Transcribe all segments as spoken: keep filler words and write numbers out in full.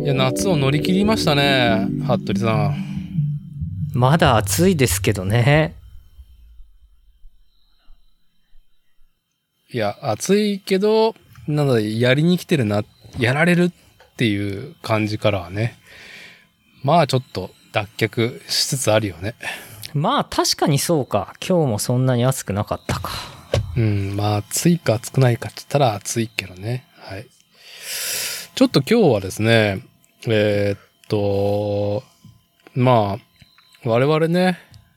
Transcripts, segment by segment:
いや、夏を乗り切りましたね、服部さん。 まだ暑いですけどね。 いや、暑いけど、なんだ、やりに来てるな、やられるっていう感じからはね。まあちょっと脱却しつつあるよね。 まあ確かにそうか。今日もそんなに暑くなかったか。 うん、まあ暑いか暑くないかって言ったら暑いけどね。はい。ちょっと今日はですね、えー、っと、まあ、我々ね、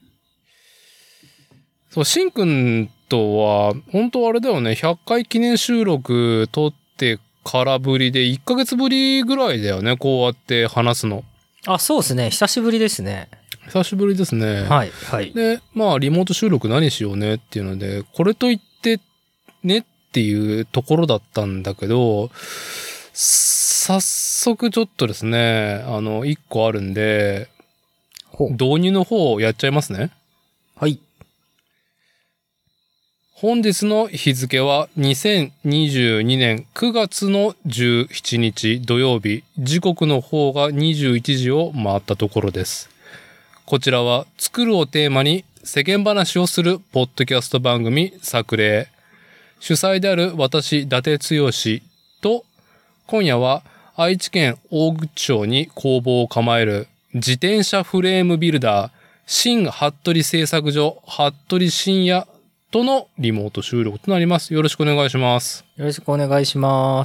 そう、しんくんとは、本当あれだよね、ひゃっかい記念収録撮ってからぶりでいっかげつぶりぐらいだよね、こうやって話すの。 あ、そうですね。久しぶりですね。 久しぶりですね。 はい、はい。 で、まあ、リモート収録何しようねっていうので、これといってねっていうところだったんだけど、早速ちょっとですね、あの、一個あるんで、導入の方をやっちゃいますね。 はい。 本日の日付はにせんにじゅうにねんくがつのじゅうしちにち土曜日、時刻の方がにじゅういちじを回ったところです。こちらは作るをテーマに世間話をするポッドキャスト番組作例。主催である私、伊達剛と、今夜は愛知県大口町に工房を構える自転車フレームビルダー、新服部製作所、服部深也とのリモート収録となります。よろしくお願いします。 よろしくお願いします。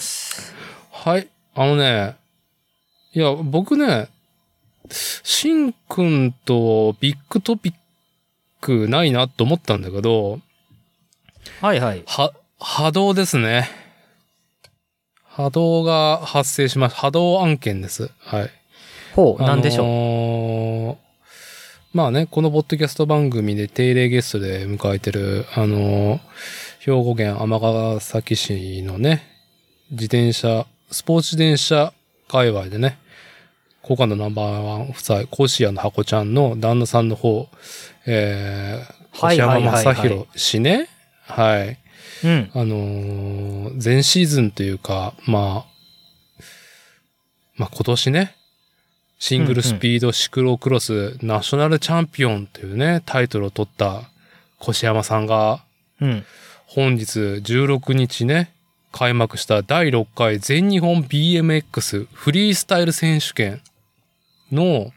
はい。あのね、いや、僕ね、しんくんとビッグトピックないなと思ったんだけど、 はいはい。 は、波動ですね。波動が発生しました。波動案件です。はい。 ほう、なんでしょう。 あのー、まあね、このポッドキャスト番組で定例ゲストで迎えてる、あのー、兵庫県尼崎市のね、自転車、スポーツ自転車界隈でね、好感度ナンバーワン夫妻、甲子屋の箱ちゃんの旦那さんの方、えー、越山正宏氏ね。はい。 うん。 あのー、前シーズンというか、まあ、まあ今年ね、シングルスピードシクロクロスナショナルチャンピオンというね、タイトルを取った越山さんが、 うん。 本日じゅうろくにちね、開幕しただいろっかい全日本 ビーエムエックス フリースタイル選手権の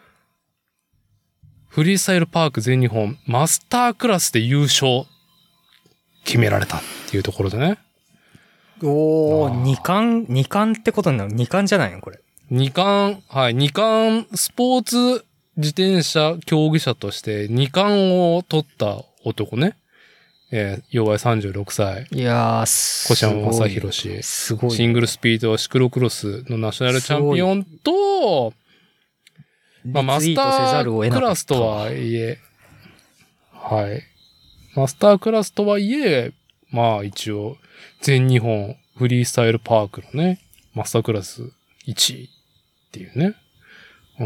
フリースタイルパーク全日本マスタークラスで優勝決められたっていうところでね。 おー、二冠、二冠ってことになる。二冠じゃないのこれ。 二冠、はい、二冠スポーツ自転車競技者として二冠を取った男ね。えー、要はさんじゅうろくさい。 いやー、す越山正宏氏。 すごい。 シングルスピードシクロクロスのナショナルチャンピオンと、まあ、マスタークラスとはいえ、はい。マスタークラスとはいえ、まあ一応、全日本フリースタイルパークのね、マスタークラスいちいっていうね。うん。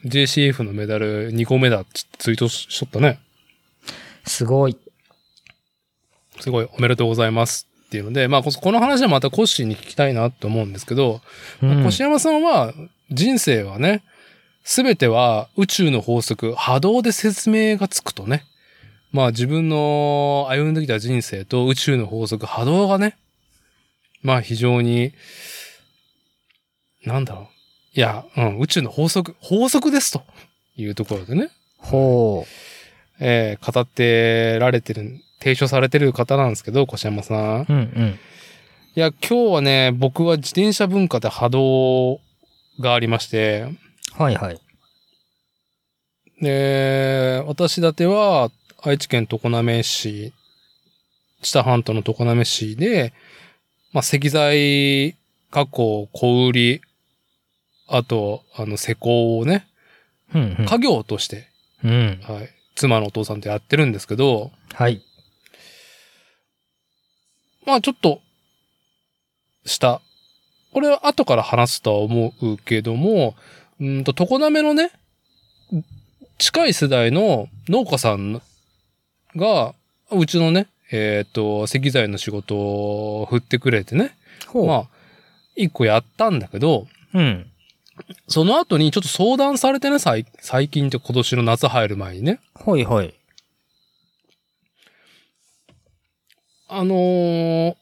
ジェーシーエフ のメダルにこめだってツイートしとったね。 すごい。 すごいおめでとうございますっていうので、まあこの話はまたコッシーに聞きたいなと思うんですけど、うん、越山さんは人生はね、すべては宇宙の法則、波動で説明がつくとね。まあ自分の歩んできた人生と宇宙の法則、波動がね、まあ非常に、なんだろう。いや、うん、宇宙の法則、法則ですというところでね。 ほう。 えー、語ってられてる、提唱されてる方なんですけど、越山さん。 うんうん。 いや、今日はね、僕は自転車文化で波動がありまして。 はいはい。 で、私だては、愛知県常滑市、知多半島の常滑市で、まあ、石材加工、小売り、あと、あの、施工をね、 うんうん、 家業として、 うん、 はい、妻のお父さんとやってるんですけど、 はい。 まあ、ちょっと、した。これは後から話すとは思うけども、うんと、常滑のね、近い世代の農家さんが、うちのね、えっと、石材の仕事を振ってくれてね。まあ、一個やったんだけど、 うん。 その後にちょっと相談されてね、最最近って今年の夏入る前にね。 はいはい。 あのー、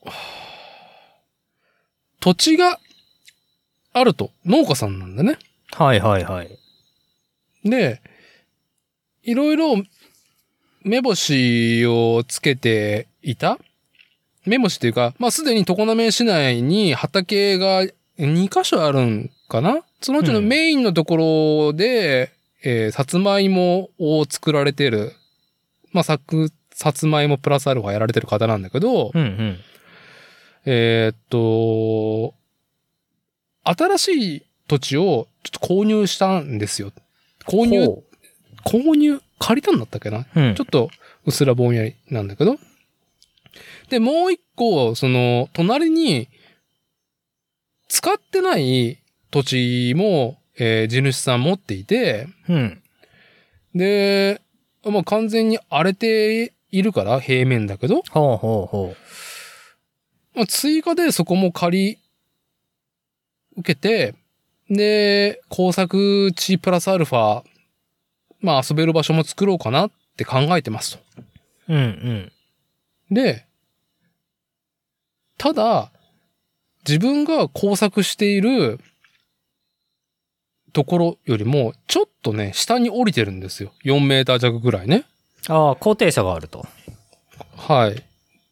土地があると、農家さんなんだね。 はいはいはい。 で、いろいろ目星をつけていた目星っていうか、まあ、すでに常滑市内に畑がにカ所あるんかな？そのうちのメインのところで、うん、えー、さつまいもを作られてる、まあ、さく、さつまいもプラスアルファやられてる方なんだけど、 うんうん、 えー、っと、新しい土地をちょっと購入したんですよ。購入、購入、借りたんだったっけな、うん、ちょっとうっすらぼんやりなんだけど。で、もう一個、その、隣に、使ってない土地も、えー、地主さん持っていて、 うん、 で、まあ、完全に荒れているから、平面だけど。 ほうほうほう。まあ、追加でそこも借り、受けて、で、工作地プラスアルファ、まあ遊べる場所も作ろうかなって考えてますと。 うんうん。 で、ただ、自分が工作しているところよりも、ちょっとね、下に降りてるんですよ。よんメーター弱ぐらいね。 ああ、高低差があると。 はい。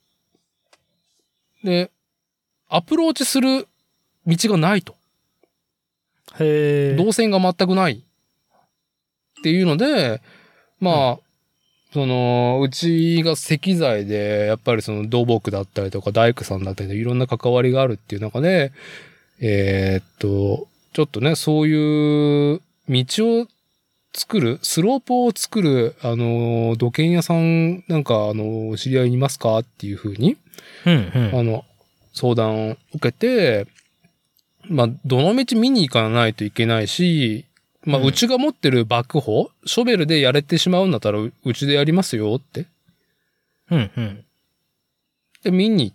で、アプローチする道がないと。 へえ。 動線が全くないっていうので、まあ、うん、その、うちが石材で、やっぱりその土木だったりとか大工さんだったりとかいろんな関わりがあるっていう中で、えー、っと、ちょっとね、そういう道を作る、スロープを作る、あの、土建屋さんなんか、あの、知り合いにいますかっていうふうに、 うんうん、 あの、相談を受けて、まあ、どの道見に行かないといけないし、まあ、うちが持ってるバックホ、うん、ショベルでやれてしまうんだったら、うちでやりますよって。 うんうん。 で、見に行って、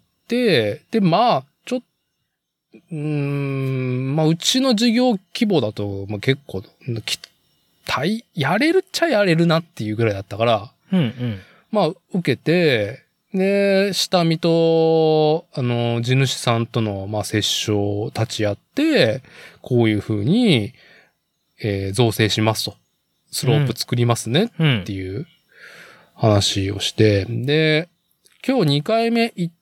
で、まあ、ちょっと、うーん、まあ、うちの事業規模だと、まあ、結構、き、たい、やれるっちゃやれるなっていうぐらいだったから、 うんうん。 まあ、受けて、で、下見と、あの、地主さんとの、まあ、折衝を立ち会って、こういうふうに、えー、造成しますと。スロープ作りますねっていう話をして、うん、で、今日にかいめ行って、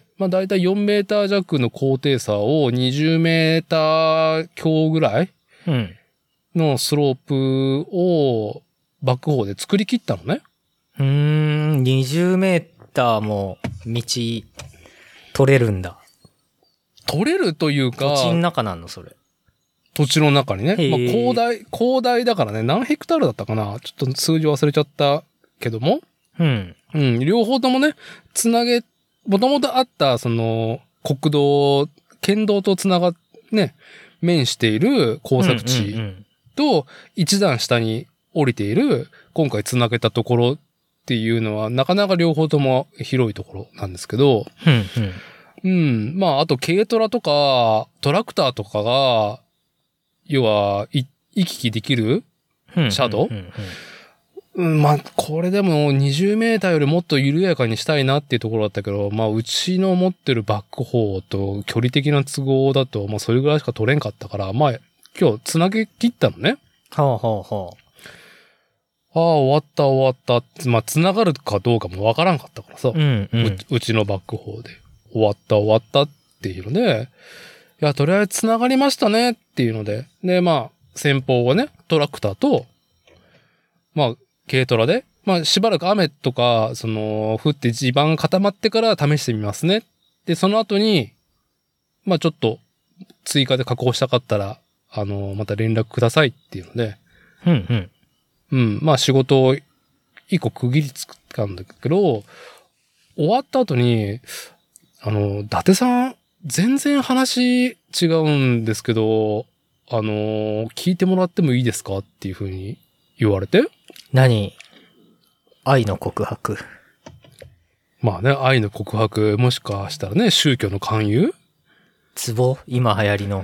まあだいたいよんメーター弱の高低差をにじゅうメーター強ぐらいのスロープをバックホーで作り切ったのね。 うーん、にじゅうメーターも道取れるんだ。 取れるというか。 土地の中なんのそれ。 土地の中にね。まあ、広大、広大だからね、何ヘクタールだったかなちょっと数字忘れちゃったけども。 うん。 うん、両方ともね、つなげ、もともとあった、その、国道、県道とつなが、ね、面している工作地と、一段下に降りている、今回つなげたところっていうのは、なかなか両方とも広いところなんですけど、 うんうん、うん。まあ、あと軽トラとか、トラクターとかが、要は、い、行き来できる車道、うんうんうんうん、まあ、これでもにじゅうメーターよりもっと緩やかにしたいなっていうところだったけど、まあ、うちの持ってるバックホーと距離的な都合だと、まあ、それぐらいしか取れんかったから、まあ、今日つなげ切ったのね。 はあはあはあ。 ああ、終わった終わった。まあ、つながるかどうかもわからんかったからさ。 うんうん、 う, うちのバックホーで。終わった終わったっていうので、いや、とりあえずつながりましたねっていうので、で、まあ、先方はね、トラクターと、まあ、軽トラで、まあしばらく雨とか、その、降って地盤固まってから試してみますね。で、その後に、まあちょっと追加で加工したかったら、あの、また連絡くださいっていうので、 うんうん。 うん、まあ仕事を一個区切りつくったんだけど、終わった後に、あの、伊達さん、全然話違うんですけど、あの、聞いてもらってもいいですかっていうふうに言われて、 何？愛の告白。 まあね、愛の告白、もしかしたらね、宗教の勧誘？ ツボ？今流行りの。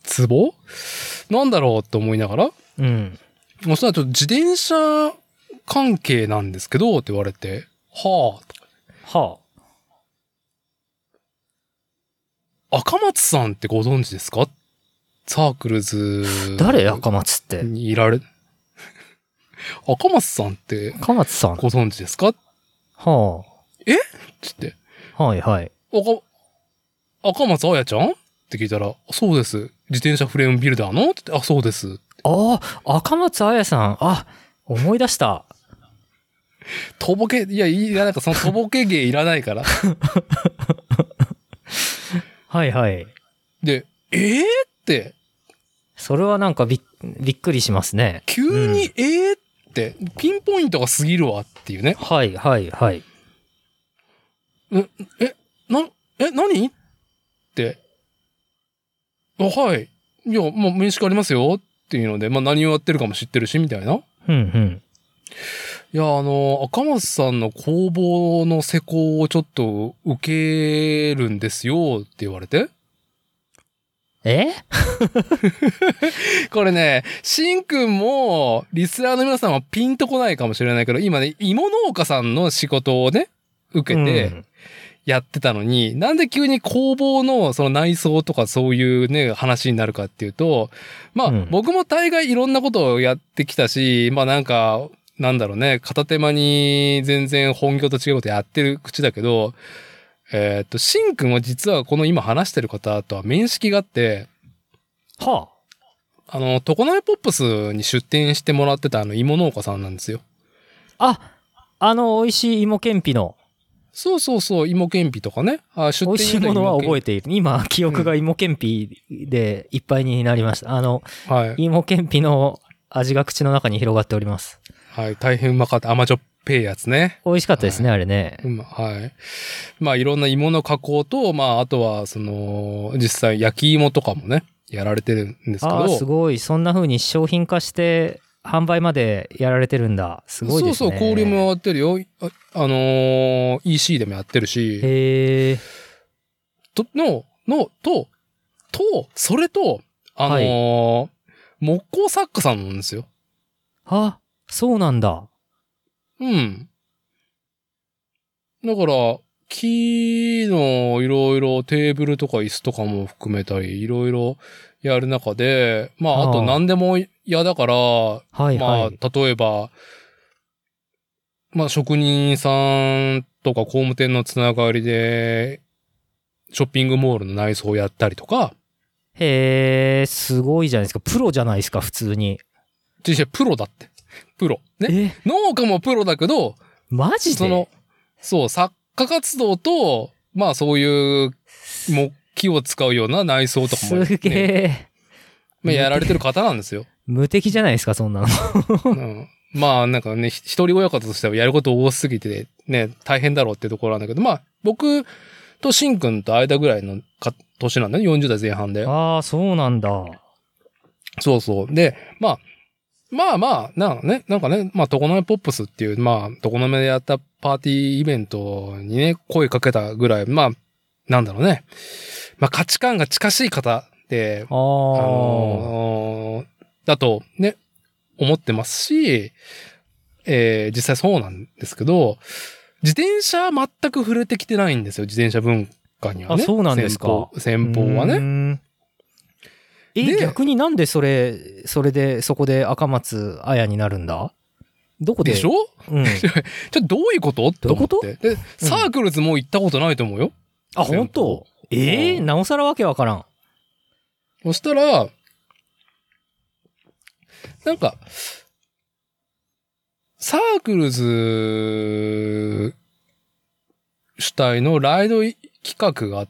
ツボなんだろうと思いながら、 うん。 もうそれはちょっと自転車関係なんですけどって言われて、はあ。はあ。赤松さんってご存知ですか？サークルズ。 誰赤松って。 にいられ、赤松さんって赤松さん。 ご存知ですか？ はあ。 えつって。 はいはい。 赤、赤松彩ちゃんって聞いたら、そうです。自転車フレームビルダーのって言って、あ、そうです。 ああ、赤松彩さん。あ、思い出した。 とぼけ、いや、いや、なんかそのとぼけ芸いらないから。 はいはい。 で、えー、って。 それはなんかびっ、びっくりしますね。 急に、うん、えーって、ピンポイントが過ぎるわっていうね。 はいはいはい。 え、え、な、え、何って。あ、はい。いや、もう面識ありますよっていうので、まあ何をやってるかも知ってるし、みたいな。 うんうん。 いや、あの、赤松さんの工房の施工をちょっと受けるんですよって言われて。 えこれね、しんくんも、リスナーの皆さんはピンとこないかもしれないけど、今ね、芋農家さんの仕事をね、受けて、やってたのに、うん、なんで急に工房のその内装とかそういうね、話になるかっていうと、まあ、うん、僕も大概いろんなことをやってきたし、まあなんか、なんだろうね、片手間に全然本業と違うことやってる口だけど、えー、っと、しんくんは実はこの今話してる方とは面識があって、 はあ、あの、常滑ポップスに出店してもらってたあの芋農家さんなんですよ。 あ、あの、美味しい芋けんぴの。 そうそうそう、芋けんぴとかね。あ、 出店美味しいものは覚えている。今、記憶が芋けんぴでいっぱいになりました。うん、あの、はい、芋けんぴの味が口の中に広がっております。 はい、大変うまかった。甘じょっぺいやつね。 美味しかったですね、はい、あれね。 うん、はい。まあ、いろんな芋の加工と、まあ、あとは、その、実際焼き芋とかもね、やられてるんですけど。 ああ、すごい。そんな風に商品化して、販売までやられてるんだ。すごいですね。 そうそう、小売もやってるよ。あ、あのー、イーシー でもやってるし。 へえ。 と、の、の、と、と、それと、あのーはい、木工作家さんなんですよ。 あ、そうなんだ。 うん。だから、木のいろいろテーブルとか椅子とかも含めたり、いろいろやる中で、まあ、あと何でも嫌だから、 はいはい、 まあ、例えば、まあ、職人さんとか工務店のつながりで、ショッピングモールの内装をやったりとか。 へえ、すごいじゃないですか。プロじゃないですか、普通に。 実際プロだって。プロ。ね。農家もプロだけど、 マジでその、そう、作家活動と、まあそういう、もう木を使うような内装とかも、ね。 すげえ。 まあやられてる方なんですよ。 無敵じゃないですか、そんなの。 うん、まあなんかね、一人親方としてはやること多すぎて、ね、大変だろうっていうところなんだけど、まあ僕としんくんと間ぐらいのか年なんだね、よんじゅうだいぜん半で。 ああ、そうなんだ。 そうそう。で、まあ、まあまあ、なんかね、なんかね、まあ、常滑ポップスっていう、まあ、常滑でやったパーティーイベントにね、声かけたぐらい、まあ、なんだろうね。まあ、価値観が近しい方で、 あ、あのー、だとね、思ってますし、えー、実際そうなんですけど、自転車は全く触れてきてないんですよ、自転車文化にはね。 あ、そうなんですか。 先方はね。 え、逆になんでそれ、それで、そこで赤松彩になるんだ？どこで？ でしょ？うん。ちょっとどういうことって思って。どういうこと？で、サークルズも行ったことないと思うよ。 うん、あ、本当？ええー、なおさらわけわからん。 そしたら、なんか、サークルズ主体のライド企画があって、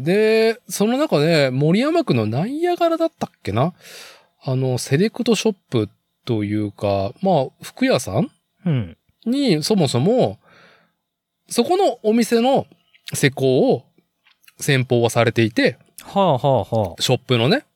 で、その中で森山区のナイアガラだったっけな？あの、セレクトショップというか、まあ、服屋さん、 うん、 にそもそも、そこのお店の施工を先方はされていて、 はあはあはあ、 ショップのね、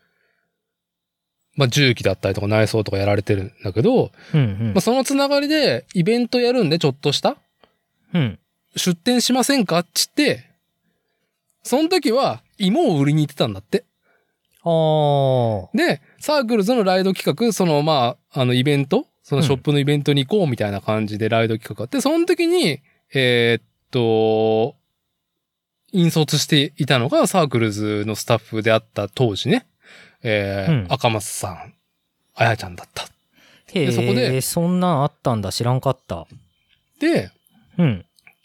まあ、重機だったりとか内装とかやられてるんだけど、 うんうん、 まあ、そのつながりでイベントやるんでちょっとした、 うん、 出店しませんかっつって、その時は芋を売りに行ってたんだって。 あはあ。で、サークルズのライド企画、そのまあ、あのイベント、そのショップのイベントに行こうみたいな感じでライド企画あって、その時に、えー、っと、引率していたのがサークルズのスタッフであった当時ね、えー、うん、赤松さん、あやちゃんだった。 へえ、そこで、そんなんあったんだ、知らんかった。 で、 うん。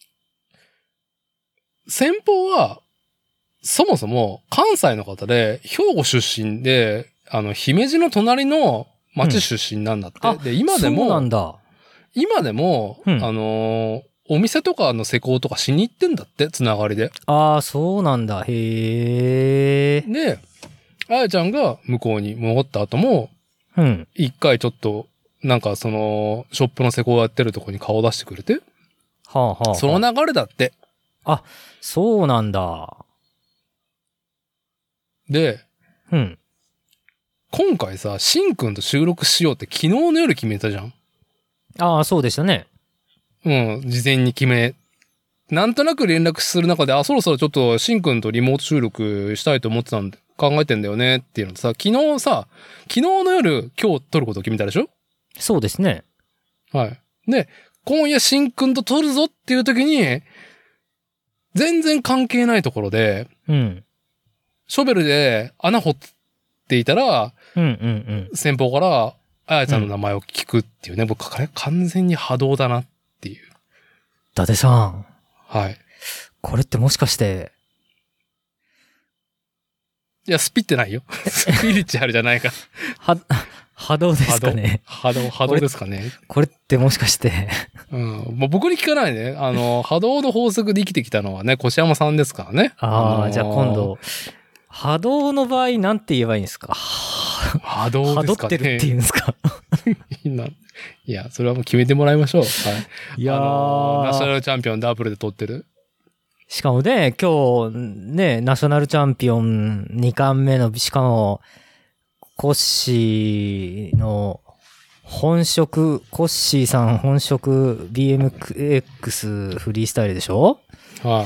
先方は、そもそも関西の方で、兵庫出身で、あの、姫路の隣の町出身なんだって。うん、で、今でも、 そうなんだ。 今でも、うん、あのー、お店とかの施工とかしに行ってんだって、つながりで。 ああ、そうなんだ。へえ。 で、あやちゃんが向こうに戻った後も、 うん。 一回ちょっと、なんかその、ショップの施工やってるとこに顔出してくれて。 はあはあ、はあ。 その流れだって。 あ、そうなんだ。 で、 うん。 今回さ、しんくんと収録しようって昨日の夜決めたじゃん。 ああ、そうでしたね。 うん、事前に決め。なんとなく連絡する中で、あ、そろそろちょっとしんくんとリモート収録したいと思ってたんで、考えてんだよねっていうのさ、昨日さ、昨日の夜今日撮ることを決めたでしょ？ そうですね。 はい。で、今夜しんくんと撮るぞっていう時に、全然関係ないところで、 うん。 ショベルで穴掘っていたら、 うんうんうん。 先方から、あやちゃんの名前を聞くっていうね、うん、僕、あれ完全に波動だなっていう。 伊達さん。 はい。 これってもしかして。 いや、スピってないよ。スピリチュアルじゃないか。 は、波動ですかね。 波動、波動ですかね。 これってもしかして。 うん。もう僕に聞かないね。あの、波動の法則で生きてきたのはね、越山さんですからね。 ああ、あのー、じゃあ今度、波動の場合なんて言えばいいんですか？ 波動ですかね。 波動ってるって言うんですか？ いや、それはもう決めてもらいましょう。はい。 いやー、 あのー、ナショナルチャンピオンダブルで取ってる。 しかもね、今日ね、ナショナルチャンピオンにかんめの、しかも、コッシーの本職、コッシーさん本職 ビーエムエックス フリースタイルでしょ？ はい。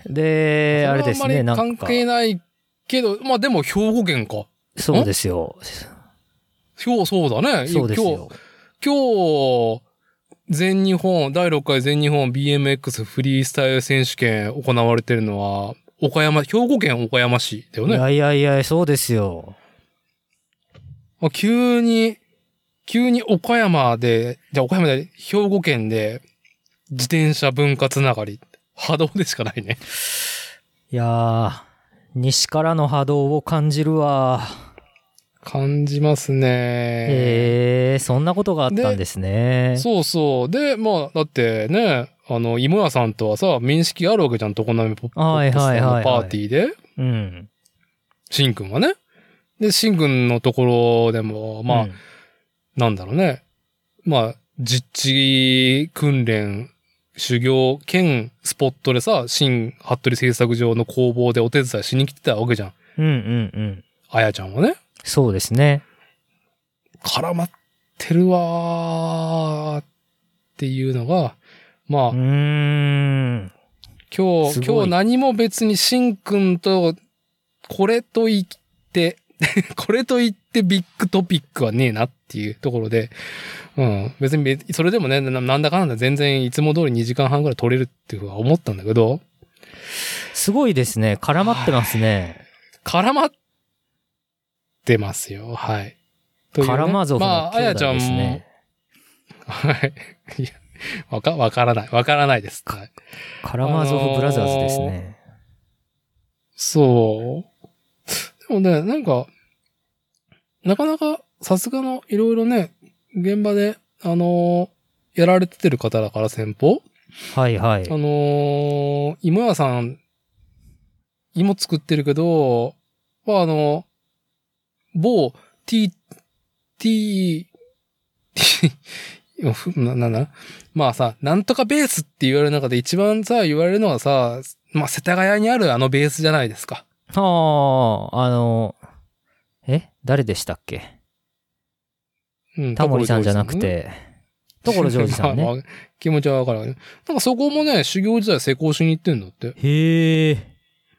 で、あれですね、なんか。 関係ないけど、まあでも兵庫県か。 そうですよ。 今日そうだね。 そうですよ。 今日、今日、全日本、だいろっかい全日本 ビーエムエックス フリースタイル選手権行われてるのは、岡山、兵庫県岡山市だよね。 いやいやいや、そうですよ。 あ、急に、急に岡山で、じゃあ岡山で、兵庫県で、自転車文化つながり、波動でしかないね。 いやー、西からの波動を感じるわ。 感じますね。 へえー、そんなことがあったんですね。 そうそう。で、まあ、だってね、あの、芋屋さんとはさ、面識あるわけじゃん、常滑ポップスのパーティーで。 うん。 しんくんはね。で、しんくんのところでも、まあ、うん、なんだろうね。まあ、実地訓練、修行兼スポットでさ、新服部製作所の工房でお手伝いしに来てたわけじゃん。 うんうんうん。 あやちゃんはね。 そうですね。 絡まってるわーっていうのが、まあ、 うーん今日、今日何も別にしんくんと、これと言って、これと言ってビッグトピックはねえなっていうところで、うん。別に、それでもね、なんだかなんだ全然いつも通りにじかんはんぐらい取れるっていうふうは思ったんだけど。 すごいですね。絡まってますね。 絡まってますよ。はい。 ね、カラマゾフの兄弟ですね。 まあ、あやちゃんも、はい。いや、わか、わからない。わからないです。はい。 カラマゾフブラザーズですね。 あのー、そう。でもね、なんか、なかなかさすがのいろいろね、現場で、あのー、やられてる方だから先方。 はいはい。 あのー、芋屋さん、芋作ってるけど、まああの、某 t, t, t, な、な、な、まあさ、なんとかベースって言われる中で一番さ、言われるのはさ、まあ世田谷にあるあのベースじゃないですか。 ああ、あの、え誰でしたっけ？うん、タモリさんじゃなくて、所ジョージさんね。まあまあ、 気持ちはわかるわね。なんかそこもね、修行時代成功しに行ってんだって。 へえ。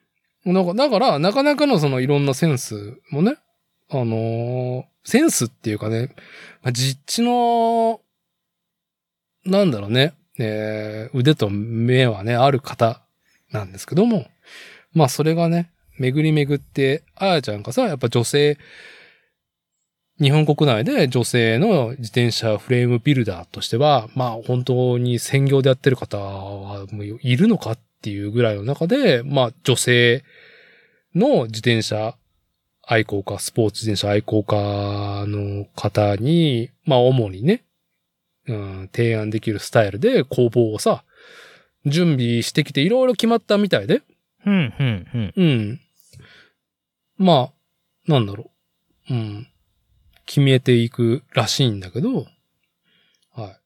なんか、だから、なかなかのそのいろんなセンスもね、あのー、センスっていうかね、まあ、実地の、なんだろうね、えー、腕と目はね、ある方なんですけども、まあそれがね、巡り巡って、あやちゃんがさ、やっぱ女性、日本国内で女性の自転車フレームビルダーとしては、まあ本当に専業でやってる方はもういるのかっていうぐらいの中で、まあ女性の自転車愛好家、スポーツ自転車愛好家の方に、まあ主にね、うん、提案できるスタイルで工房をさ、準備してきていろいろ決まったみたいで。 うん、うん、うん。 うん。まあ、なんだろう。うん。決めていくらしいんだけど、はい。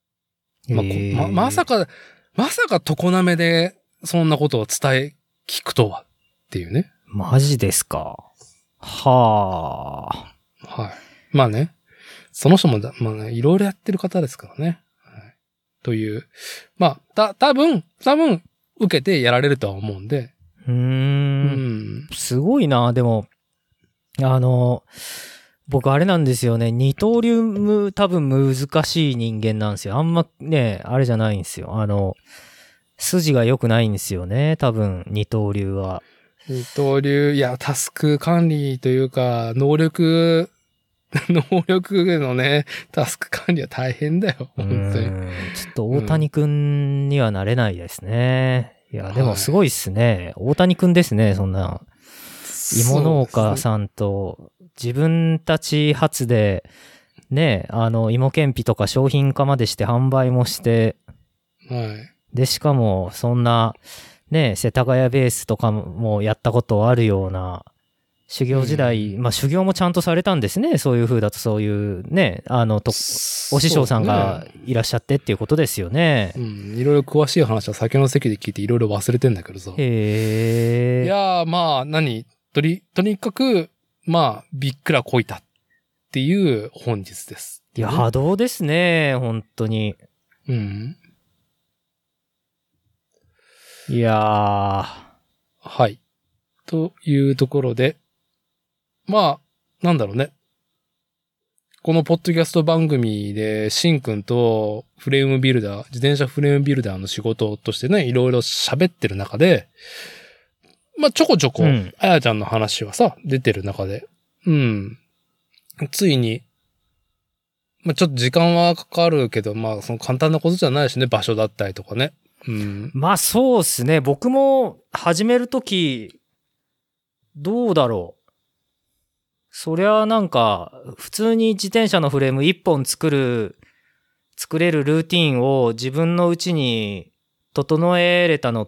まあ、こま、まさか、まさか常滑でそんなことを伝え、聞くとはっていうね。 マジですか。はあ。 はい。まあね。その人もだ、まあね、いろいろやってる方ですからね。はい、という。まあ、た、多分、多分、受けてやられるとは思うんで。 うーん。 うん。 すごいな、でも、あの、僕あれなんですよね。二刀流む、多分難しい人間なんですよ。あんまね、あれじゃないんですよ。あの、筋が良くないんですよね。多分、二刀流は。 二刀流、いや、タスク管理というか、能力、能力のね、タスク管理は大変だよ、本当に。 ちょっと大谷くんにはなれないですね。うん、いや、でもすごいっすね。はい、大谷くんですね、そんな。芋農家さんと自分たち発で、ね、あの、芋けんぴとか商品化までして販売もして、 はい。 で、しかも、そんな、ね、世田谷ベースとかもやったことあるような、修行時代、うん、まあ修行もちゃんとされたんですね。そういう風だとそういうね、あの、と、お師匠さんがいらっしゃってっていうことですよね。 うん。いろいろ詳しい話は酒の席で聞いていろいろ忘れてんだけどさ。 へー。 いやー、まあ、何とり、とにかく、まあ、びっくらこいたっていう本日です。 いや、波動ですね。本当に。 うん。 いやー。 はい。というところで、まあ、なんだろうね。このポッドキャスト番組で、シンくんとフレームビルダー、自転車フレームビルダーの仕事としてね、いろいろ喋ってる中で、まあ、ちょこちょこ、あやちゃんの話はさ、出てる中で、うん。ついに、まあ、ちょっと時間はかかるけど、まあ、その簡単なことじゃないしね、場所だったりとかね。うん。 まあ、そうっすね。僕も始めるとき、どうだろう。そりゃなんか、普通に自転車のフレーム一本作る、作れるルーティンを自分のうちに整えれたのって、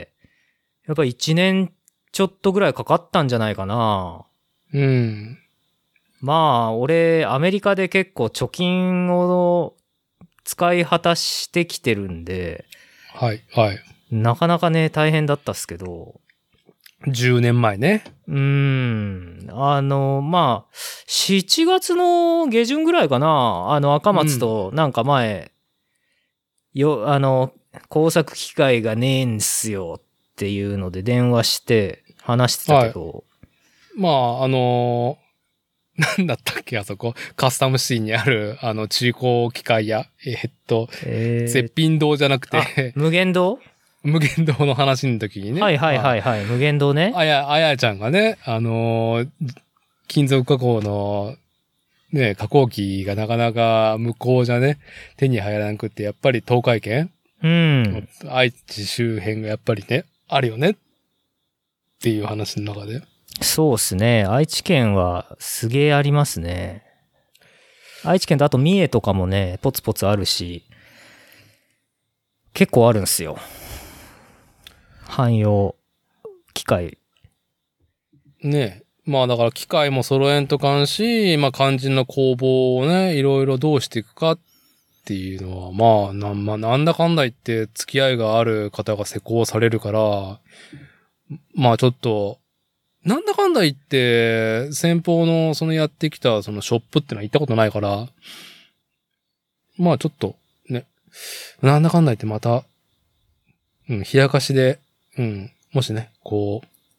やっぱ一年ちょっとぐらいかかったんじゃないかな。 うん。 まあ、俺、アメリカで結構貯金を使い果たしてきてるんで、 はい、はい。 なかなかね、大変だったっすけど。 じゅうねんまえね。 うーん。あの、まあ、しちがつの下旬ぐらいかな。あの、赤松となんか前、うん、よ、あの、工作機械がねえんすよっていうので電話して話してたけど。はい、 まあ、あのー、なんだったっけあそこ。カスタムシーンにある、あの、中古機械屋。えー、っと、えー、絶品堂じゃなくて。 無限堂無限堂の話の時にね。 はいはいはいはい。無限堂ね。 あや、あやちゃんがね、あのー、金属加工の、ね、加工機がなかなか向こうじゃね、手に入らなくって、やっぱり東海圏うん。 愛知周辺がやっぱりね、あるよねっていう話の中で。 そうっすね。愛知県はすげえありますね。愛知県とあと三重とかもね、ポツポツあるし、結構あるんすよ。汎用機械。 ねえ。まあだから機械も揃えんとかんし、まあ肝心の工房をね、いろいろどうしていくかっていうのは、まあな、まあなんだかんだ言って付き合いがある方が施工されるから、まあちょっと、なんだかんだ言って、先方のそのやってきたそのショップってのは行ったことないから、まあちょっとね、なんだかんだ言ってまた、うん、冷やかしで、うん、もしね、こう、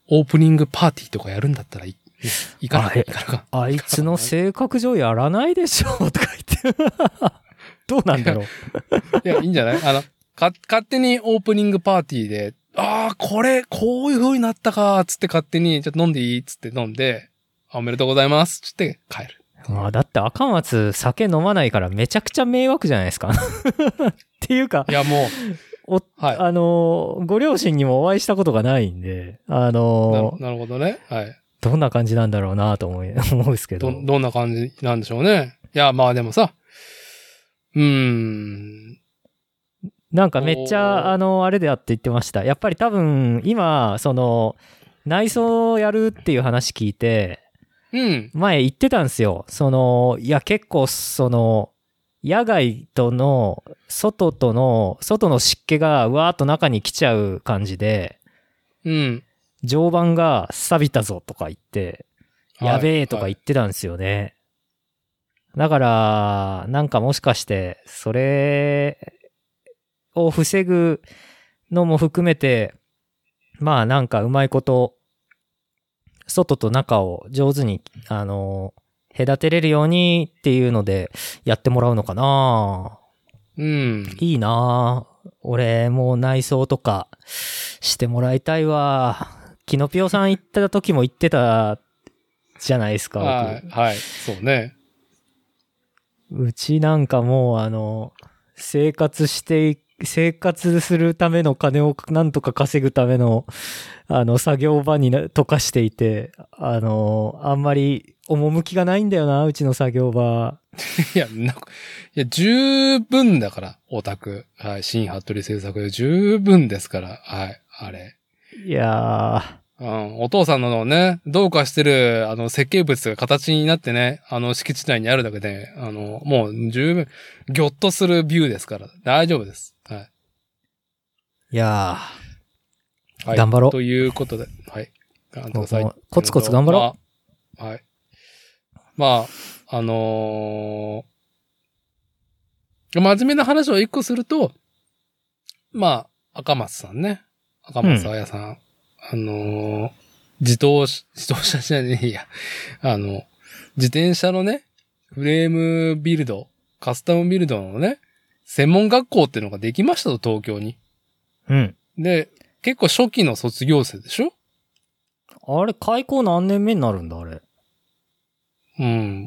オープニングパーティーとかやるんだったらいいかなあいかなか。 あいつの性格上やらないでしょとか言って。どうなんだろう。 いや、いいんじゃないあの、か、勝手にオープニングパーティーで、ああ、これ、こういう風になったか、つって勝手に、ちょっと飲んでいいつって飲んで、おめでとうございます、つって帰る。 まあ、だって赤松酒飲まないからめちゃくちゃ迷惑じゃないですか。っていうか、 いや、もう、 お、 はい。 あの、ご両親にもお会いしたことがないんで、あの、 な、なるほどね。はい。 どんな感じなんだろうなと思い、思うんですけど。 ど、どんな感じなんでしょうね。いや、まあでもさ、うーん。 なんかめっちゃ、あの、あれであって言ってました。やっぱり多分、今、その、内装やるっていう話聞いて、 うん。 前言ってたんですよ。その、いや、結構、その、野外との、外との、外の湿気がうわーっと中に来ちゃう感じで、 うん。 常磐が錆びたぞとか言って、 はいやべえとか言ってたんですよね。だから、なんかもしかして、それを防ぐのも含めて、まあなんかうまいこと、外と中を上手に、あの、隔てれるようにっていうのでやってもらうのかな。 うん。 いいな。俺もう内装とかしてもらいたいわ。キノピオさん行った時も言ってたじゃないですか。 はい。はい。そうね。 うちなんかもうあの、生活してい、生活するための金をなんとか稼ぐための、あの、作業場にな溶かしていて、あの、あんまり趣がないんだよな、うちの作業場。 いや、なんか、いや、十分だから、オタク。はい。新服部製作で十分ですから、はい。あれ。 いやうん。お父さんのね、どうかしてる、あの、設計物が形になってね、あの、敷地内にあるだけで、あの、もう十分、ぎょっとするビューですから、大丈夫です。はい。 ー、いやはい。 頑張ろうということで、はい。頑張ってください。 もうコツコツ頑張ろう。まあ、はい。まあ、あのー、真面目な話を一個すると、まあ、赤松さんね。赤松彩さん。うん、あのー、自動、自動車じゃねえや。あの、自転車のね、フレームビルド、カスタムビルドのね、専門学校っていうのができましたと、東京に。 うん。 で、結構初期の卒業生でしょ？ あれ、開校何年目になるんだ、あれ。 うん、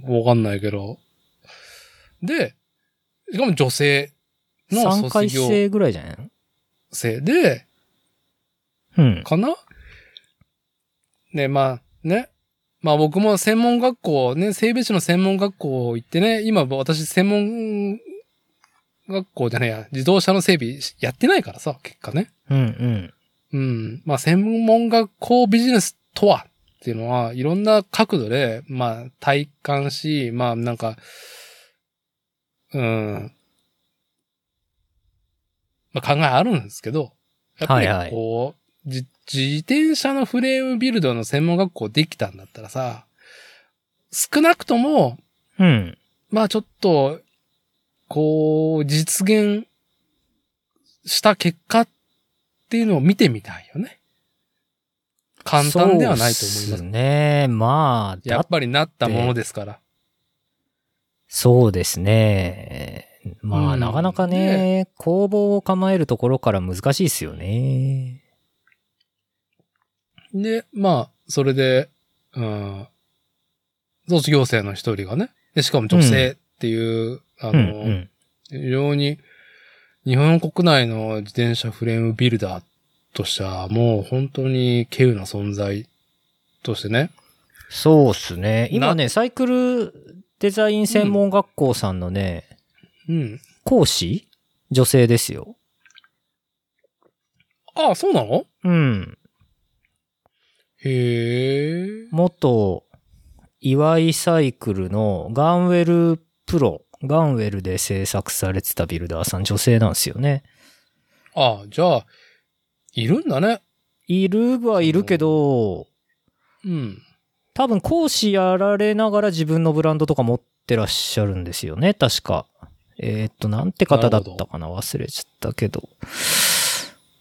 わかんないけど。で、しかも女性のさんかい卒業生ぐらいじゃないの？ 生で、 うん。 かな？で、まあね。まあ僕も専門学校ね、整備士の専門学校行ってね、今私専門学校じゃねえや、自動車の整備やってないからさ、結果ね。 うんうん。 うん。まあ専門学校ビジネスとはっていうのは、いろんな角度で、まあ体感し、まあなんか、うん。まあ考えあるんですけど、やっぱりこう、はいはい、自転車のフレームビルドの専門学校できたんだったらさ、少なくとも、 うん。 まあちょっと、こう、実現した結果っていうのを見てみたいよね。簡単ではないと思います。 そうね。まあ、 やっぱりなったものですから。 そうですね。まあ、うん、なかなかね、工房を構えるところから難しいですよね。 で、まあ、それで、うん、卒業生の一人がね、で、しかも女性っていう、うん、あの、うんうん、非常に日本国内の自転車フレームビルダーとしてはもう本当に稀有な存在としてね。 そうっすね。今ね、サイクルデザイン専門学校さんのね、 うん。 講師？女性ですよ。 ああ、そうなの？ うん。 へえ。 元、岩井サイクルのガンウェルプロ、ガンウェルで制作されてたビルダーさん、女性なんですよね。 ああ、じゃあ、いるんだね。 いるはいるけど、 うん。 多分講師やられながら自分のブランドとか持ってらっしゃるんですよね、確か。えー、っと、なんて方だったかな、忘れちゃったけど。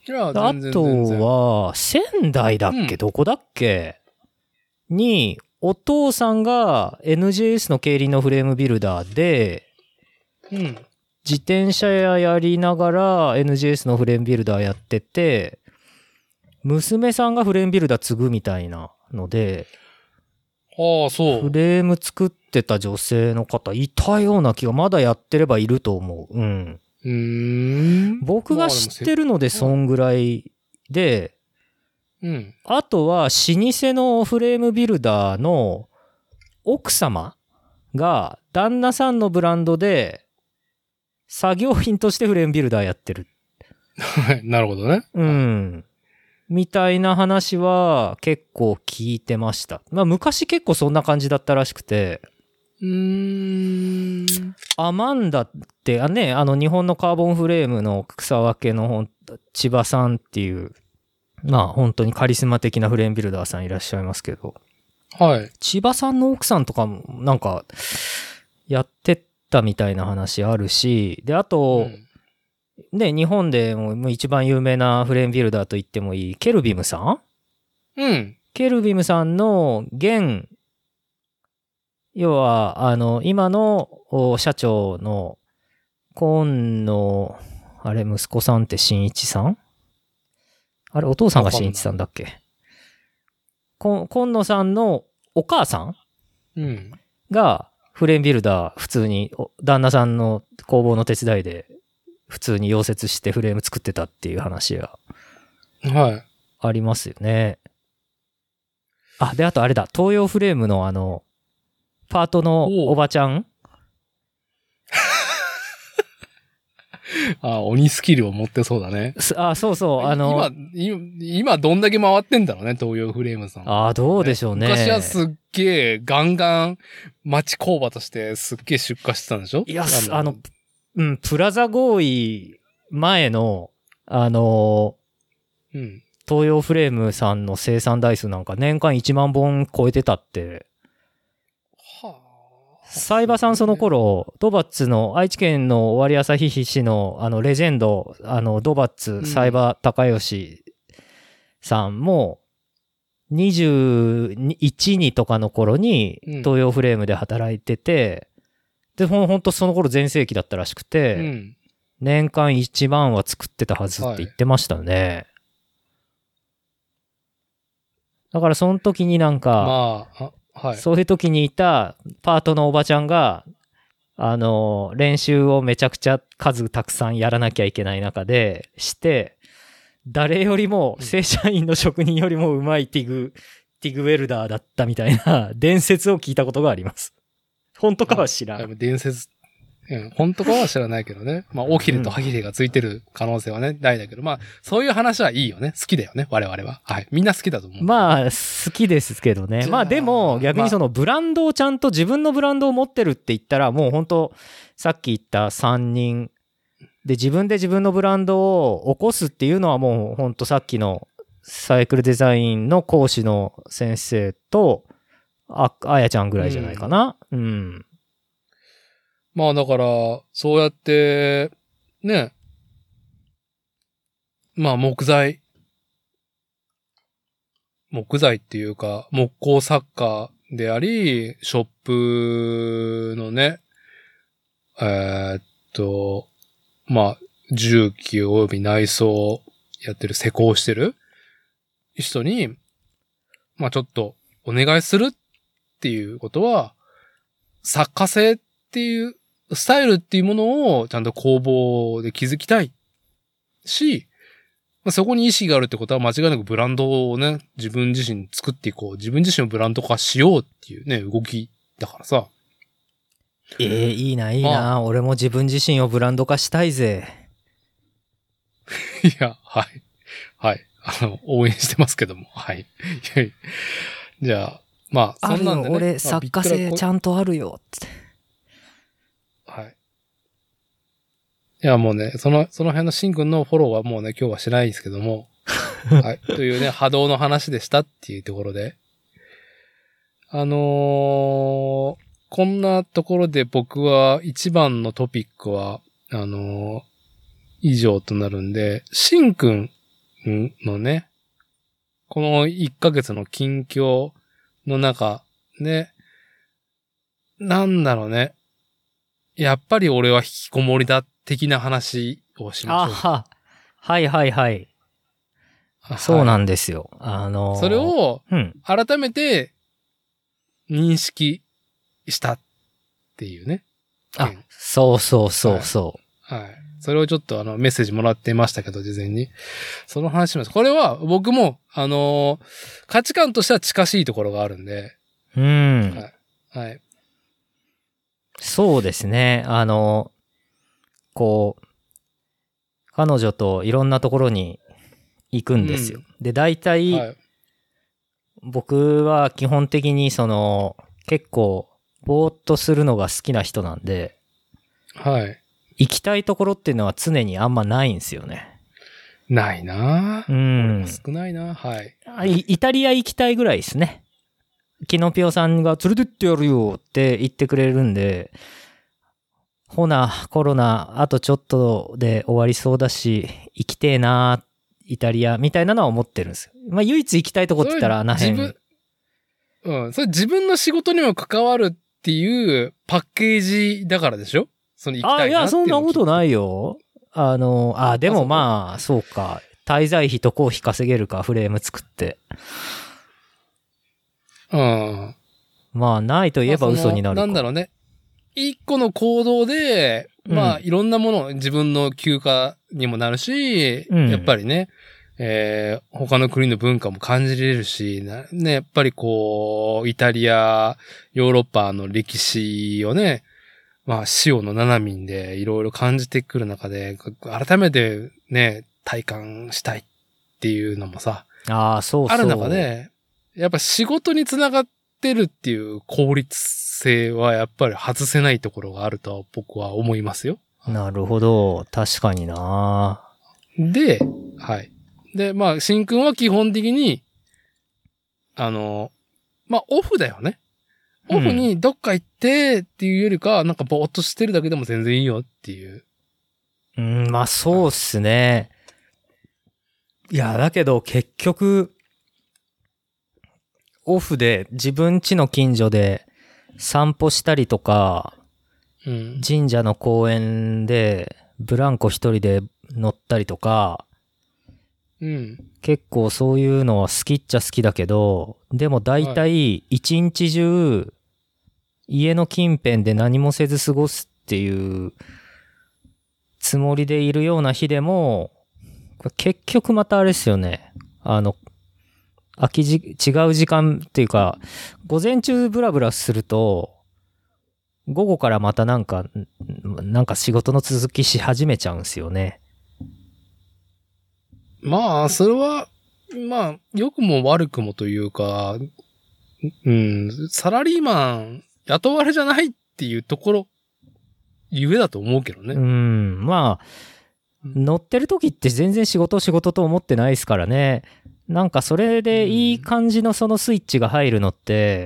いや、 あ全然全然。 とは、仙台だっけ、 うんどこだっけに、お父さんが エヌジェーエス の競輪のフレームビルダーで、 うん。 自転車屋やりながら エヌジェーエス のフレームビルダーやってて、娘さんがフレームビルダー継ぐみたいなので、 ああ、そフう。 レーム作ってた女性の方いたような気が、まだやってればいると思う。うん。 うーん。 僕が知ってるのでそんぐらいで、 うん。 あとは老舗のフレームビルダーの奥様が旦那さんのブランドで作業品としてフレームビルダーやってる。 はい。なるほどね。 うん。みたいな話は結構聞いてました。まあ昔結構そんな感じだったらしくて、 うーん。 アマンダってあね、あの日本のカーボンフレームの草分けのほん千葉さんっていう、まあ本当にカリスマ的なフレームビルダーさんいらっしゃいますけど、 はい。 千葉さんの奥さんとかもなんかやってたみたいな話あるし、で、あと、 うんね、日本でも一番有名なフレームビルダーと言ってもいいケルビムさんうん。 ケルビムさんの現、要は、あの、今のお社長の今の、あれ、息子さんって新一さんあれ、お父さんが新一さんだっけこ今野さんのお母さんうん。 がフレームビルダー普通にお旦那さんの工房の手伝いで普通に溶接してフレーム作ってたっていう話がはい。 ありますよね。あ、で、あとあれだ、東洋フレームのあの、パートのおばちゃんあ、鬼スキルを持ってそうだね。 すあ、そうそう、あの、 今、今、今どんだけ回ってんだろうね、東洋フレームさん。 あ、どうでしょうね。 昔はすっげえガンガン町工場としてすっげえ出荷してたんでしょ？ いや、あの、うん、プラザ合意前の、あの、 うん。 東洋フレームさんの生産台数なんか年間いちまんぼん超えてたって、 はサイバさんその頃、ドバッツの愛知県の尾張旭市のあのレジェンド、あのドバッツサイバ高吉さんもにじゅういちにとかの頃に東洋フレームで働いてて、で、ほんほんとその頃全盛期だったらしくて、 うん、 年間いちまんは作ってたはずって言ってましたね。だからその時になんか、 まあ、あはい。 そういう時にいたパートのおばちゃんが、あの、練習をめちゃくちゃ数たくさんやらなきゃいけない中でして、誰よりも、正社員の職人よりもうまいティグ、ティグウェルダーだったみたいな伝説を聞いたことがあります。本当かは知らん。 伝説、うん、本当かは知らないけどね。まあ、オキレとハキレがついてる可能性はね、大だけど、まあ、そういう話はいいよね。好きだよね、我々は。はい。みんな好きだと思う。 まあ、好きですけどね。まあでも、逆にそのブランドをちゃんと自分のブランドを持ってるって言ったら、もう本当さっき言ったさんにんで自分で自分のブランドを起こすっていうのはもう本当さっきのサイクルデザインの講師の先生と、あ、あやちゃんぐらいじゃないかな。うん。うんまあだから、そうやって、ね、まあ木材、木材っていうか、木工作家であり、ショップのね、えー、っと、まあ、重機及び内装やってる、施工してる人に、まあちょっとお願いするっていうことは、作家性っていう、スタイルっていうものをちゃんと工房で築きたいし、まあ、そこに意識があるってことは間違いなくブランドをね、自分自身作っていこう。自分自身をブランド化しようっていうね、動きだからさ。 ええー、いいな、いいな、まあ。俺も自分自身をブランド化したいぜ。 いや、はい。はい。あの、応援してますけども。はい。じゃあ、まあ、そんなんでね。 あるよ、俺、作家性ちゃんとあるよ、って。 はい。いや、もうね、その、その辺のシンくんのフォローはもうね、今日はしないですけども。はい。というね、波動の話でしたっていうところで。あのー、こんなところで僕は一番のトピックは、あのー、以上となるんで、シンくんのね、このいっかげつの近況の中、ね、なんだろうね。やっぱり俺は引きこもりだ的な話をしましょう。 あは。はいはいはい。そうなんですよ。あのー、 それをうん、 改めて認識したっていうね。 あ、そうそうそうそう。 はい。はい。それをちょっとあのメッセージもらってましたけど、事前に。その話します。これは僕も、あのー、価値観としては近しいところがあるんで。 うん。 はい。はい。 そうですね。あの、こう、彼女といろんなところに行くんですよ。うん、で、大体、はい、僕は基本的にその、結構、ぼーっとするのが好きな人なんで、 はい。 行きたいところっていうのは常にあんまないんですよね。 ないなぁ。うん。少ないなぁ。 はい。イタリア行きたいぐらいですね。キノピオさんが連れてってやるよって言ってくれるんで、ほな、コロナ、あとちょっとで終わりそうだし、行きてえな、イタリア、みたいなのは思ってるんですよ。まあ、唯一行きたいとこって言ったら、あの辺。 自分、うん。それ自分の仕事にも関わるっていうパッケージだからでしょ？その行きたいなっていうの。 あ、いや、そんなことないよ。あの、あ、でもまあ、そうか。滞在費と公費稼げるか、フレーム作って。 うん。 まあ、ないと言えば嘘になるか。 なんだろうね。一個の行動で、まあ、うん、いろんなもの、自分の休暇にもなるし、うん、やっぱりね、えー、他の国の文化も感じれるし、ね、やっぱりこう、イタリア、ヨーロッパの歴史をね、まあ、潮の七民でいろいろ感じてくる中で、改めてね、体感したいっていうのもさ、 ああ、そうそう。 ある中で、やっぱ仕事につながってるっていう効率性はやっぱり外せないところがあると僕は思いますよ。 なるほど。確かにな。 で、はい。で、まあ、しんくんは基本的に、あの、まあ、オフだよね。オフにどっか行ってっていうよりか、うん、なんかぼーっとしてるだけでも全然いいよっていう。 うん、まあそうっすね。いや、だけど結局、オフで自分家の近所で散歩したりとか、うん、神社の公園でブランコ一人で乗ったりとか、うん、結構そういうのは好きっちゃ好きだけど、でも大体一日中家の近辺で何もせず過ごすっていうつもりでいるような日でも、結局またあれですよね。あの、空きじ、違う時間っていうか、午前中ブラブラすると、午後からまたなんか、なんか仕事の続きし始めちゃうんですよね。 まあ、それは、まあ、良くも悪くもというか、うん、サラリーマン、雇われじゃないっていうところ、ゆえだと思うけどね。 うん、まあ、乗ってる時って全然仕事仕事と思ってないですからね。なんかそれでいい感じのそのスイッチが入るのって、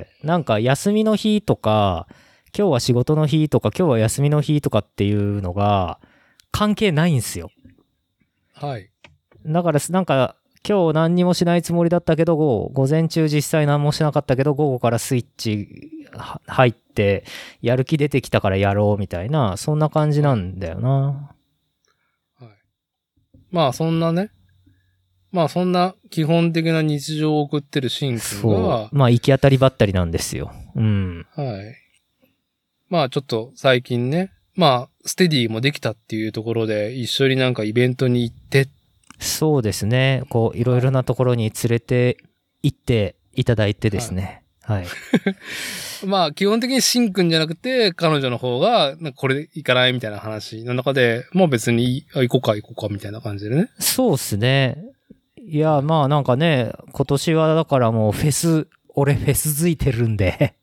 なんか休みの日とか、今日は仕事の日とか、今日は休みの日とかっていうのが関係ないんですよ。 はい。 だからなんか今日何にもしないつもりだったけど、午前中実際何もしなかったけど、午後からスイッチ入ってやる気出てきたからやろうみたいな、そんな感じなんだよな。 はい。まあそんなね。まあそんな基本的な日常を送ってるシンくんが。 まあ行き当たりばったりなんですよ。うん。 はい。まあちょっと最近ね、まあステディもできたっていうところで一緒になんかイベントに行って。 そうですね。こういろいろなところに連れて行っていただいてですね。はい。はい、 まあ基本的にシンくんじゃなくて彼女の方がこれ行かないみたいな話の中で、もう別に行こうか行こうかみたいな感じでね。 そうですね。いや、まあなんかね、今年はだからもうフェス、俺フェス付いてるんで。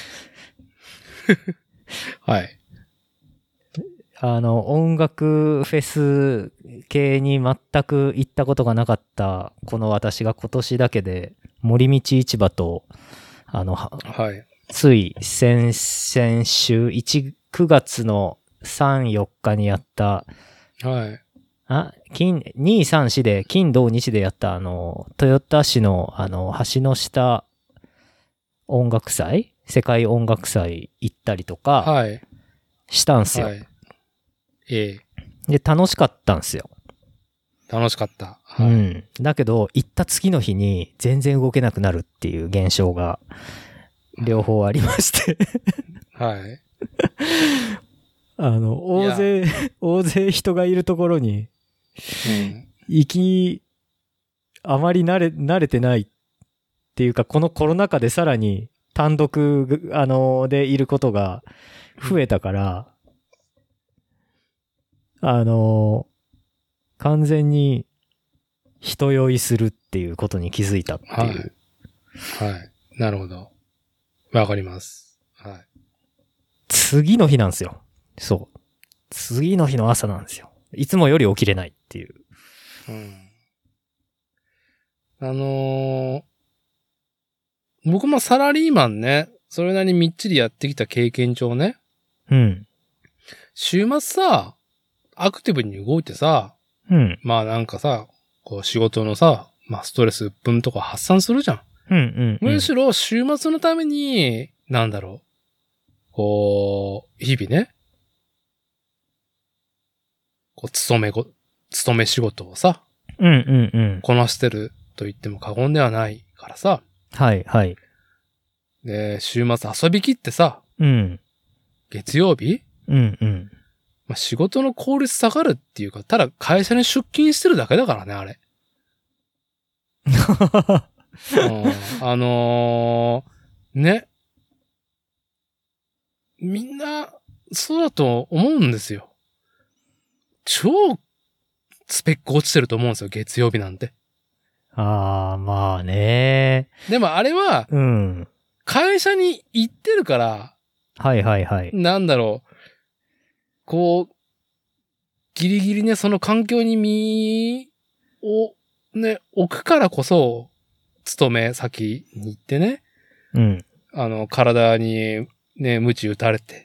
はい。 あの、音楽フェス系に全く行ったことがなかったこの私が今年だけで森道市場と、あの、 はい。 つい先、先週、くがつのさん、よっかにやった、 はい。 あ、金、に、さん、しで、金、土、日でやったあの、豊田市のあの、橋の下音楽祭世界音楽祭行ったりとか、 はい。 したんすよ。 はい。ええ。 で、楽しかったんですよ。 楽しかった。はい。 うん。だけど、行った次の日に全然動けなくなるっていう現象が両方ありましてはい。 あの、大勢、大勢人がいるところに、 うん、 行き、あまり慣れ、慣れてないっていうか、このコロナ禍でさらに単独、あの、でいることが増えたから、あの、完全に人酔いするっていうことに気づいたっていう。 はい。はい。なるほど。わかります。はい。 次の日なんですよ。そう。次の日の朝なんですよ。いつもより起きれないっていう。 うん。あのー、僕もサラリーマンね、それなりにみっちりやってきた経験上ね。 うん。 週末さ、アクティブに動いてさ、 うん。 まあなんかさ、こう仕事のさ、まあストレス鬱憤とか発散するじゃん。 うんうん、うん。 むしろ週末のために、なんだろう。こう、日々ね、こう、勤めご、勤め仕事をさ、 うんうんうん。 こなしてると言っても過言ではないからさ。 はいはい。 で、週末遊び切ってさ、 うん。 月曜日うんうん。 まあ、仕事の効率下がるっていうか、ただ会社に出勤してるだけだからね、あれ。うん、あのー、ね。みんな、そうだと思うんですよ。超、スペック落ちてると思うんですよ、月曜日なんて。 ああ、まあね。 でもあれは、 うん。 会社に行ってるから、 はいはいはい。 なんだろう、こう、ギリギリね、その環境に身をね、置くからこそ、勤め先に行ってね、 うん。 あの、体にね、鞭打たれて。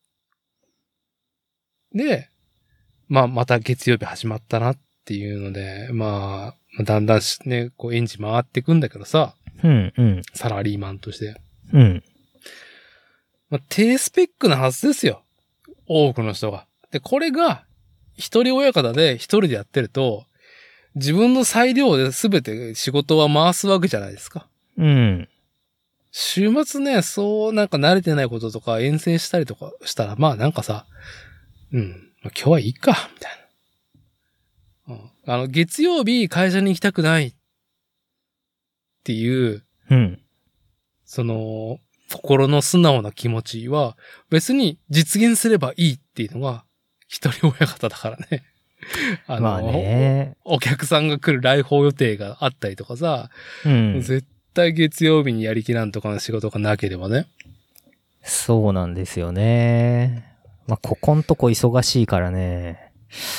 で、まあ、また月曜日始まったなっていうので、まあ、だんだんね、こうエンジン回ってくんだけどさ、 うんうん。 サラリーマンとして。 うん。 まあ、低スペックなはずですよ。多くの人が。で、これが、一人親方で一人でやってると、自分の裁量で全て仕事は回すわけじゃないですか。 うん。 週末ね、そうなんか慣れてないこととか遠征したりとかしたら、まあなんかさ、うん、今日はいいか、みたいな。うん、あの、月曜日会社に行きたくないっていう、 うん。 その、心の素直な気持ちは別に実現すればいいっていうのが一人親方だからね。あの、 まあね。 お客さんが来る来訪予定があったりとかさ、 うん。 絶対月曜日にやりきらんとかの仕事がなければね。 そうなんですよね。まあ、ここんとこ忙しいからね。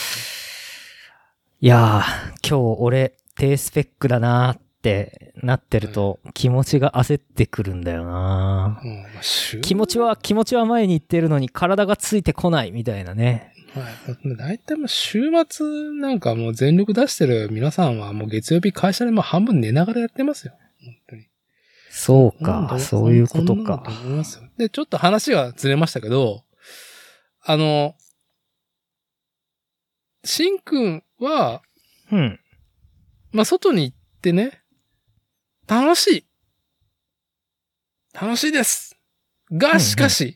いやー、今日俺低スペックだなーってなってると気持ちが焦ってくるんだよな、 うんまあ、週気持ちは、気持ちは前に行ってるのに体がついてこないみたいなね。 はい。だいたいもう週末なんかもう全力出してる皆さんはもう月曜日会社でもう半分寝ながらやってますよ。本当に。 そうか、そういうことか。 思いますよ。で、ちょっと話がずれましたけど、あの、しんくんは、 うん。 まあ、外に行ってね、楽しい。楽しいです。が、しかし、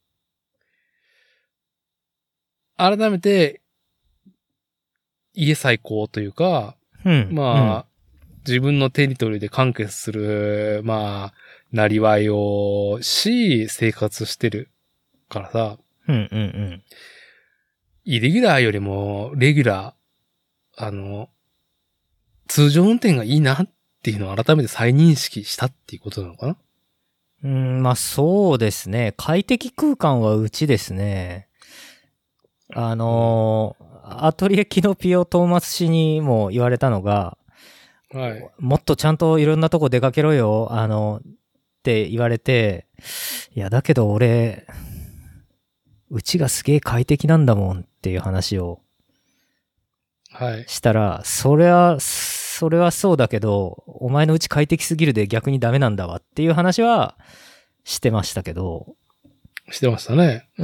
改めて、家最高というか、 うん。 まあ、自分のテリトリーで完結する、まあ、なりわいをし、生活してるからさ、 うんうんうん。 イレギュラーよりも、レギュラー、あの、通常運転がいいなっていうのを改めて再認識したっていうことなのかな？ うん、まあそうですね。快適空間はうちですね。あのー、アトリエキノピオトーマス氏にも言われたのが、 はい。 もっとちゃんといろんなとこ出かけろよ、あの、って言われて、いや、だけど俺、うちがすげえ快適なんだもんっていう話をはい。 したら、それは、それはそうだけど、お前のうち快適すぎるで逆にダメなんだわっていう話はしてましたけど。 してましたね。 うん、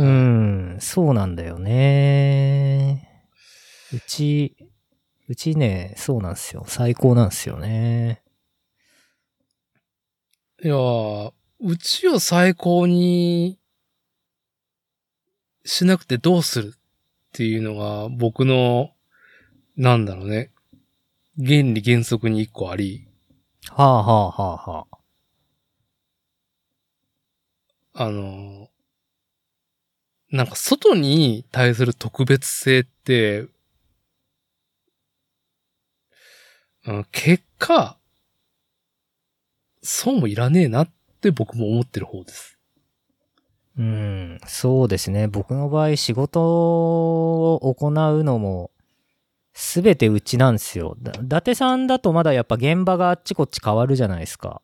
そうなんだよね。うち、うちね、そうなんですよ。最高なんですよね。 いやー、うちを最高にしなくてどうするっていうのが僕の、なんだろうね。原理原則に一個あり。 はあはあはあはあ。 あの、なんか外に対する特別性って、うん、結果、そうもいらねえなって僕も思ってる方です。 うん、そうですね。僕の場合仕事を行うのもすべてうちなんですよ。だ伊達さんだとまだやっぱ現場があっちこっち変わるじゃないですか。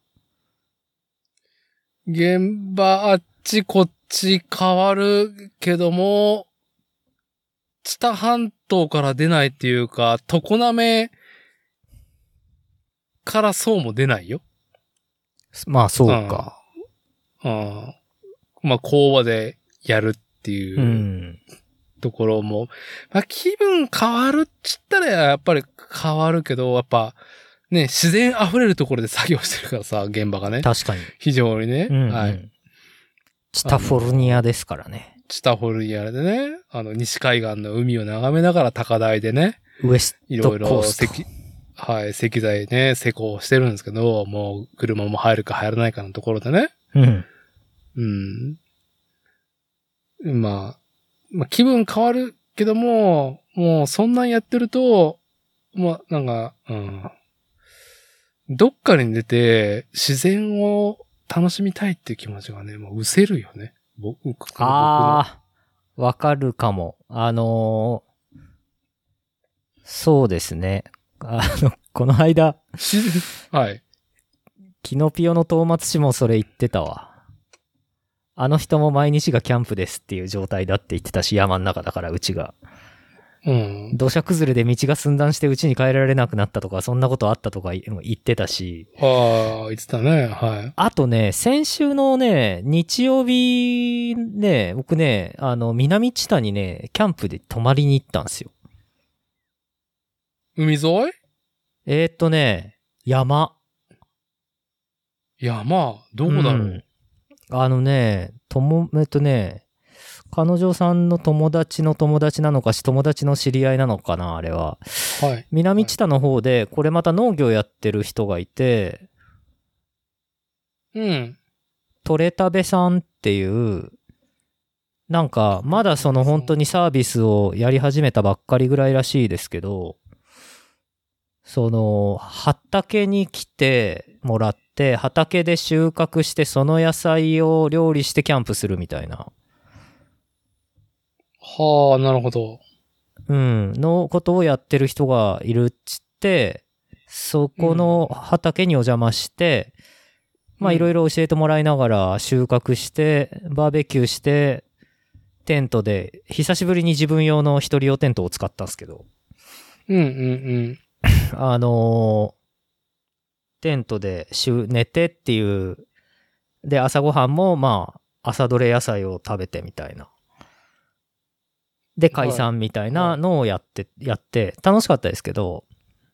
現場あっちこっち変わるけども、知多半島から出ないっていうか、常滑からそうも出ないよ。 まあそうか。 うん。うん。まあ、工場でやるってう。 いうんところも、まあ、気分変わるっつったらやっぱり変わるけど、やっぱね、自然溢れるところで作業してるからさ、現場がね。 確かに。 非常にね。 うんうん、 はい。 チタフォルニアですからね。 チタフォルニアでね、あの、西海岸の海を眺めながら高台でね、 ウエスいトろいろ石、 コースト。 はい、石材ね、施工してるんですけど、もう車も入るか入らないかのところでね。 うん。 うん。まあ、まあ、気分変わるけども、もうそんなんやってると、まあ、なんか、うん。どっかに出て自然を楽しみたいっていう気持ちがね、もう失せるよね。僕、僕の。 あー、わかるかも。あのー、そうですね。あの、この間、 はい。 キノピオの東松氏もそれ言ってたわ。あの人も毎日がキャンプですっていう状態だって言ってたし、山の中だからうちが。 うん。 土砂崩れで道が寸断してうちに帰られなくなったとか、そんなことあったとか言ってたし。 ああ、言ってたね。はい。 あとね、先週のね、日曜日ね、僕ね、あの、南知多にね、キャンプで泊まりに行ったんですよ。 海沿い？ えー、っとね、山。 山、どこだろう、うん、 あのね、とも、えっとね、彼女さんの友達の友達なのかし、友達の知り合いなのかな、あれは。 はい。 南知多の方で、これまた農業やってる人がいて、 うん。 トレタベさんっていう、なんか、まだその本当にサービスをやり始めたばっかりぐらいらしいですけど、その、畑に来てもらって、畑で収穫して、その野菜を料理してキャンプするみたいな。 はあ、なるほど。 うん、のことをやってる人がいるっつって、そこの畑にお邪魔して、うん、まあいろいろ教えてもらいながら収穫して、バーベキューして、テントで、久しぶりに自分用の一人用テントを使ったんですけど。 うんうんうん。 あのー、テントで寝てっていう、で、朝ごはんもまあ、朝どれ野菜を食べてみたいな。で、解散みたいなのをやって、はい、やって、楽しかったですけど、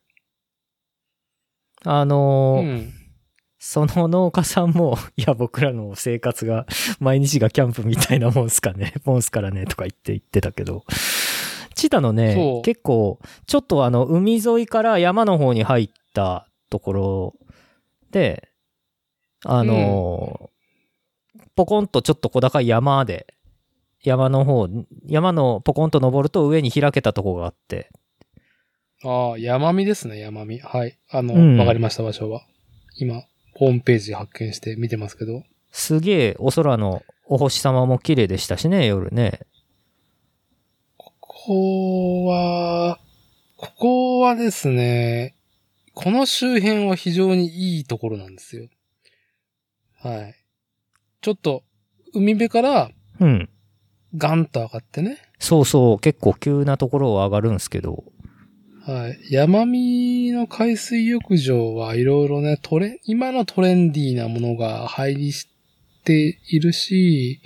あのーうん、その農家さんも、いや、僕らの生活が、毎日がキャンプみたいなもんすかね、もんすからね、とか言って言ってたけど、知多のね、結構、ちょっとあの、海沿いから山の方に入ったところで、あのーうん、ポコンとちょっと小高い山で、山の方、山のポコンと登ると上に開けたとこがあって。 ああ、山見ですね、山見。はい。あの、わ、うん、かりました、場所は。今、ホームページ発見して見てますけど。 すげえ、お空のお星様も綺麗でしたしね、夜ね。 ここは、ここはですね、この周辺は非常にいいところなんですよ。はい。ちょっと、海辺から、うん。ガンと上がってね。 そうそう、結構急なところを上がるんですけど。 はい。山見の海水浴場はいろいろね、トレ、今のトレンディーなものが入りしているし、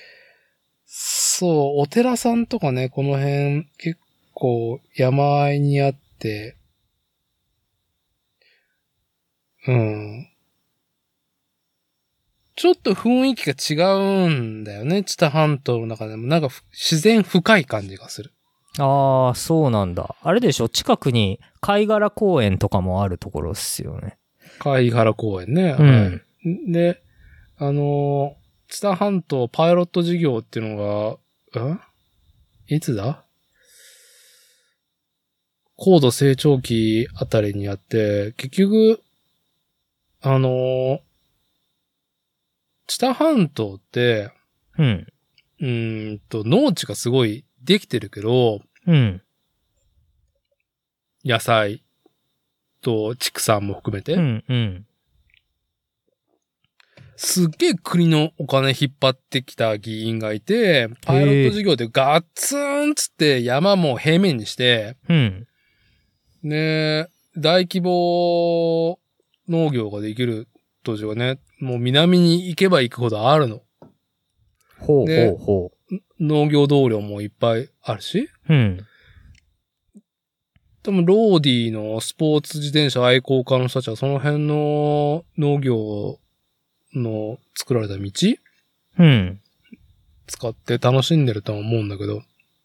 そう、お寺さんとかね、この辺結構山あいにあって、うん。ちょっと雰囲気が違うんだよね。知多半島の中でも。なんか自然深い感じがする。 ああ、そうなんだ。あれでしょ、近くに貝殻公園とかもあるところっすよね。 貝原公園ね。 うん。 はい、で、あのー、知多半島パイロット事業っていうのが、んいつだ高度成長期あたりにあって、結局、あのー、知多半島って、 うん。 うーんと、農地がすごいできてるけど、 うん。 野菜と畜産も含めて、 うん。うん。 すっげえ国のお金引っ張ってきた議員がいて、パイロット事業でガッツンつって山も平面にして、 うん。 ね、大規模農業ができる土地がね、もう南に行けば行くほどあるの。 ほうほうほう。農業道路もいっぱいあるし。 う。うん。 でもローディーのスポーツ自転車愛好家の人たちはその辺の農業の作られた道うん。 使って楽しんでるとは思うんだけど、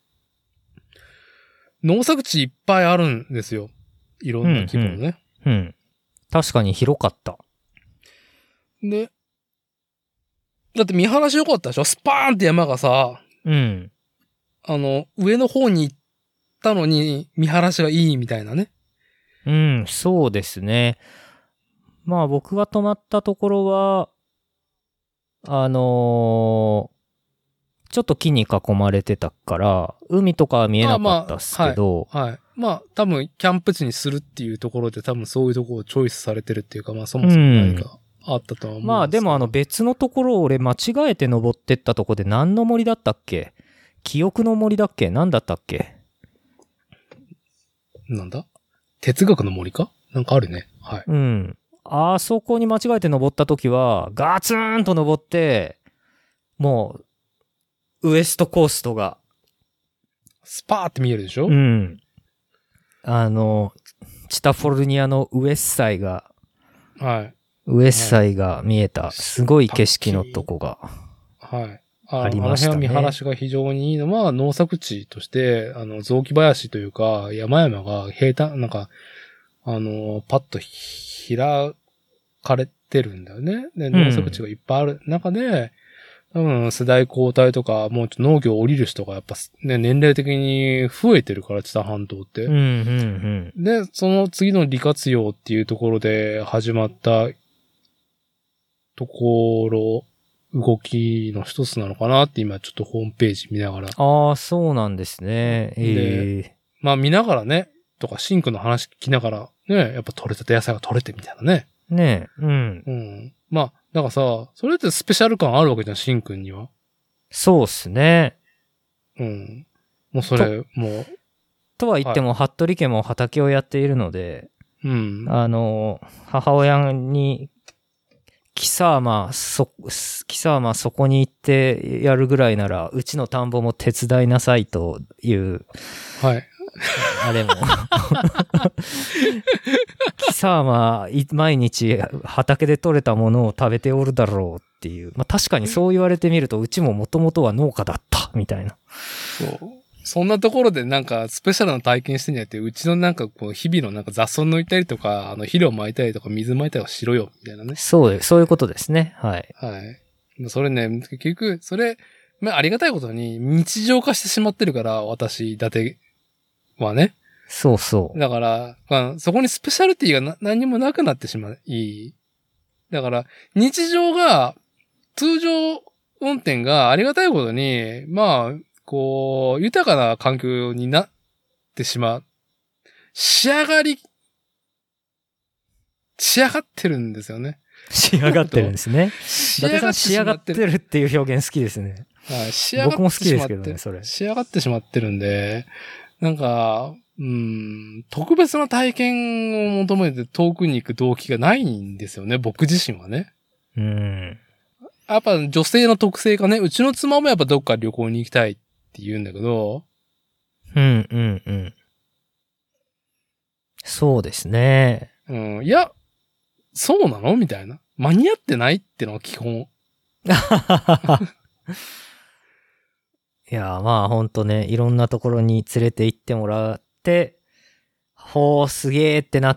農作地いっぱいあるんですよ。いろんな規模のね。 うん、うん。うん。確かに広かった。 で、だって見晴らし良かったでしょ？スパーンって山がさ、 うん。 あの、上の方に行ったのに見晴らしがいいみたいなね。 うん、そうですね。まあ僕が泊まったところは、あのー、ちょっと木に囲まれてたから、海とかは見えなかったっすけど、 まあ、はい、はい。まあ、多分、キャンプ地にするっていうところで多分そういうところをチョイスされてるっていうか、まあ、そもそも何かあったとは思うんですけど、うん、 まあ、でもあの別のところを俺間違えて登ってったとこで何の森だったっけ？記憶の森だっけ？何だったっけ？ なんだ？哲学の森か？なんかあるね。はい。 うん。あそこに間違えて登った時は、ガツーンと登って、もう、ウエストコーストが。 スパーって見えるでしょ？ うん。あの、チタフォルニアのウエッサイが、 はい。 ウエッサイが見えた、すごい景色のとこが。 はい。あ, ありましたね。 あの辺は見晴らしが非常にいいのは、農作地として、あの、雑木林というか、山々が平坦、なんか、あの、パッと開かれてるんだよね。で、農作地がいっぱいある中で、うん、多分世代交代とか、もうちょっと農業を降りる人がやっぱね、年齢的に増えてるから、知多半島って。 うんうんうん、 で、その次の利活用っていうところで始まったところ、動きの一つなのかなって今ちょっとホームページ見ながら。 ああ、そうなんですね。ええ。 まあ見ながらね、とかシンクの話聞きながら、ね、やっぱ取れたて野菜が取れてみたいなね。 ねえ、うん。 うん。まあ、だからさ、それってスペシャル感あるわけじゃん、シンくんには。 そうっすね。 うん。もうそれ、もう。 とは言っても、はい、服部家も畑をやっているので、 うん。 あの、母親に、貴様、そ、貴様そこに行ってやるぐらいなら、うちの田んぼも手伝いなさいという、 はい。 あれも。貴様、毎日畑で採れたものを食べておるだろうっていう。まあ確かにそう言われてみると、うちももともとは農家だった、みたいな。 そう。そんなところでなんかスペシャルな体験してんじゃなくて、うちのなんかこう日々のなんか雑草抜いたりとか、あの肥料撒いたりとか水撒いたりとかしろよ、みたいなね。 そう、そういうことですね。はい。 はい。それね、結局、それ、まあありがたいことに日常化してしまってるから、私、伊達はね。 そうそう。 だから、まあ、そこにスペシャリティがな何もなくなってしまい。だから、日常が、通常運転がありがたいことに、まあ、こう、豊かな環境になってしまう。仕上がり、仕上がってるんですよね。 仕上がってるんですね。 仕上がって仕上がってるっていう表現好きですね。 はい、仕上がってしまって僕も好きですけどね、それ。 仕上がってしまってるんで、なんか、 うーん、特別な体験を求めて遠くに行く動機がないんですよね、僕自身はね。 うん。 やっぱ女性の特性がね、うちの妻もやっぱどっか旅行に行きたいって言うんだけど、 うんうんうん。そうですね。 うん、いや、そうなのみたいな。間に合ってないってのは基本。 いや、まあほんとね、いろんなところに連れて行ってもらって、ほう、すげーってなって、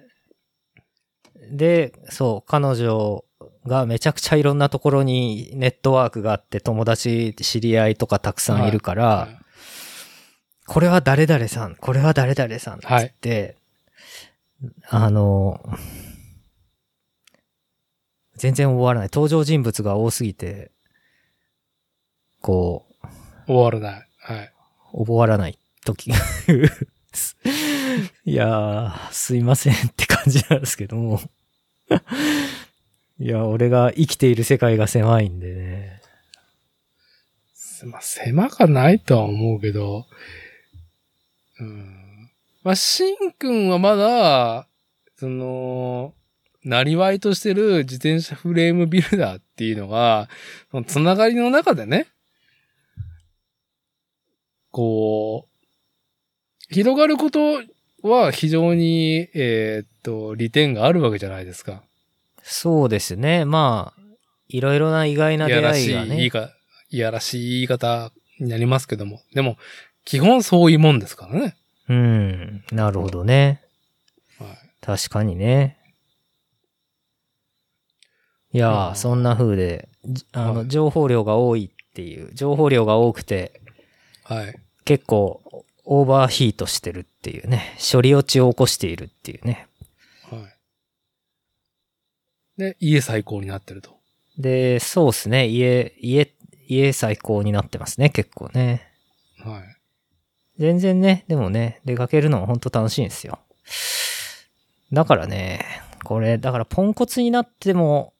で、そう、彼女がめちゃくちゃいろんなところにネットワークがあって友達、知り合いとかたくさんいるから、 はいはい、 これは誰々さん、これは誰々さんってって、はい、あの、全然終わらない。登場人物が多すぎて、こう、 終わらない。はい。 終わらない時がいやー、すいませんって感じなんですけども。いや、俺が生きている世界が狭いんでね。 まあ、狭かないとは思うけど、うん。まあ、しんくんはまだ、その、なりわいとしてる自転車フレームビルダーっていうのが、そのつながりの中でね、こう、広がることは非常に、えー、っと、利点があるわけじゃないですか。 そうですね。まあ、いろいろな意外な出会いがね。 いやらしい言いか、いやらしい言い方になりますけども。でも、基本そういうもんですからね。 うん。なるほどね。はい、確かにね。いやー、そんな風で、あの、情報量が多いっていう、情報量が多くて、 はい。 結構、オーバーヒートしてるっていうね。処理落ちを起こしているっていうね。 はい。で、家最高になってると。 で、そうですね。家、家、家最高になってますね、結構ね。 はい。 全然ね、でもね、出かけるのもほんと楽しいんですよ。だからね、これ、だからポンコツになっても、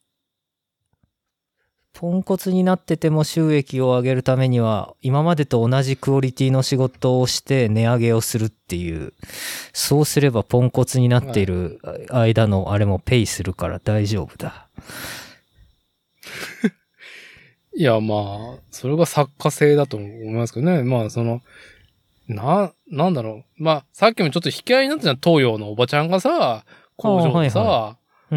ポンコツになってても収益を上げるためには、今までと同じクオリティの仕事をして値上げをするっていう、そうすればポンコツになっている間のあれもペイするから大丈夫だ。 いや、まあ、それが作家性だと思いますけどね。まあ、その、な、なんだろう。まあ、さっきもちょっと引き合いになったじゃん。東洋のおばちゃんがさ、工場でさ、はいはいうん、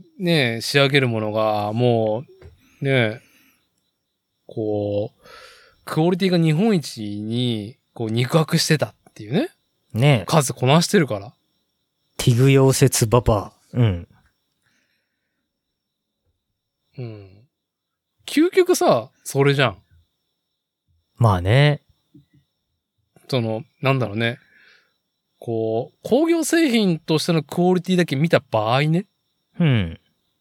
ねえ、仕上げるものが、もう、ねえ、こう、クオリティが日本一に、こう、肉薄してたっていうね。 ねえ。 数こなしてるから。 ティグ溶接ババア。うん。 うん。究極さ、それじゃん。 まあね。 その、なんだろうね。こう、工業製品としてのクオリティだけ見た場合ね。 うん。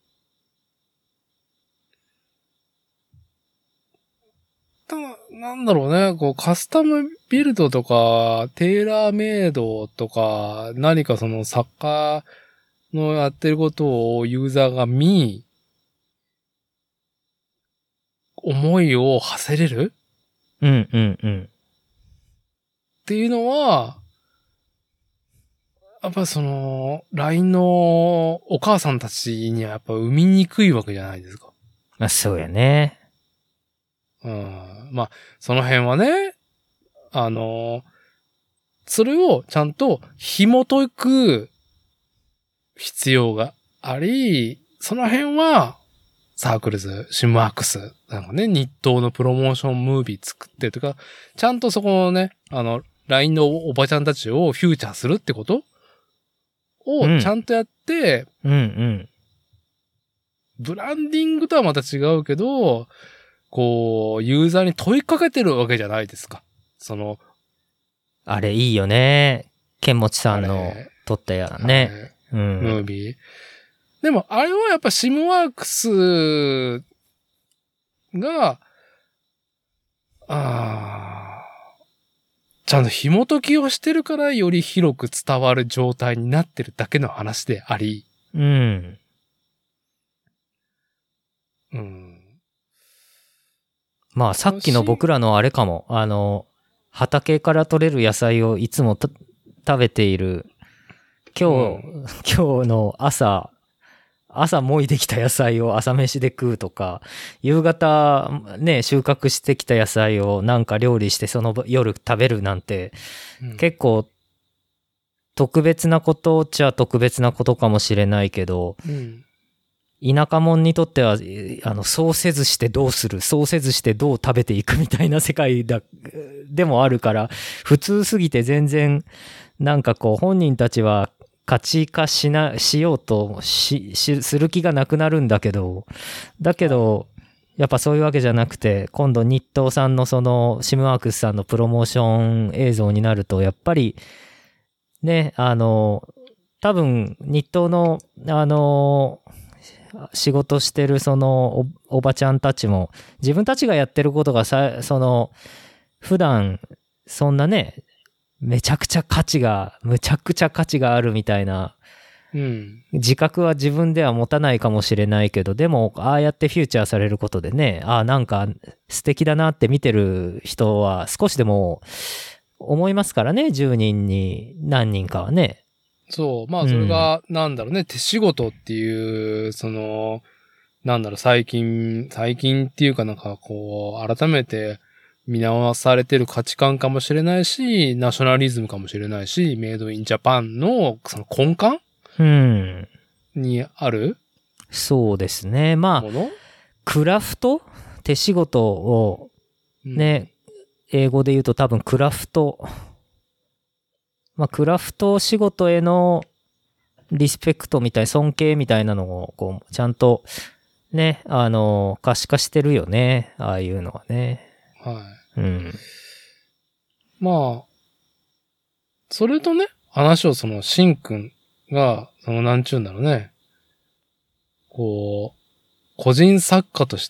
ただ、なんだろうね。こう、カスタムビルドとか、テーラーメイドとか、何かその作家のやってることをユーザーが見、思いを馳せれるうんうんうん。 っていうのは、やっぱその、ライン のお母さんたちにはやっぱ生みにくいわけじゃないですか。 まあそうやね。 うん。まあ、その辺はね、あの、それをちゃんと紐解く必要があり、その辺は、サークルズ、シムワークス、なんかね、日東のプロモーションムービー作ってるとか、ちゃんとそこのね、あの、ライン のおばちゃんたちをフューチャーするってことをちゃんとやって、 うん、うんうんブランディングとはまた違うけど、こう、ユーザーに問いかけてるわけじゃないですか。その、 あれいいよね。ケンモチさんの撮ったやね。 うん。ムービー。でも、あれはやっぱシムワークスが、ああ、ちゃんと紐解きをしてるからより広く伝わる状態になってるだけの話であり。 うん。 うん。 まあさっきの僕らのあれかも。あの、 畑から取れる野菜をいつも食べている、今日、うん、今日の朝、朝もいできた野菜を朝飯で食うとか、夕方ね、収穫してきた野菜をなんか料理してその夜食べるなんて、うん、結構特別なことっちゃ特別なことかもしれないけど、うん、田舎者にとっては、あの、そうせずしてどうする、そうせずしてどう食べていくみたいな世界だ、でもあるから、普通すぎて全然、なんかこう本人たちは、価値化しな、しようとし、し、する気がなくなるんだけど、だけど、やっぱそういうわけじゃなくて、今度日東さんのその、シムワークスさんのプロモーション映像になると、やっぱり、ね、あの、多分、日東の、あの、仕事してるそのお、おばちゃんたちも、自分たちがやってることがさ、その、普段、そんなね、めちゃくちゃ価値が、むちゃくちゃ価値があるみたいな、うん、自覚は自分では持たないかもしれないけど、でも、ああやってフューチャーされることでね、ああ、なんか素敵だなって見てる人は少しでも思いますからね、じゅうにんに何人かはね。 そう、まあそれが、なんだろうね、うん、手仕事っていう、その、なんだろう、最近、最近っていうかなんかこう、改めて、見直されてる価値観かもしれないし、ナショナリズムかもしれないし、メイドインジャパンのその根幹、うん、にある、 そうですね。まあ、クラフト手仕事をね、うん、英語で言うと多分クラフト。まあ、クラフト仕事へのリスペクトみたい、尊敬みたいなのをこうちゃんとね、あの、可視化してるよね。ああいうのはね。 はい。うん。まあ、それとね、話をその、シンくんが、その、なんちゅうんだろうね。こう、個人作家として、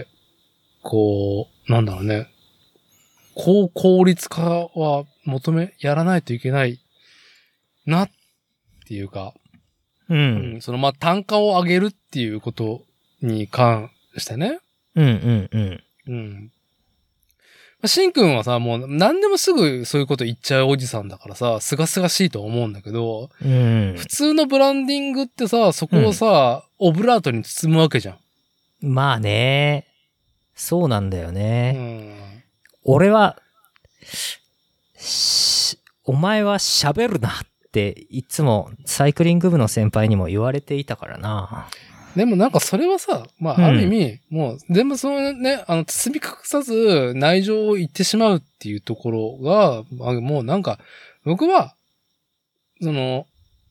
こう、なんだろうね。高効率化は求め、やらないといけないなっていうか、うん。うん、その、まあ、単価を上げるっていうことに関してね。 うんうんうん。 うん。シンくんはさ、もう何でもすぐそういうこと言っちゃうおじさんだからさ、すがすがしいと思うんだけど、うん、普通のブランディングってさ、そこをさ、うん、オブラートに包むわけじゃん。 まあね。そうなんだよね。うん、俺は、お前は喋るなっていつもサイクリング部の先輩にも言われていたからな。 でもなんかそれはさ、まあある意味、うん、もう全部そのね、あの包み隠さず内情を言ってしまうっていうところが、もうなんか、僕は、その、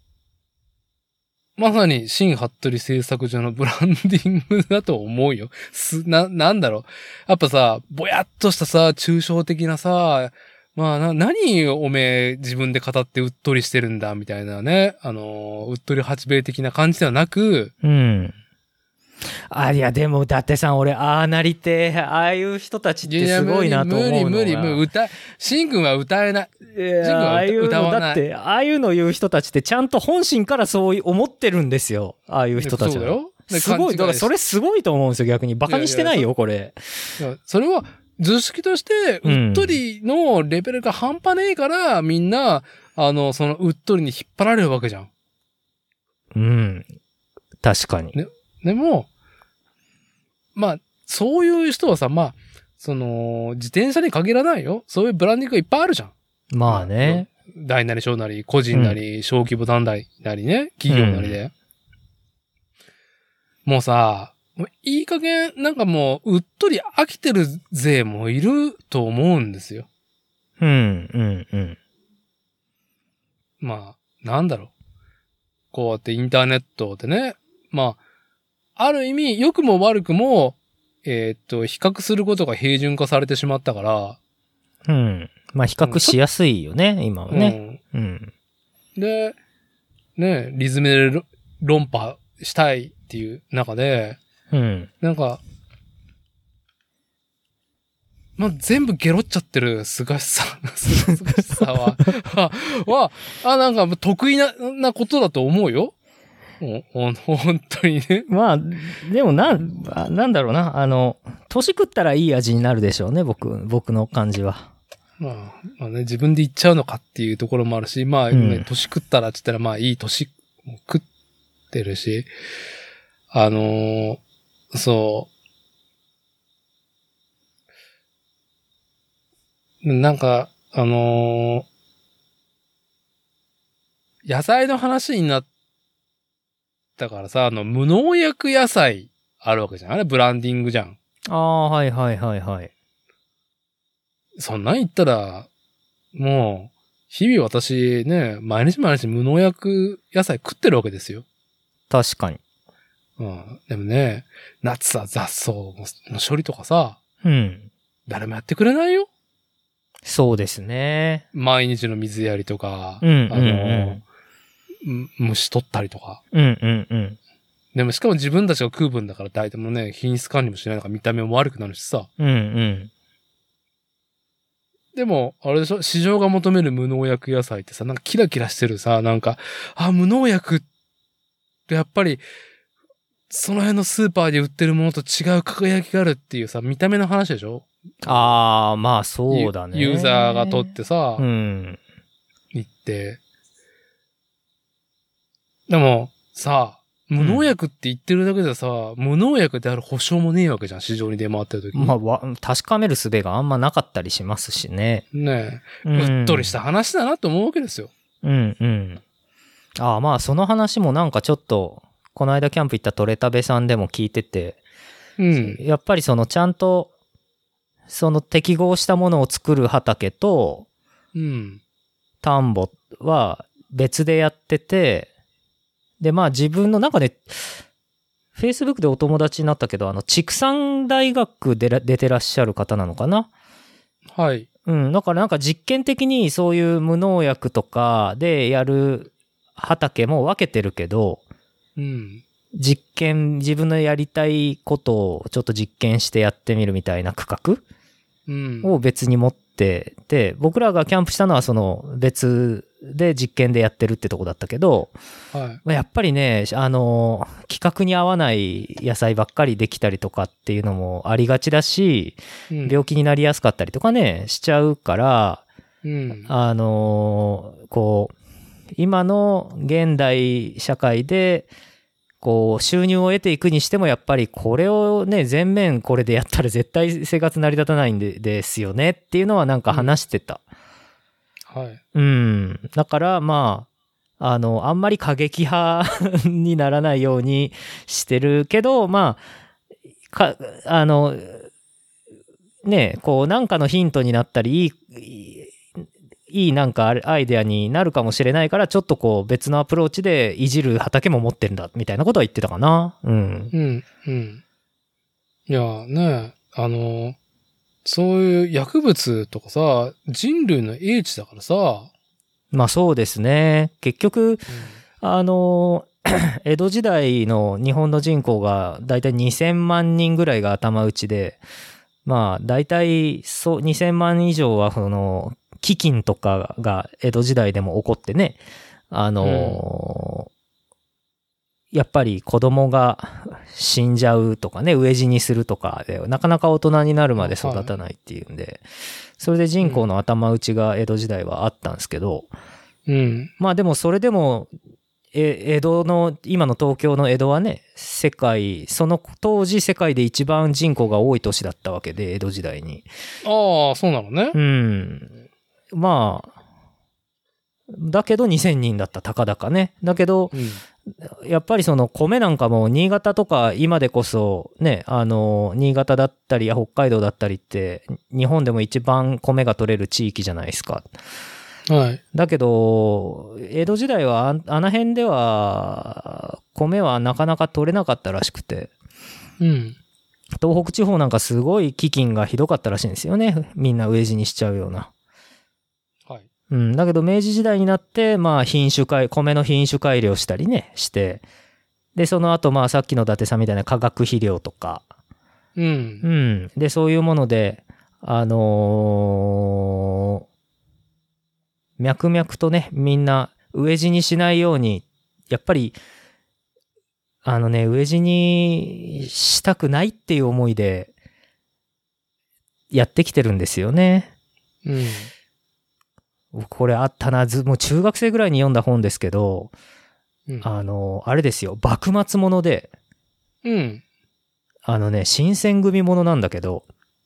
まさに新服部製作所のブランディングだと思うよ。す、な、なんだろう。やっぱさ、ぼやっとしたさ、抽象的なさ、まあな、何おめえ自分で語ってうっとりしてるんだみたいなね、あの、うっとり八兵衛的な感じではなく、 うん。あ、いや、でも、伊達さん、俺、ああなりて、ああいう人たちってすごいなと思うのが。 いや無理無理無理無理、歌、シンくんは歌えない。 いや、ああいうの、だって、ああいうの言う人たちってちゃんと本心からそう思ってるんですよ。ああいう人たちは。そうだよ。すごい、だからそれすごいと思うんですよ、逆に。バカにしてないよ、いやいやこれ。 いや、それは、図式として、うっとりのレベルが半端ねえから、うん、みんな、あの、そのうっとりに引っ張られるわけじゃん。 うん。確かに。 ね、でも、まあ、そういう人はさ、まあ、その、自転車に限らないよ。そういうブランディングがいっぱいあるじゃん。 まあね。 大なり小なり、個人なり、うん、小規模団体なりね、企業なりで。うん、もうさ、いい加減、なんかもう、うっとり飽きてる勢もいると思うんですよ。 うん、うん、うん。 まあ、なんだろう。こうやってインターネットでね、まあ、ある意味、良くも悪くも、えー、っと、比較することが平準化されてしまったから。 うん。まあ、比較しやすいよね、今はね。うん。うん、 で、ね、リズムで論破したいっていう中で、 うん。 なんか、まあ、全部ゲロっちゃってるすがしさ、すがしさは、は、あ、なんか得意な、なことだと思うよ。ほん、本当にね。 まあ、でもな、なんだろうな、あの、年食ったらいい味になるでしょうね、僕、僕の感じは。 まあ、まあね、自分で言っちゃうのかっていうところもあるし、まあ、ね、年食ったらって言ったら、まあいい年食ってるし、あのー、そう、なんか、あのー、野菜の話になったからさ、あの、無農薬野菜あるわけじゃん。あれブランディングじゃん。 ああ、はいはいはいはい。 そんなん言ったら、もう、日々私ね、毎日毎日無農薬野菜食ってるわけですよ。 確かに。 うん。でもね、夏さ、雑草の処理とかさ、 うん。 誰もやってくれないよ。 そうですね。 毎日の水やりとか、 うんうんうん、 あの、虫取ったりとか。 うんうんうん。 でもしかも自分たちが食う分だから大体もね、品質管理もしないのから見た目も悪くなるしさ。 うんうん。 でも、あれでしょ、市場が求める無農薬野菜ってさ、なんかキラキラしてるさ、なんか、あ、無農薬ってやっぱり、その辺のスーパーで売ってるものと違う輝きがあるっていうさ、見た目の話でしょ？ ああ、まあそうだね。 ユーザーが取ってさ、 うん。 行って。でも、さ、無農薬って言ってるだけでさ、うん、無農薬である保証もねえわけじゃん、市場に出回ってる時に。 まあ、わ確かめる術があんまなかったりしますしね。 ねえ。 うん、 うっとりした話だなと思うわけですよ。 うんうん。ああ、まあその話もなんかちょっと、この間キャンプ行ったトレタベさんでも聞いてて、 うん。 やっぱりそのちゃんと、その適合したものを作る畑と、 うん。 田んぼは別でやってて、で、まあ自分の中で、Facebook でお友達になったけど、あの、畜産大学で出てらっしゃる方なのかな？ はい。 うん。だからなんか実験的にそういう無農薬とかでやる畑も分けてるけど、 うん。 実験、自分のやりたいことをちょっと実験してやってみるみたいな区画を別に持ってて、僕らがキャンプしたのはその別で実験でやってるってとこだったけど、 はい、 やっぱりね、あの、規格に合わない野菜ばっかりできたりとかっていうのもありがちだし、うん、病気になりやすかったりとかね、しちゃうから、うん、あの、こう、今の現代社会で、こう、収入を得ていくにしても、やっぱりこれをね、全面これでやったら絶対生活成り立たないんでですよねっていうのはなんか話してた。 うん、はい。 うん。だから、まあ、あの、あんまり過激派にならないようにしてるけど、まあ、か、あの、ね、こう、なんかのヒントになったり、いい、いいなんかアイデアになるかもしれないから、ちょっとこう別のアプローチでいじる畑も持ってるんだ、みたいなことは言ってたかな。うん。 うん、うん。いや、ね、あの、そういう薬物とかさ、人類の英知だからさ。 まあそうですね。結局、うん、あの、江戸時代の日本の人口がだいたいにせんまんにんぐらいが頭打ちで、まあだいたいそうにせんまん以上はその、飢饉とかが江戸時代でも起こってね、あのーうん、やっぱり子供が死んじゃうとかね、飢え死にするとかで、なかなか大人になるまで育たないっていうんで、はい、それで人口の頭打ちが江戸時代はあったんですけど、 うん、 まあでもそれでも、え江戸の、今の東京の江戸はね、世界、その当時世界で一番人口が多い都市だったわけで、江戸時代に。 ああ、そうなのね。 うん。まあ、だけどにせんにんだった、たかだかね。だけど、うん、やっぱりその米なんかも新潟とか今でこそね、あの、新潟だったり北海道だったりって日本でも一番米が取れる地域じゃないですか。 はい。 だけど、江戸時代はあ、あの辺では米はなかなか取れなかったらしくて。 うん。 東北地方なんかすごい飢饉がひどかったらしいんですよね。みんな飢え死にしちゃうような。うん、だけど明治時代になって、まあ品種改、米の品種改良したりね、して、で、その後まあさっきの伊達さんみたいな化学肥料とか、 うん。 うん。で、そういうもので、あのー、脈々とね、みんな飢え死にしないように、やっぱり、あのね、飢え死にしたくないっていう思いで、やってきてるんですよね。 うん。 これあったな、ず、もう中学生ぐらいに読んだ本ですけど、 うん。 あの、あれですよ、幕末もので、 うん。 あのね、新選組ものなんだけど、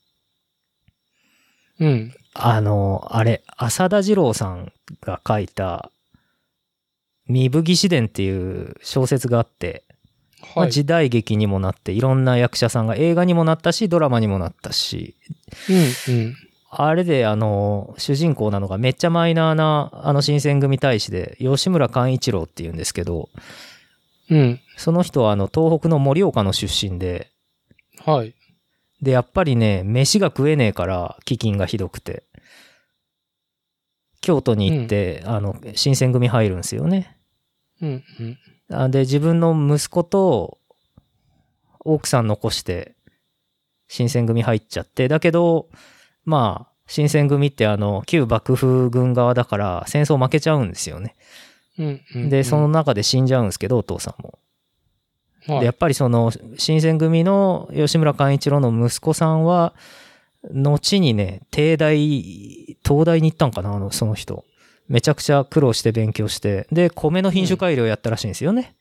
うん。 あの、あれ、浅田次郎さんが書いた、壬生義士伝っていう小説があって、まあ、 はい。 時代劇にもなって、いろんな役者さんが映画にもなったし、ドラマにもなったし、 うん。うん。 あれで、あの、主人公なのがめっちゃマイナーな、あの、新選組大使で、吉村寛一郎っていうんですけど、 うん。 その人は、あの、東北の盛岡の出身で、 はい。 で、やっぱりね、飯が食えねえから、飢饉がひどくて、京都に行って、うん、あの、新選組入るんですよね。 うんうん。 で、自分の息子と、奥さん残して、新選組入っちゃって、だけど、まあ、新選組ってあの、旧幕府軍側だから戦争負けちゃうんですよね。 うんうんうん、 で、その中で死んじゃうんですけど、お父さんも。 はい、 で、やっぱりその、新選組の吉村寛一郎の息子さんは、後にね、帝大、東大に行ったんかな、あの、その人。めちゃくちゃ苦労して勉強して、で、米の品種改良やったらしいんですよね。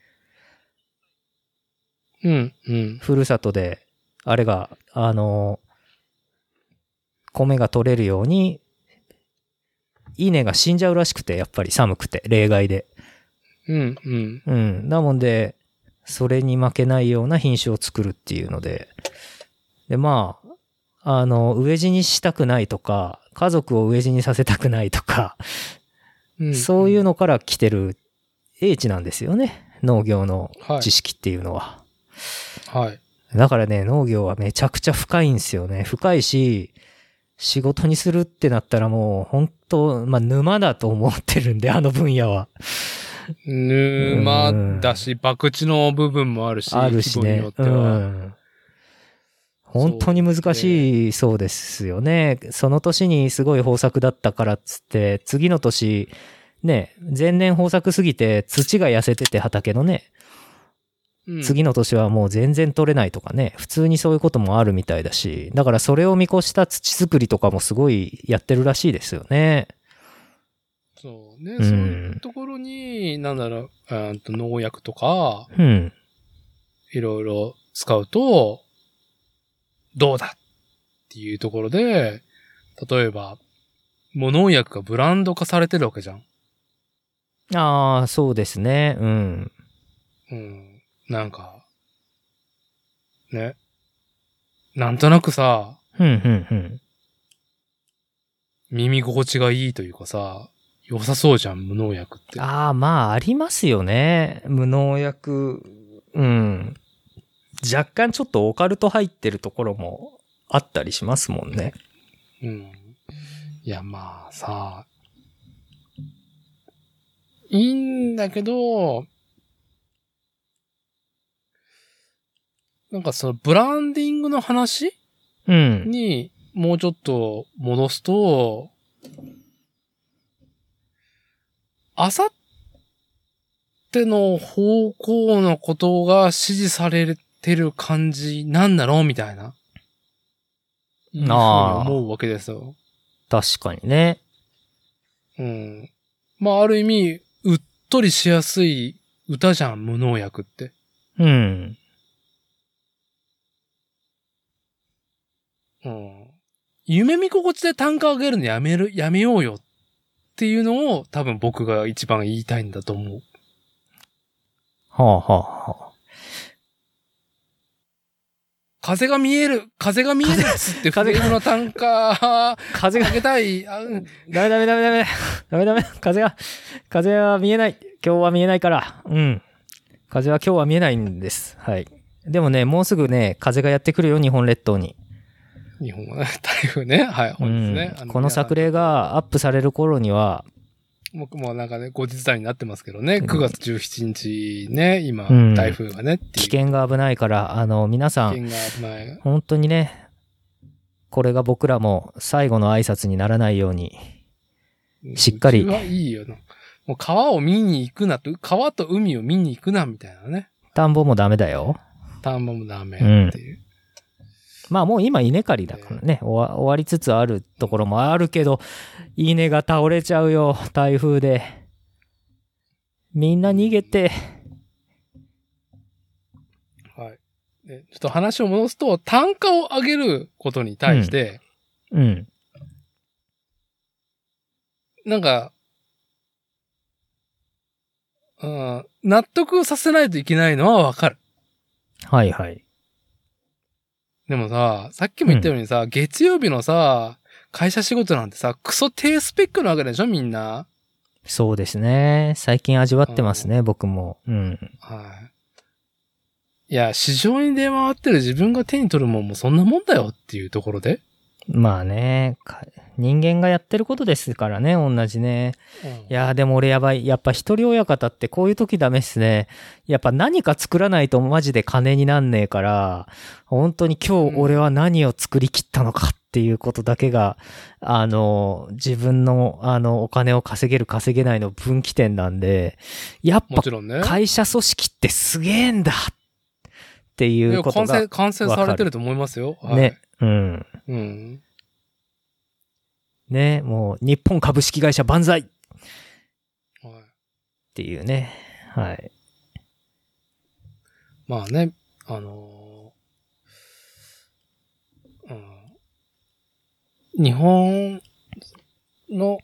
うんうん。 ふるさとで、あれが、あの、米が取れるように、稲が死んじゃうらしくて、やっぱり寒くて、例外で。 うんうん。 うん。なもんで、それに負けないような品種を作るっていうので、で、まあ、あの、飢え死にしたくないとか、家族を飢え死にさせたくないとか、 うん、 そういうのから来てる英知なんですよね。農業の知識っていうのは。 はい。はい、 だからね、農業はめちゃくちゃ深いんですよね。深いし、仕事にするってなったらもう本当、まあ沼だと思ってるんで、あの分野は。 沼だし、博打の部分もあるし、 あるしね。 規模によっては。 うん、本当に難しいそうですよね。その年にすごい豊作だったからっつって、次の年、ね、前年豊作すぎて土が痩せてて畑のね、うん、次の年はもう全然取れないとかね、普通にそういうこともあるみたいだし、だからそれを見越した土作りとかもすごいやってるらしいですよね。 そうね、うん、そういうところに、なんだろう、あと農薬とか、 うん、 いろいろ使うと、どうだっていうところで、例えば、もう農薬がブランド化されてるわけじゃん。 ああ、そうですね。うん。 うん。なんか、ね。なんとなくさ、 うん、うん、うん。 耳心地がいいというかさ、良さそうじゃん、無農薬って。 ああ、まあ、ありますよね。無農薬。うん。若干ちょっとオカルト入ってるところもあったりしますもんね。 うん。いや、まあさ、いいんだけど、なんかそのブランディングの話うん。 にもうちょっと戻すと、あさっての方向のことが支持されてる感じなんだろうみたいな。いうふうに思うわけですよ。 確かにね。 うん。まあある意味、うっとりしやすい歌じゃん、無農薬って。 うん。 うん。夢見心地で単価上げるのやめる、やめようよっていうのを多分僕が一番言いたいんだと思う。 はあはあはあ。 風が見える風が見えるっつってフレームの単価風が上げたい。ダメダメダメダメダメダメダメ風が、風は見えない。今日は見えないから。うん。風は今日は見えないんです。はい。でもね、もうすぐね、風がやってくるよ、日本列島に。 日本はね、台風ね。はい、本日ね。 うん、この作例がアップされる頃には、 僕もなんかね、後日談になってますけどね。くがつじゅうしちにちね、今、台風がねっていう。 危険が危ないから、あの、皆さん、危険が危ない。本当にね、これが僕らも最後の挨拶にならないように、しっかり。 うちはいいよな。もう川を見に行くなと、川と海を見に行くなみたいなね。 田んぼもダメだよ。 田んぼもダメっていう。 まあもう今稲刈りだからね、終わ、終わりつつあるところもあるけど、稲が倒れちゃうよ、台風で。みんな逃げて。 はい。でちょっと話を戻すと、単価を上げることに対して、 うん。うん、 なんか、うん、納得させないといけないのはわかる。 はいはい。 でもさ、さっきも言ったようにさ、うん、月曜日のさ、会社仕事なんてさ、クソ低スペックなわけでしょみんな。 そうですね。最近味わってますね、うん、僕も。うん。 はい。いや、市場に出回ってる自分が手に取るもんもそんなもんだよっていうところで。 まあね、人間がやってることですからね、同じね。うん、いや、でも俺やばい。やっぱ一人親方ってこういう時ダメっすね。やっぱ何か作らないとマジで金になんねえから、本当に今日俺は何を作り切ったのかっていうことだけが、うん、あの、自分のあのお金を稼げる稼げないの分岐点なんで、やっぱ会社組織ってすげえんだっていうことが完成、完成されてると思いますよ。はい、 ね。うん。 うん。 ね、もう日本株式会社万歳っていうね。はい。 まあね、あのー、うん、日本の、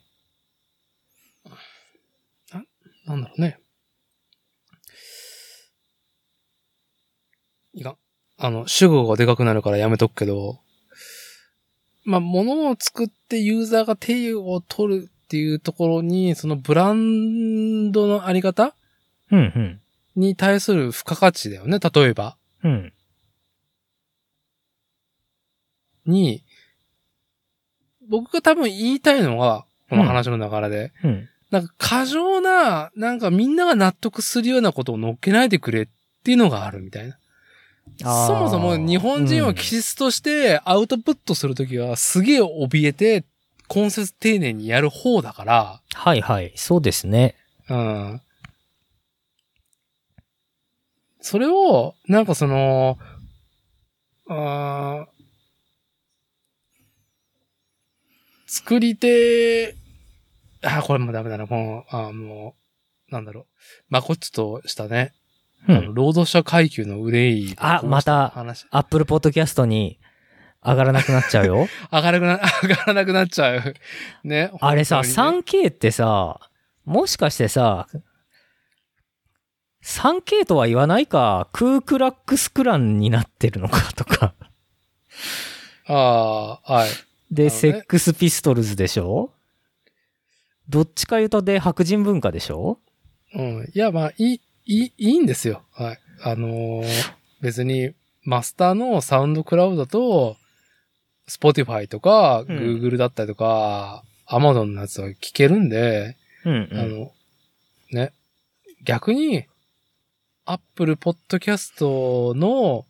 な、なんだろうね。いかん。あの、主語がでかくなるからやめとくけど、まあ、物を作ってユーザーが手を取るっていうところに、そのブランドのあり方うんうん。 に対する付加価値だよね、例えば。 うん。 に、僕が多分言いたいのは、この話の流れで、 うんうん、 なんか過剰な、なんかみんなが納得するようなことを乗っけないでくれっていうのがあるみたいな。そもそも日本人を気質としてアウトプットするときはすげえ怯えて根節丁寧にやる方だから。 はいはい。そうですね。 うん。それを、なんかその、あ作り手、あ、これもダメだな。もう、あもう、なんだろう。まこっちとしたね。 うん、 あの労働者階級の憂い。 あ、また、アップルポッドキャストに上がらなくなっちゃうよ。 上がらなくな、上がらなくなっちゃう。ね。 あれさ、ね、スリーケー ってさ、もしかしてさ、スリーケー とは言わないか、クークラックスクランになってるのかとか。 ああ、はい。 で、ね、セックスピストルズでしょ？どっちか言うとで白人文化でしょ？ うん。いや、まあ、いい、いい、いいんですよ。はい。あのー、別に、マスターのサウンドクラウドと、スポティファイとか、グーグルだったりとか、アマゾンのやつは聞けるんで、 うんうん、 あの、ね。逆に、アップルポッドキャストの、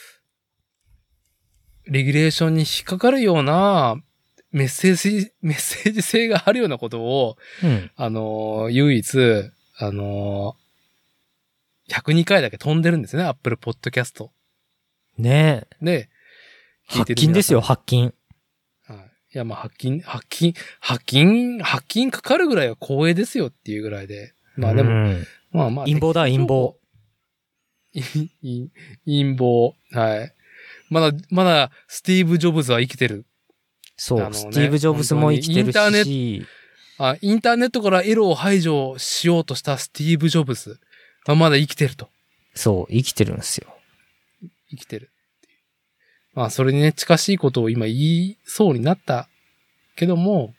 レギュレーションに引っかかるような、メッセージ、メッセージ性があるようなことを、 うん、 あの、唯一、あの、ひゃくにかいだけ飛んでるんですね、アップルポッドキャスト。 ねえ。で、 発金ですよ、発金。 はい。いや、まあ、発金、発金、発金、発金かかるぐらいは光栄ですよっていうぐらいで。まあでも、まあまあ。 陰謀だ、陰謀。 陰謀。はい。まだ、まだ、スティーブ・ジョブズは生きてる。 そう、ね、スティーブ・ジョブズも生きてるし。インターネット、 あ、インターネットからエロを排除しようとしたスティーブ・ジョブズはまだ生きてると。 そう、生きてるんですよ。 生きてる。まあ、それにね、近しいことを今言いそうになったけども、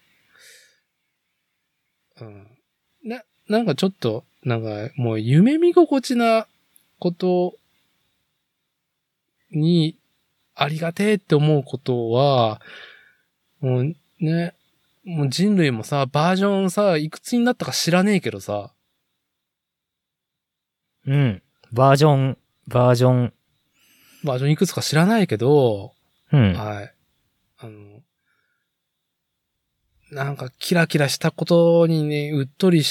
うん。な、なんかちょっと、なんかもう夢見心地なことにありがてえって思うことは、もうね、もう人類もさ、バージョンさ、いくつになったか知らねえけどさ。 うん。バージョン、バージョン。 バージョンいくつか知らないけど、 うん。 はい。あの、なんかキラキラしたことにね、うっとりして、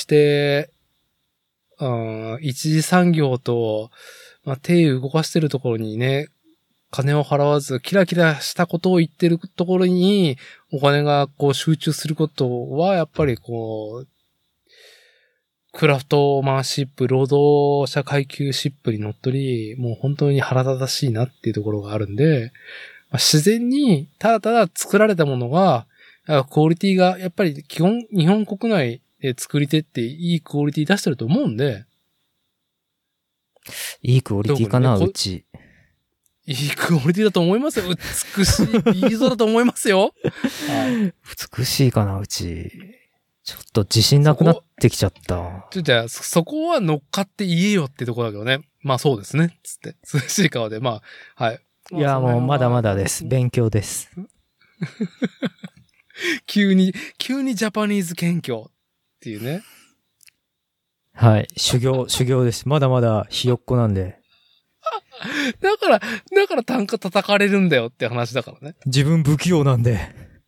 うん、一次産業と、まあ、手動かしてるところにね、 金を払わず、キラキラしたことを言ってるところに、お金がこう集中することは、やっぱりこう、クラフトマンシップ、労働者階級シップにのっとり、もう本当に腹立たしいなっていうところがあるんで、まあ、自然に、ただただ作られたものが、クオリティが、やっぱり基本、日本国内で作り手っていいクオリティ出してると思うんで。 いいクオリティかな、 ね、 うち。 いいクオリティだと思いますよ。美しいビーズだと思いますよ。 はい、美しいかな、うち。ちょっと自信なくなってきちゃった。 ちょ、じゃあ、そこは乗っかって言えよってとこだけどね。まあそうですね。つって。涼しい顔で、まあ、はい。 いや、もうまだまだです。勉強です。 急に、急にジャパニーズ謙虚っていうね。 はい。修行、修行です。まだまだひよっこなんで。 だから、だから単価叩かれるんだよって話だからね。 自分不器用なんで。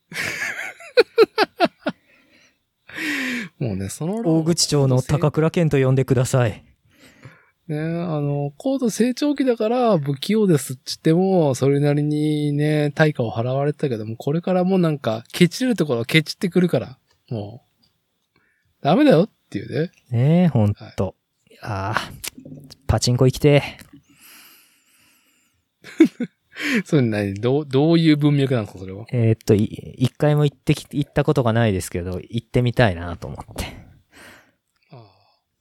もうね、その大口町の高倉健と呼んでください。 ね、あの、高度成長期だから不器用ですって言っても、それなりにね、対価を払われてたけども、これからもうなんか、ケチるところはケチってくるから、もう、ダメだよっていうね。 ねえ、ほんと。はい、ああ、パチンコ行きてそれ何どう、どういう文脈なんですか、それは。 えー、っと、い、一回も行ってき、行ったことがないですけど、行ってみたいなと思って。 ああ。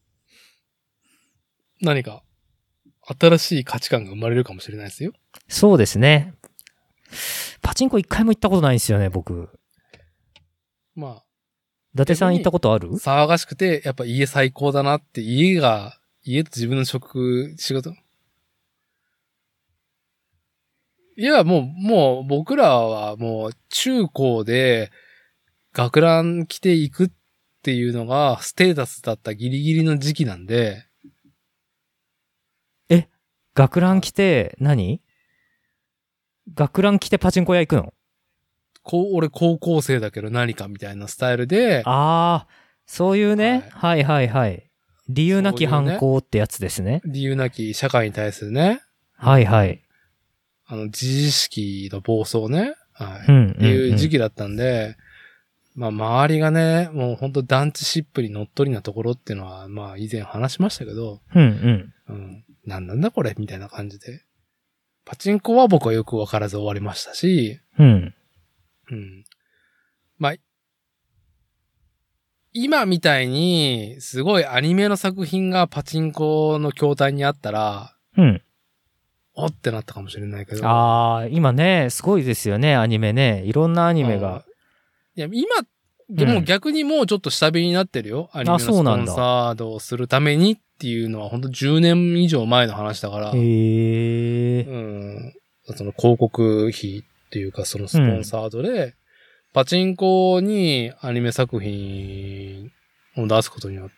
何か、新しい価値観が生まれるかもしれないですよ。 そうですね。パチンコ一回も行ったことないんですよね、僕。 まあ。 伊達さん行ったことある？ 騒がしくて、やっぱ家最高だなって、家が、家と自分の職、仕事。いや、もう、もう僕らはもう中高で学ラン着ていくっていうのがステータスだったギリギリの時期なんで。 え、学ラン着て何？学ラン着てパチンコ屋行くの？ こう、俺高校生だけど何かみたいなスタイルで。 ああ、そういうね、はい、はいはいはい理由なき反抗ってやつですね。 理由なき社会に対するね。 はいはい。 あの、自意識の暴走ね。はい。うんうんうん、っていう時期だったんで、まあ、周りがね、もう本当団地シップに乗っ取りなところっていうのは、まあ、以前話しましたけど、 うんうん。 うん。なんなんだこれみたいな感じで。パチンコは僕はよくわからず終わりましたし、 うん。 うん。まあ、今みたいに、すごいアニメの作品がパチンコの筐体にあったら、 うん。 おってなったかもしれないけど。 ああ、今ね、すごいですよね、アニメね。いろんなアニメが。 いや、今、でも逆にもうちょっと下火になってるよ。うん、アニメのスポンサードをするためにっていうのは本当じゅうねん以上前の話だから。 へえ。 うん。その広告費っていうかそのスポンサードで、うん、パチンコにアニメ作品を出すことによって、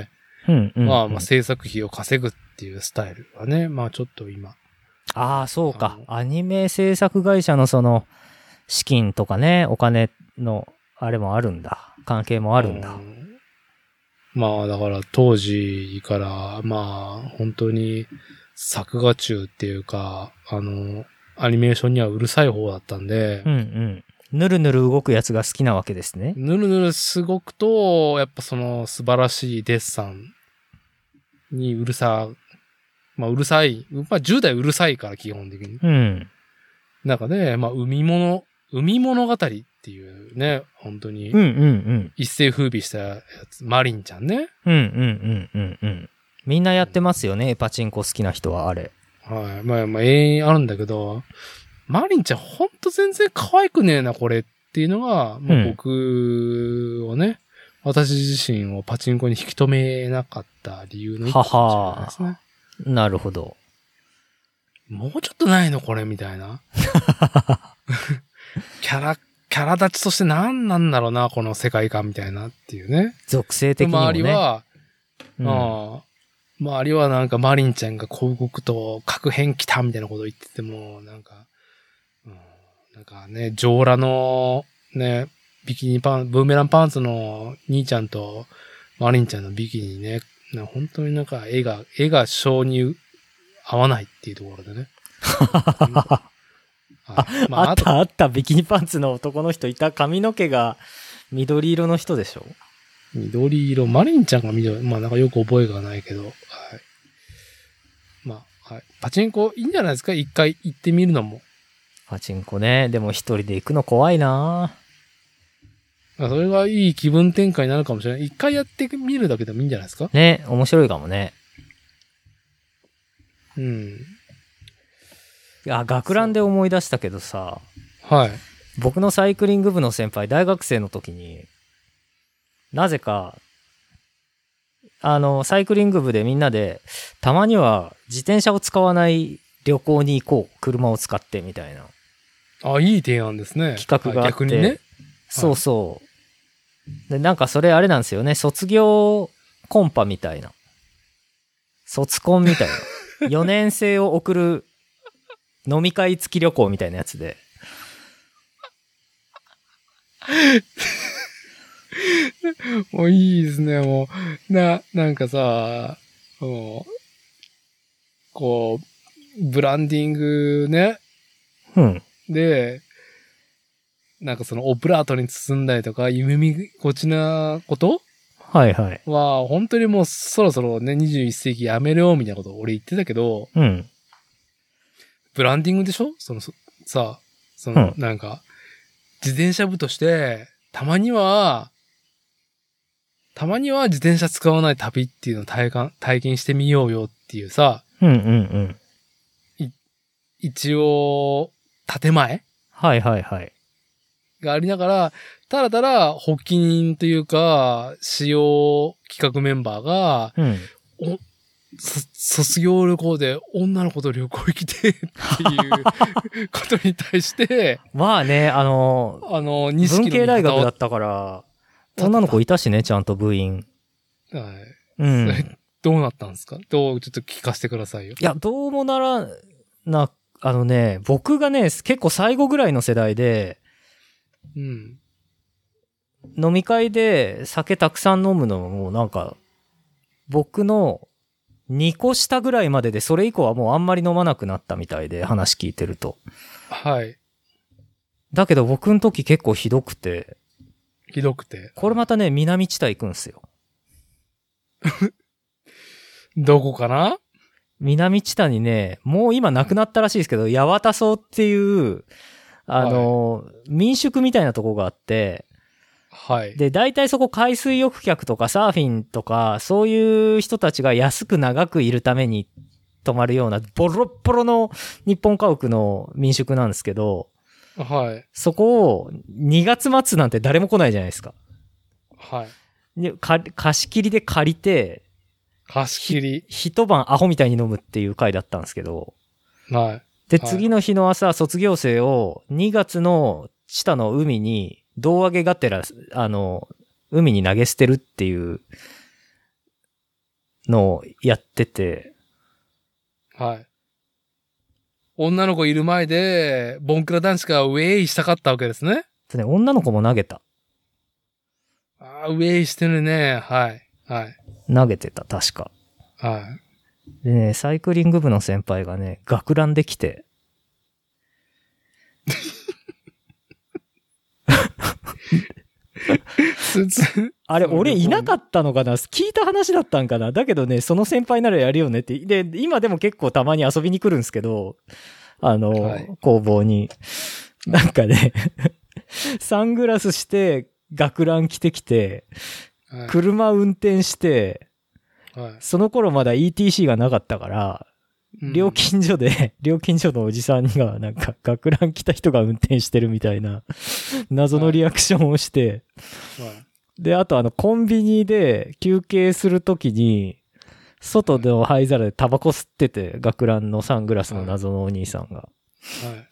うんうんうん、 まあまあ制作費を稼ぐっていうスタイルがね、まあちょっと今。 ああ、そうか。アニメ制作会社のその、資金とかね、お金の、あれもあるんだ。関係もあるんだ。うん、 まあ、だから当時から、まあ、本当に、作画中っていうか、あの、アニメーションにはうるさい方だったんで。 うんうん。ぬるぬる動くやつが好きなわけですね。 ぬるぬるすごくと、やっぱその素晴らしいデッサンにうるさ、まあ、うるさい。まあ、じゅう代うるさいから、基本的に。 うん。 中で、まあ、海物、海物語っていうね、本当に。 うんうんうん。 一世風靡したやつ、マリンちゃんね。 うんうんうんうんうん。みんなやってますよね、パチンコ好きな人は、あれ。 はい。まあ、まあ、永遠にあるんだけど、マリンちゃんほんと全然可愛くねえな、これっていうのが、もう僕をね、うん、私自身をパチンコに引き止めなかった理由の一個かもしれないですね。ははなるほど。 もうちょっとないのこれみたいな。キャラ、キャラ立ちとして何なんだろうな、この世界観みたいなっていうね。 属性的にもね。 周りは、 うん、 ああ周りはなんかマリンちゃんがこう動くと核変来たみたいなことを言ってても、なんか、うん、なんかね、上裸のね、ビキニパン、ブーメランパンツの兄ちゃんとマリンちゃんのビキニね、本当になんか絵が、絵が性に合わないっていうところでね。 はい、まあ、あったあった、ビキニパンツの男の人いた。髪の毛が緑色の人でしょ。 緑色、マリンちゃんが緑、まあなんかよく覚えがないけど、はい。まあ、はい。パチンコいいんじゃないですか、一回行ってみるのも。 パチンコね。でも一人で行くの怖いな。 それがいい気分転換になるかもしれない。一回やってみるだけでもいいんじゃないですかね、面白いかもね。 うん。 いや、学ランで思い出したけどさ。 はい。 僕のサイクリング部の先輩、大学生の時に、なぜか、あの、サイクリング部でみんなで、たまには自転車を使わない旅行に行こう。車を使ってみたいな。 あ、いい提案ですね。 企画があって。 逆にね。 そうそう。で、なんかそれあれなんですよね。卒業コンパみたいな。卒コンみたいな。よねん生を送る飲み会付き旅行みたいなやつで。 もういいですね、もう。な、なんかさ、もう、こう、ブランディングね。 うん。 で、なんかそのオブラートに包んだりとか、夢見こちなことはいはい。 は、本当にもうそろそろね、にじゅういっ世紀やめるよ、みたいなことを俺言ってたけど、 うん。 ブランディングでしょその、さ、その、 うん、 なんか、自転車部として、たまには、たまには自転車使わない旅っていうのを体感、体験してみようよっていうさ、 うんうんうん。 い、一応、建前はいはいはい。 がありながら、ただただ発起人というか、使用企画メンバーが、 うん、 お卒業旅行で女の子と旅行行きてっていうことに対して、 まあね、あの、 あの、錦文系大学だったから、女の子いたしね、ちゃんと部員。 はい。 うん。 それどうなったんですか？どう、ちょっと聞かせてくださいよ。 いや、どうもならな、あのね、僕がね、結構最後ぐらいの世代で、 うん。 飲み会で酒たくさん飲むのもなんか、僕のにこ下ぐらいまでで、それ以降はもうあんまり飲まなくなったみたいで、話聞いてると。 はい。 だけど僕の時結構ひどくて。 ひどくて。 これまたね、南知多行くんすよ。 どこかな？ 南知多にね、もう今なくなったらしいですけど、八幡荘っていう、あの、はい、民宿みたいなとこがあって、 はい。 で、大体そこ海水浴客とかサーフィンとか、そういう人たちが安く長くいるために泊まるような、ボロッボロの日本家屋の民宿なんですけど、 はい。 そこをにがつ末なんて誰も来ないじゃないですか。 はい。 で、貸し切りで借りて、 貸し切り。 一晩アホみたいに飲むっていう回だったんですけど、 はい。 で、次の日の朝、卒業生をにがつの知多の海に、胴上げがてら、あの、海に投げ捨てるっていうのをやってて。 はい。女の子いる前で、ボンクラ男子がウェイしたかったわけですね。 でね、女の子も投げた。 ああ、ウェイしてるね。はい。はい。 投げてた、確か。 はい。 でね、サイクリング部の先輩がね、学ランで来て。あれ、俺いなかったのかな？聞いた話だったんかな？だけどね、その先輩ならやるよねって。で、今でも結構たまに遊びに来るんですけど、あの、はい、工房に。なんかね、サングラスして、学ラン着てきて、はい、車運転して、はい、その頃まだ イーティーシー がなかったから、料金所で、うん、料金所のおじさんにはなんか学ラン着た人が運転してるみたいな謎のリアクションをして、はいはい、で、あとあのコンビニで休憩するときに外の灰皿でタバコ吸ってて、学ランのサングラスの謎のお兄さんが、はい、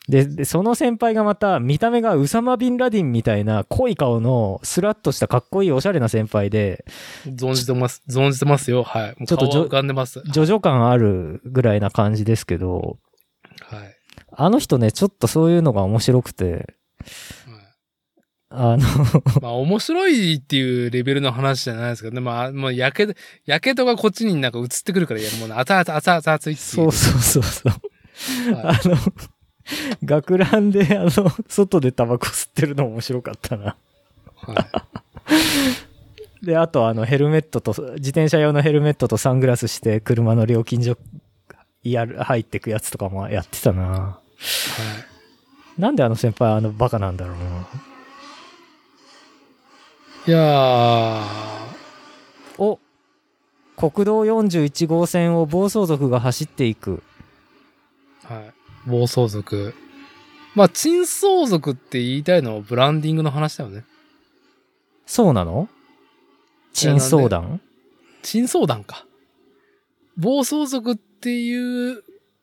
で, でその先輩がまた見た目がウサマ・ビンラディンみたいな濃い顔のスラッとしたかっこいいおしゃれな先輩で、 存じてます存じてますよ。はい。もう顔が浮かんでます。 ジョジョ感あるぐらいな感じですけど、 はい。 あの人ね、ちょっとそういうのが面白くて、はい、あのまあ面白いっていうレベルの話じゃないですけどね、まあもうやけどやけどがこっちになんか映ってくるから、いやもう熱々熱々熱々っていう。 そうそうそうそう。はい、あの学ランで、あの、外でタバコ吸ってるの面白かったな。 はい。 で、あと、あの、ヘルメットと、自転車用のヘルメットとサングラスして、車の料金所、やる、入ってくやつとかもやってたな。はい。なんであの先輩、あの、バカなんだろうな。 いやー。 お、国道よんじゅういち号線を暴走族が走っていく。 はい。暴走族。まあ、珍相族って言いたいのはブランディングの話だよね。 そうなの？珍相談？ 珍相談か。暴走族っていう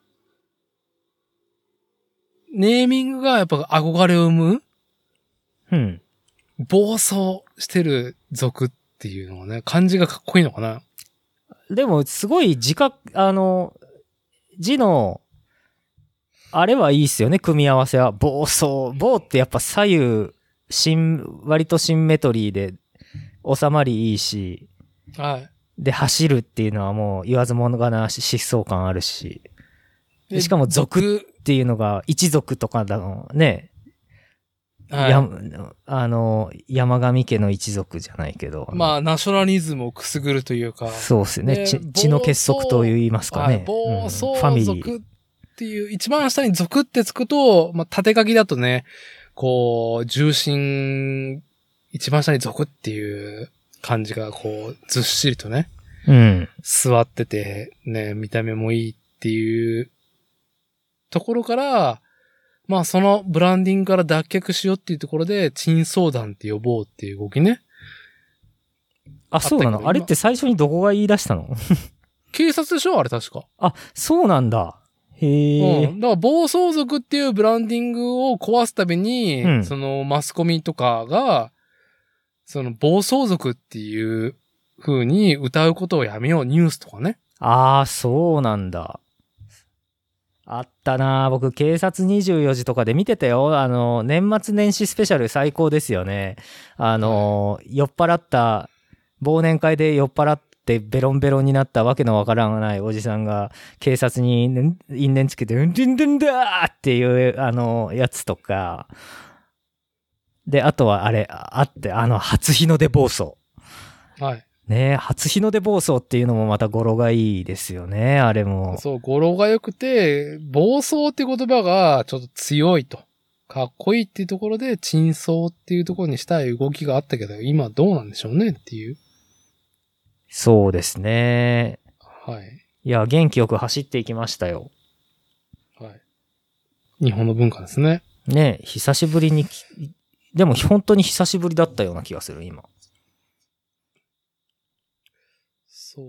ネーミングがやっぱ憧れを生む？ うん。 暴走してる族っていうのがね、漢字がかっこいいのかな。 でも、すごい字か、あの、字の、あれはいいっすよね、組み合わせは。暴走。暴ってやっぱ左右、シン、割とシンメトリーで収まりいいし。 はい。 で、走るっていうのはもう言わずもがなし、疾走感あるし。しかも族っていうのが一族とかだのね。はい、やあの、山上家の一族じゃないけど。 まあ、ナショナリズムをくすぐるというか。 そうですね。血の結束と言いますかね。 暴走族っていう、一番下に族ってつくと、まあ、縦書きだとね、こう、重心、一番下に族っていう感じが、こう、ずっしりとね。 うん。 座ってて、ね、見た目もいいっていうところから、まあそのブランディングから脱却しようっていうところで、珍相談って呼ぼうっていう動きね。 あ、そうなの？あれって最初にどこが言い出したの？ 警察でしょあれ確か。 あ、そうなんだ。へえ。 うん。だから暴走族っていうブランディングを壊すために、うん、そのマスコミとかが、その暴走族っていう風に歌うことをやめよう、ニュースとかね。 ああ、そうなんだ。あったなぁ。僕、警察にじゅうよじとかで見てたよ。あの、年末年始スペシャル最高ですよね。あの、はい、酔っ払った、忘年会で酔っ払ってベロンベロンになったわけのわからないおじさんが、警察に因縁つけて、うんでんでんだーっていう、あの、やつとか。で、あとはあれ、あって、あの、初日の出暴走。 はい。 ねえ、初日の出暴走っていうのもまた語呂がいいですよね、あれも。 そう、語呂が良くて、暴走って言葉がちょっと強いと。かっこいいっていうところで、珍相っていうところにしたい動きがあったけど、今どうなんでしょうねっていう。 そうですね。 はい。 いや、元気よく走っていきましたよ。 はい。日本の文化ですね。 ねえ、久しぶりに、でも本当に久しぶりだったような気がする、今。 そう。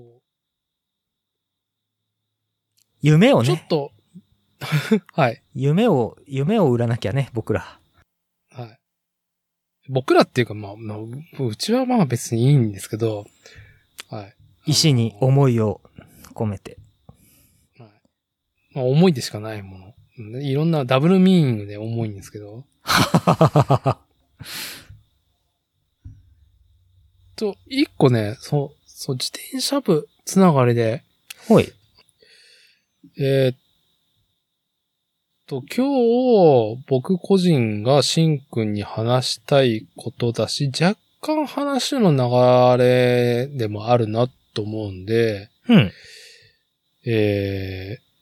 夢をね。 ちょっと、はい。 夢を、夢を売らなきゃね、僕ら。 はい。僕らっていうか、まあ、まあ、うちはまあ別にいいんですけど、はい。 意志に思いを込めて。 はい。まあ、思いでしかないもの。いろんなダブルミーニングで重いんですけど。と、一個ね、そう、そう、自転車部つながりで。 ほい。 えー、っと、今日、僕個人がしんくんに話したいことだし、若干話の流れでもあるなと思うんで、 うん。 えー、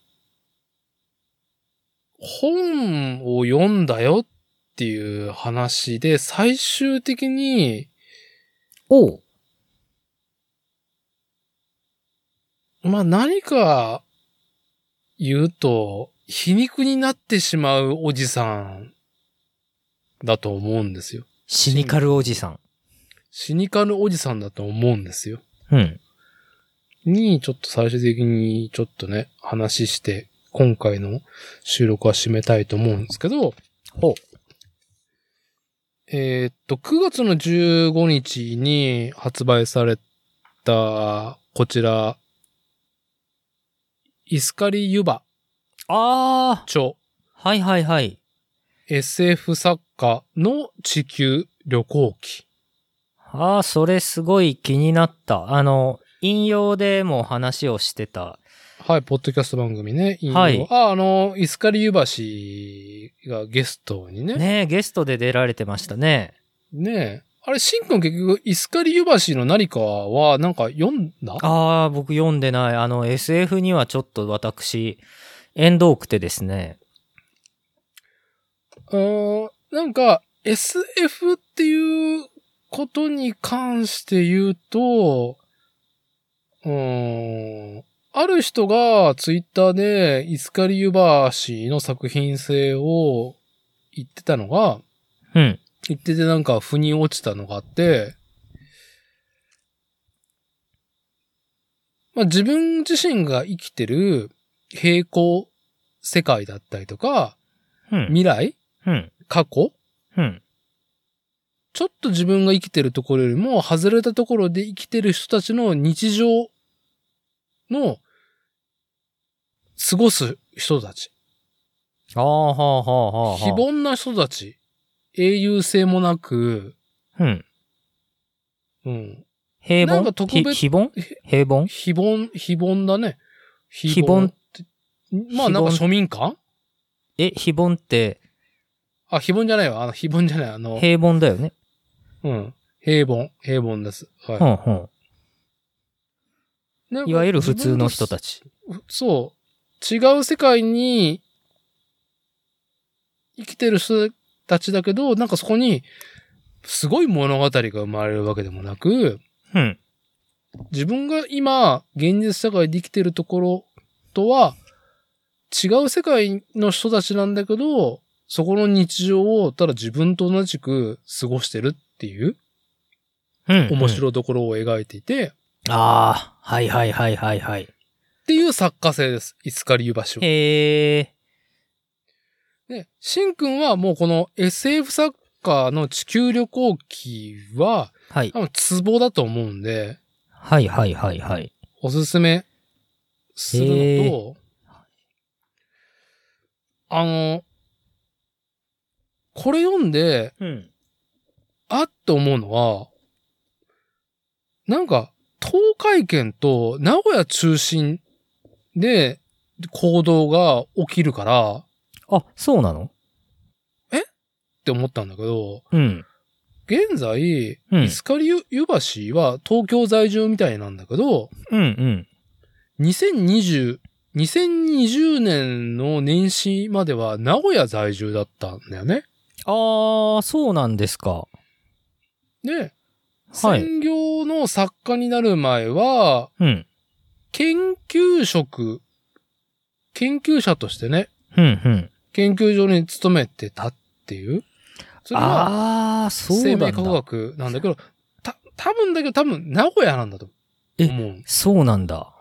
本を読んだよっていう話で、最終的に、 おう。 まあ何か言うと、皮肉になってしまうおじさんだと思うんですよ。 シニカルおじさん。 シニカルおじさんだと思うんですよ。 うん。 に、ちょっと最終的にちょっとね、話して、今回の収録は締めたいと思うんですけど、 ほう。 えー、っと、くがつのじゅうごにちに発売された、こちら、イスカリユバ。 ああ。 著。 はいはいはい。 エスエフ 作家の地球旅行記。 ああ、それすごい気になった。あの、引用でも話をしてた。 はい、ポッドキャスト番組ね。引用。 はい。 あ、あの、イスカリユバがゲストにね。 ねえ、ゲストで出られてましたね。 ねえ。あれ、しんくん結局、イスカリ湯橋の何かは、なんか読んだ？ ああ、僕読んでない。あの、エスエフ にはちょっと私、縁遠くてですね。 うーん、なんか、エスエフ っていうことに関して言うと、うーん、ある人がツイッターでイスカリ湯橋の作品性を言ってたのが、 うん。 言っててなんか腑に落ちたのがあって、まあ、自分自身が生きてる平行世界だったりとか、 うん。 未来、 うん。 過去、 うん。 ちょっと自分が生きてるところよりも外れたところで生きてる人たちの日常の過ごす人たち。 ああ、はあ、はあ、はあ。 非凡な人たち。英雄性もなく、 うん。 うん。 平凡なんか特別ひ非凡平凡非凡、非凡だね。 非凡って。まあなんか庶民感え、非凡って、 あ、非凡じゃないわ。あの、非凡じゃない。あの、 平凡だよね。 うん。平凡。平凡です。はい。 うんうん。 なんかいわゆる普通の人たち。 そう。違う世界に生きてる人たちだけど、なんかそこにすごい物語が生まれるわけでもなく、 うん。 自分が今、現実社会で生きてるところとは違う世界の人たちなんだけど、そこの日常をただ自分と同じく過ごしてるっていううん。 面い。 白いところを描いていて、 ああ、はいはいはいはいはい。 っていう作家性です。イスカリ湯橋は。 へえ。 で、シンくんはもうこの エスエフ 作家の地球旅行記は、 はい。 多分ツボだと思うんで、 はいはいはいはい。 おすすめするのと、あの、これ読んで、 うん。 あっと思うのは、なんか、東海圏と名古屋中心で行動が起きるから、 あ、そうなの？ って思ったんだけど、 うん。 現在、 うんイスカリ湯橋は東京在住みたいなんだけど、 うんうん。 にせんにじゅう、にせんにじゅうねんの年始までは名古屋在住だったんだよね。 ああ、そうなんですか。 で、 はい。 専業の作家になる前は、 うん。 研究職、研究者としてね、 うんうん。 研究所に勤めてたっていう。それは、 ああ、そうなんだ。 生命科学学なんだけど、た、多分だけど多分名古屋なんだと思う。 そうなんだ。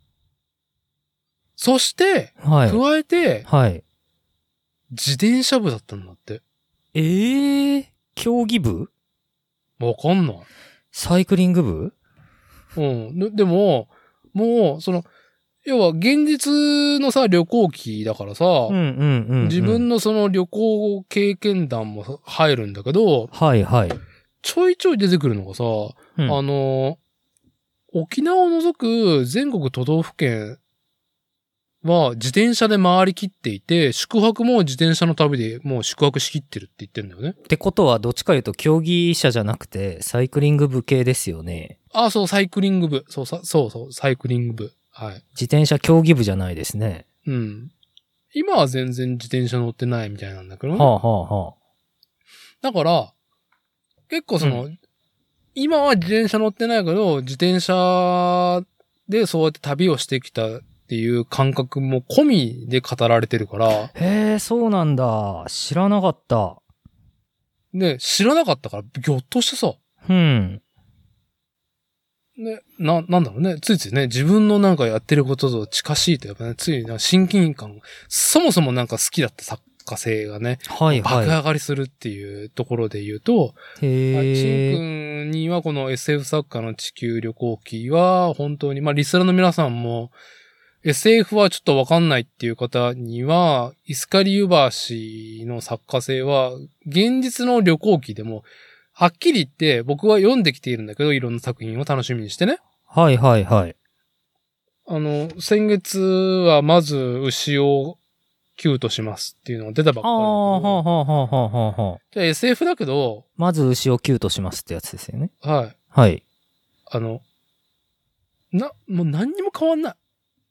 そして、 はい。 加えて、 はい。 自転車部だったんだって。 ええー、競技部？ わかんない。 サイクリング部？ うん。で、でも、もう、その、要は現実のさ、旅行記だからさ、 うんうんうん、うん。 自分のその旅行経験談も入るんだけど、 はいはい。 ちょいちょい出てくるのがさ、 うん、 あの、沖縄を除く全国都道府県は自転車で回りきっていて、宿泊も自転車の旅でもう宿泊しきってるって言ってんだよね。 ってことは、どっちか言うと競技者じゃなくて、サイクリング部系ですよね。 あ、そう、サイクリング部。そう、さそうそう、サイクリング部。はい。 自転車競技部じゃないですね。 うん。今は全然自転車乗ってないみたいなんだけどね。 はあはあはあ。 だから、結構その、うん、今は自転車乗ってないけど、自転車でそうやって旅をしてきたっていう感覚も込みで語られてるから。 へえ、そうなんだ。知らなかった。 で、知らなかったから、ぎょっとしてさ。 うん。 ね、な、なんだろうね。ついついね、自分のなんかやってることと近しいとやっぱね、つい親近感、そもそもなんか好きだった作家性がね、 はいはい。 爆上がりするっていうところで言うと、 へしんくんにはこの エスエフ 作家の地球旅行記は本当に、まあリスナーの皆さんも エスエフ はちょっとわかんないっていう方には、イスカリ湯橋の作家性は現実の旅行記でもはっきり言って僕は読んできているんだけど、いろんな作品を楽しみにしてね。 はいはいはい。 あの、先月はまず牛尾キューとしますっていうのが出たばっかりだけああ、 ど。 はあはあはあはあはあはあ。 じゃあ エスエフ だけど、 まず牛をキューとしますってやつですよね。 はい。 はい。 あの、な、もう何にも変わんない。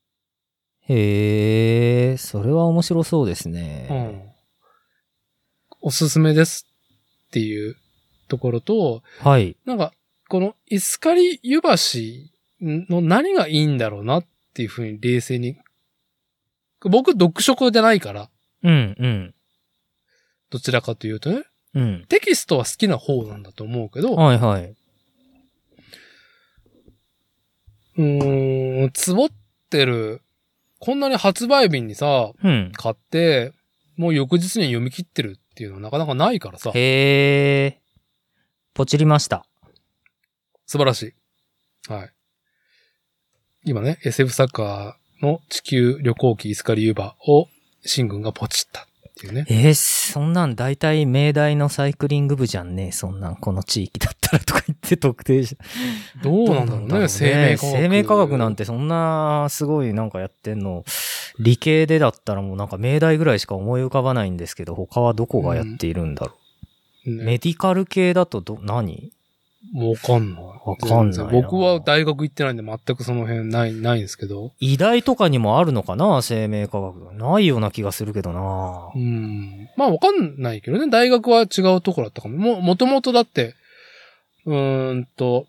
へえ、それは面白そうですうね。 ん。おすすめですっていうところと、 はい。 なんか、このイスカリ湯橋の何がいいんだろうなっていうふうに冷静に。僕、読書家じゃないから、 うん、うん。 どちらかというとね、 うん。 テキストは好きな方なんだと思うけど、 はいはい。 うーん、つぼってる、こんなに発売日にさ、 うん。 買って、もう翌日に読み切ってるっていうのはなかなかないからさ、 へえ。ポチりました。 素晴らしい。はい。今ね、エスエフ サッカーの地球旅行記イスカリユーバを新軍がポチったっていうね。 えー、そんなん大体明大のサイクリング部じゃんね。そんなんこの地域だったらとか言って特定し。 どうなんだろうね、生命科学。 生命科学なんてそんなすごいなんかやってんの、理系でだったらもうなんか明大ぐらいしか思い浮かばないんですけど、他はどこがやっているんだろう。 ね、 メディカル系だとど、何もうわかんない。 わかんないな。 僕は大学行ってないんで全くその辺ない、ないんですけど。 医大とかにもあるのかな生命科学。ないような気がするけどな。 うん。まあわかんないけどね。大学は違うところだったかも。も、もともとだって、うーんと、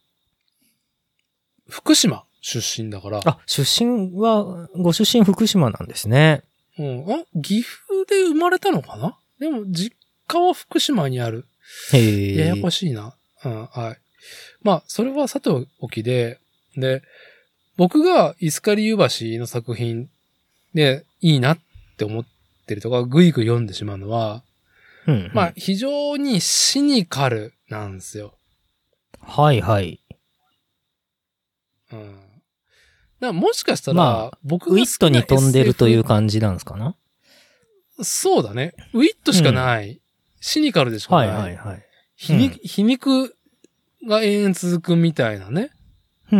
福島出身だから。 あ、出身は、ご出身福島なんですね。 うん。あ、岐阜で生まれたのかな？でも実家は福島にある。 へえ。 ややこしいな。うん、はい。まあ、それはさておきで、で、僕がイスカリユ橋の作品でいいなって思ってるとか、ぐいぐい読んでしまうのは、 うんうん、 まあ、非常にシニカルなんですよ。 はいはい。 うん。だからもしかしたら、 まあ、 僕ウィットに飛んでるというか。 感じなんですかな？ そうだね。ウィットしかない。うん、シニカルでしかない。 はいはいはい。 皮肉、うん、皮肉が永遠続くみたいなね。 うん。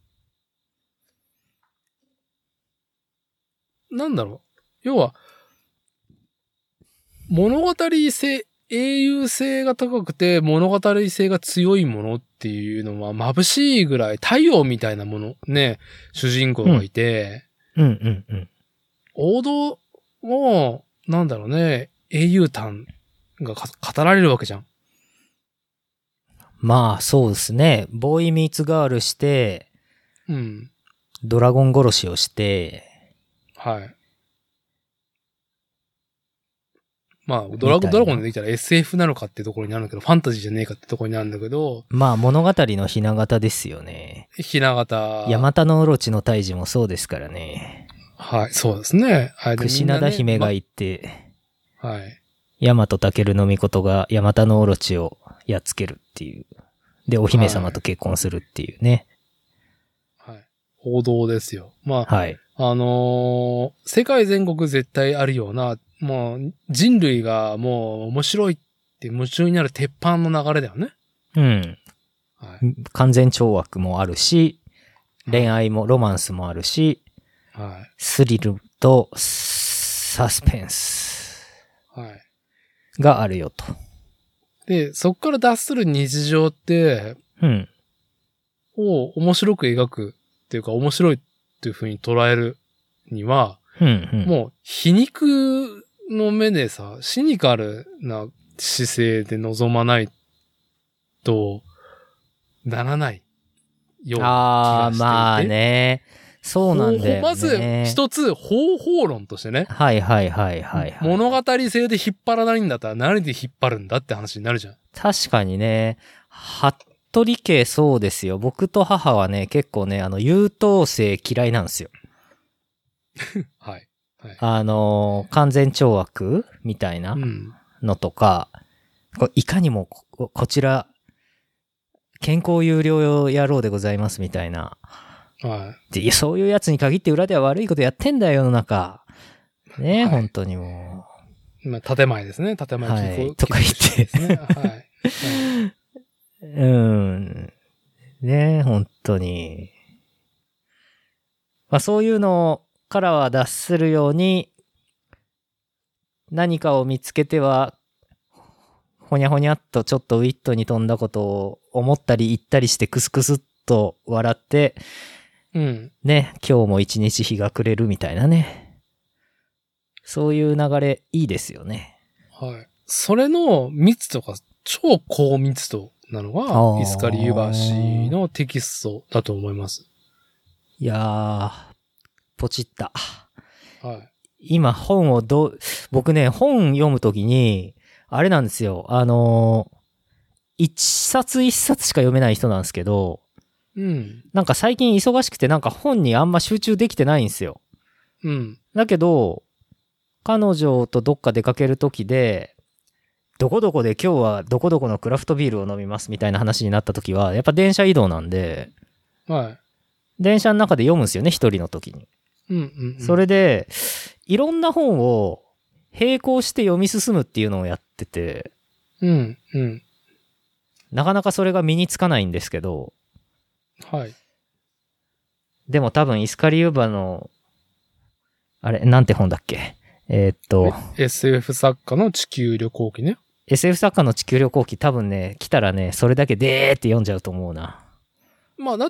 なんだろう。要は、物語性、英雄性が高くて物語性が強いものっていうのは眩しいぐらい太陽みたいなもの、ね、主人公がいて、 うん、うんうんうん。 王道を、なんだろうね、英雄譚が語られるわけじゃん。 まあ、そうですね。ボーイミーツガールして、 うん。 ドラゴン殺しをして、 はい。まあ、ドラゴン、ドラゴンでできたら エスエフ なのかってところになるんだけど、ファンタジーじゃねえかってところになるんだけど。 まあ、物語のひな形ですよね。 ひな形。 ヤマタノオロチの退治もそうですからね。 はい、そうですね。 櫛灘姫がいて、 ま、はい。 ヤマトタケルの御事がヤマタノオロチをやっつけるっていう。で、お姫様と結婚するっていうね。 はい。はい、王道ですよ。まあ、 はい。 あのー、世界全国絶対あるような、もう人類がもう面白いって夢中になる鉄板の流れだよね。 うん。はい、完全懲悪もあるし、恋愛もロマンスもあるし、 はい、 スリルとサスペンスがあるよと。 はい、で、そこから脱する日常って、 うん、 を面白く描くっていうか面白いっていう風に捉えるには、 うんうん、 もう皮肉の目でさ、シニカルな姿勢で臨まないとならないような気がしていて。ああ、 まあね。そうなんだよね。 まず一つ方法論としてね。 はいはいはいはい、はい。 物語性で引っ張らないんだったら何で引っ張るんだって話になるじゃん。 確かにね。服部家そうですよ。僕と母はね、結構ね、あの、優等生嫌いなんですよ。 はい。はい、 あの、完全懲悪みたいなのとか、うん、いかにも こ, こちら、健康有料野郎でございますみたいな。 はい。 で、そういうやつに限って裏では悪いことやってんだよ、世の中。ね、はい、本当にもう。まあ、建前ですね。建前聞こ、はい、とか言って。ね、はい。はい、うん。ね、本当に。まあ、そういうのからは脱するように、 何かを見つけては、ほにゃほにゃっとちょっとウィットに飛んだことを思ったり言ったりしてクスクスっと笑って、 うん。 ね、今日も一日日が暮れるみたいなね。そういう流れいいですよね。 はい。それの密度が超高密度なのが、イスカリユバシのテキストだと思います。 いやー、ポチった。 はい。 今本をどう、僕ね、本読むときに、あれなんですよ。あのー、一冊一冊しか読めない人なんですけど、 うん。 なんか最近忙しくてなんか本にあんま集中できてないんですよ。 うん。 だけど、彼女とどっか出かけるときで、どこどこで今日はどこどこのクラフトビールを飲みますみたいな話になったときは、やっぱ電車移動なんで、 はい。 電車の中で読むんですよね、一人の時に。 うんうん、うん。 それで、いろんな本を並行して読み進むっていうのをやってて、 うんうん。 なかなかそれが身につかないんですけど、 はい。 でも多分イスカリユーバの、あれ、なんて本だっけえー、っと、 エスエフ 作家の地球旅行記ね。 エスエフ 作家の地球旅行記多分ね、来たらね、それだけでーって読んじゃうと思うな。 まあだって、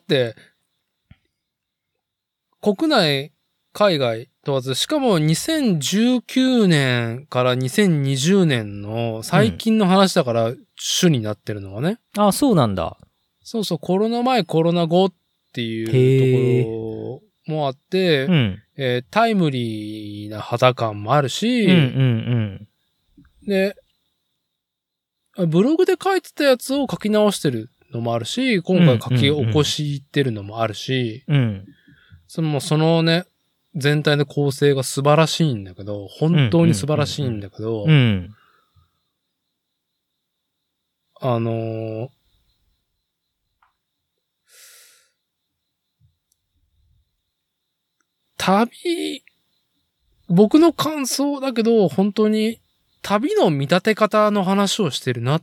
国内、海外問わず、しかもにせんじゅうきゅうねんからにせんにじゅうねんの最近の話だから主になってるのはね。 うん、あ、そうなんだ。 そうそう、コロナ前、コロナ後っていうところもあって、 うん、 えー、タイムリーな肌感もあるし、 うんうんうん、で、ブログで書いてたやつを書き直してるのもあるし、今回書き起こしてるのもあるし、 うんうん、 その、そのね、全体の構成が素晴らしいんだけど、本当に素晴らしいんだけど、 うん、 あのー、旅、僕の感想だけど、本当に旅の見立て方の話をしてるな。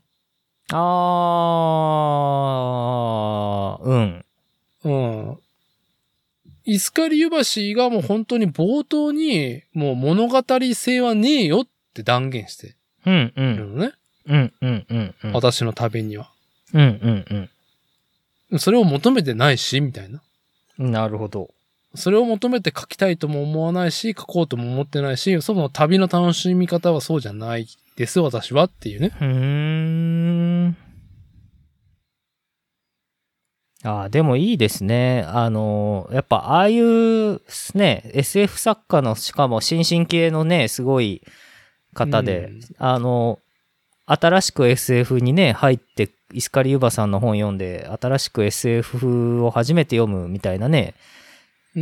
あー、うん。 うん。イスカリユバシがもう本当に冒頭に、もう物語性はねえよって断言してうんうるのね。 ん。うんうんうんうん。 私の旅には。 うんうんうん。それを求めてないし、みたいな。 うん。なるほど。 それを求めて書きたいとも思わないし、書こうとも思ってないし、その旅の楽しみ方はそうじゃないです、私はっていうね。 うーん。ああ、でもいいですね。あの、やっぱああいうね、エスエフ 作家の、しかも新進系のね、すごい方で、 うん、 あの、新しく エスエフ にね、入って、イスカリユバさんの本読んで、新しく エスエフ を初めて読むみたいなね。 うん。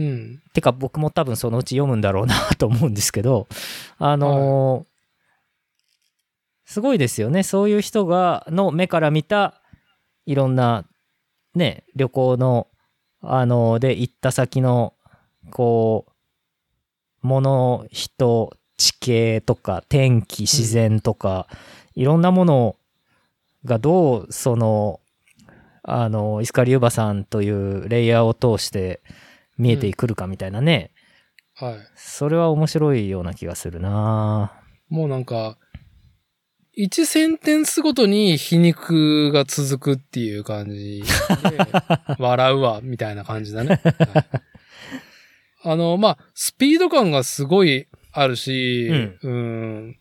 てか僕も多分そのうち読むんだろうなと思うんですけど、あの、はい、すごいですよね。そういう人が、の目から見た、いろんな、ね、旅行の、あの、で行った先の、こう、物、人、地形とか、天気、自然とか、うん、いろんなものがどう、その、あの、イスカリユバさんというレイヤーを通して見えてくるかみたいなね。 うん、はい。 それは面白いような気がするな。 もうなんか、一センテンスごとに皮肉が続くっていう感じで、笑うわ、みたいな感じだね。はい、あの、まあ、スピード感がすごいあるし、うん、うーん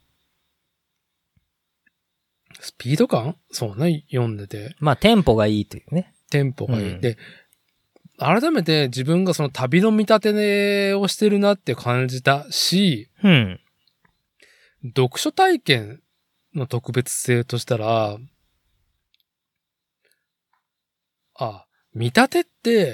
スピード感そうね、読んでて。 まあ、テンポがいいというね。 テンポがいい。うん、で、改めて自分がその旅の見立てをしてるなって感じたし、 うん、 読書体験の特別性としたら、あ、見立てって、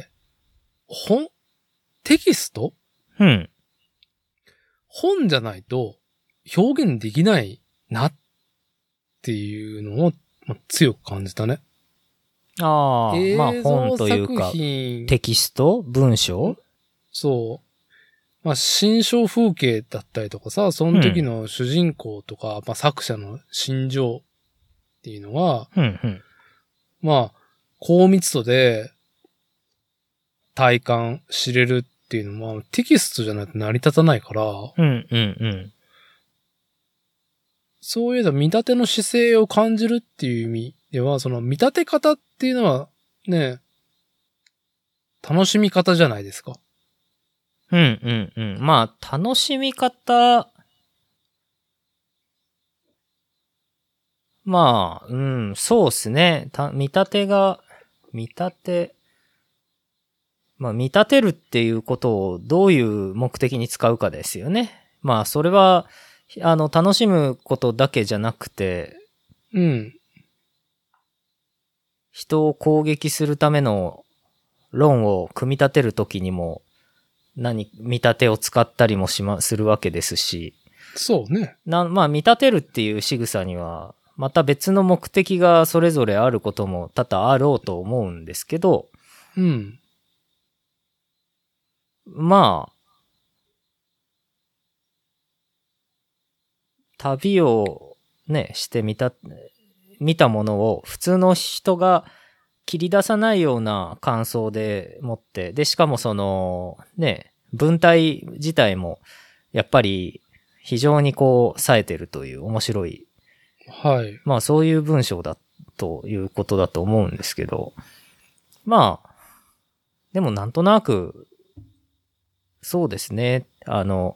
本、テキストうん。 本じゃないと表現できないなっていうのを強く感じたね。 ああ、まあ本というか、テキスト文章そう。まあ、心象風景だったりとかさ、その時の主人公とか、うん、まあ、作者の心情っていうのが、 うんうん、 まあ、高密度で体感知れるっていうのはテキストじゃないと成り立たないから、 うんうんうん、 そういえば見立ての姿勢を感じるっていう意味では、その見立て方っていうのはね、楽しみ方じゃないですか。 うんうんうん。まあ、楽しみ方、まあ、うん、そうっすね。た見立てが、見立て、まあ、見立てるっていうことをどういう目的に使うかですよね。まあ、それは、あの、楽しむことだけじゃなくて、 うん。 人を攻撃するための論を組み立てるときにも、何、見立てを使ったりもしま、するわけですし、 そうね。 な、まあ、見立てるっていう仕草には、また別の目的がそれぞれあることも多々あろうと思うんですけど、 うん。 まあ、旅をね、してみた、見たものを普通の人が切り出さないような感想でもって、で、しかもその、ね、文体自体も、やっぱり非常にこう、冴えてるという面白い、 はい。 まあそういう文章だということだと思うんですけど、まあ、でもなんとなく、そうですね、あの、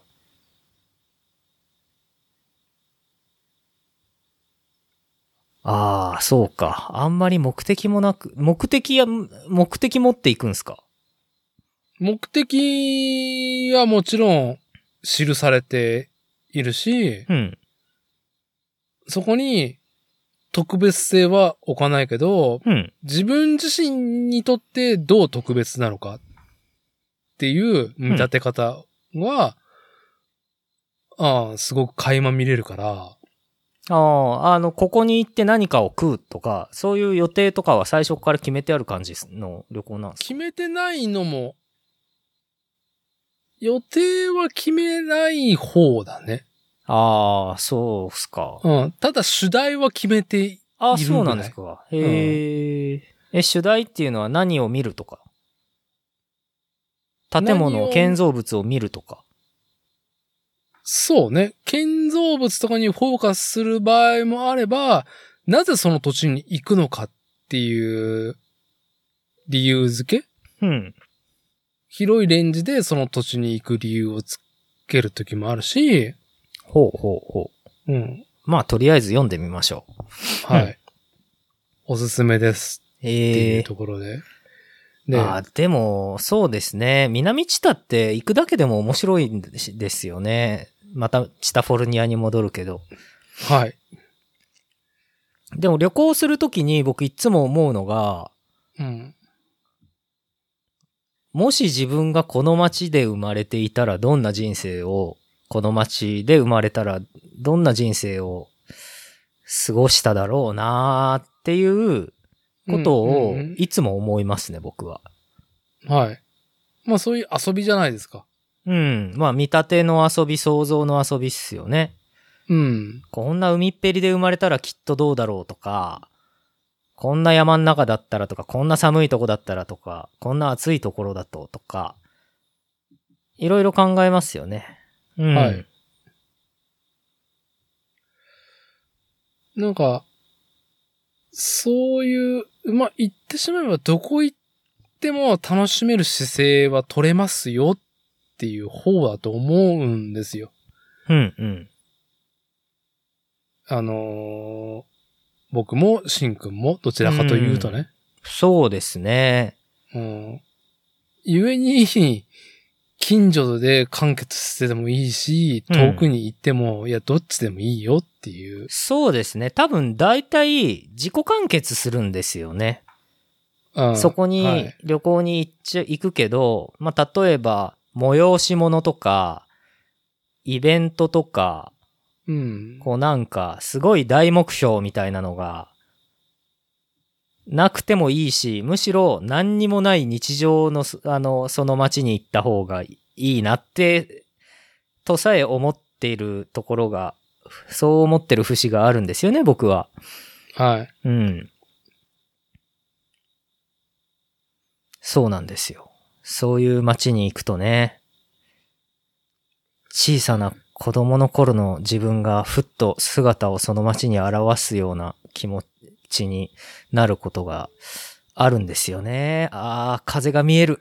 ああ、そうか。あんまり目的もなく、目的や、目的持っていくんすか？ 目的はもちろん記されているし、 うん。 そこに特別性は置かないけど、 うん。 自分自身にとってどう特別なのかっていう見立て方は、ああ、すごく垣間見れるから、 ああ、あの、ここに行って何かを食うとか、そういう予定とかは最初から決めてある感じの旅行なんですか？ 決めてないのも、予定は決めない方だね。 ああ、そうっすか。 うん。ただ主題は決めているぐらい。 ああ、そうなんですか。へえ。え、主題っていうのは何を見るとか？建物、建造物を見るとか。 そうね。建造物とかにフォーカスする場合もあれば、なぜその土地に行くのかっていう理由付け？ うん。 広いレンジでその土地に行く理由をつけるときもあるし、 ほうほうほう。うん。 まあ、とりあえず読んでみましょう。 はい。 うん、 おすすめですってええいうところで。で、 ああ、でも、そうですね。南知多って行くだけでも面白いんですよね。また、チタフォルニアに戻るけど。 はい。 でも旅行するときに僕いつも思うのが、 うん。 もし自分がこの街で生まれていたらどんな人生を、この街で生まれたらどんな人生を過ごしただろうなーっていうことをいつも思いますね、僕は。 はい。まあそういう遊びじゃないですか。 うん。まあ見立ての遊び、想像の遊びっすよね。 うん。 こんな海っぺりで生まれたらきっとどうだろうとか、こんな山ん中だったらとか、こんな寒いとこだったらとか、こんな暑いところだととか、いろいろ考えますよね。うん。 はい。なんか、そういう、まあ、言ってしまえばどこ行っても楽しめる姿勢は取れますよっていう方だと思うんですよ。 うんうん。 あのー、僕もしんくんもどちらかというとね。 そうですね。 うん。故に、近所で完結してでもいいし、遠くに行っても、うん、いや、どっちでもいいよっていう。 そうですね。多分、大体、自己完結するんですよね。うん、そこに旅行に行っちゃ、行くけど、まあ、例えば、催し物とか、イベントとか、 うん、 こうなんか、すごい大目標みたいなのが、なくてもいいし、むしろ何にもない日常の、あの、その街に行った方がいいなって、とさえ思っているところが、そう思ってる節があるんですよね、僕は。 はい。 うん。そうなんですよ。そういう街に行くとね、小さな子供の頃の自分がふっと姿をその街に表すような気持ちになることがあるんですよね。ああ、風が見える。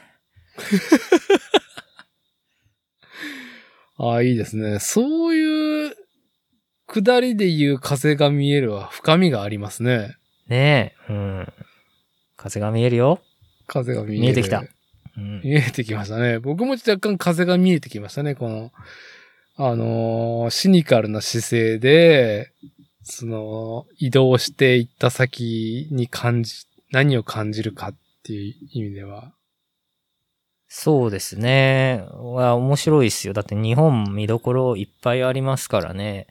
ああ、いいですね。そういう下りで言う風が見えるは深みがありますね。 ねえ、うん。風が見えるよ。 風が見える。 見えてきた。うん、 見えてきましたね。僕も若干風が見えてきましたね。この、あのー、シニカルな姿勢で、その、移動していった先に感じ、何を感じるかっていう意味では。 そうですね。は面白いですよ。だって日本見どころいっぱいありますからね。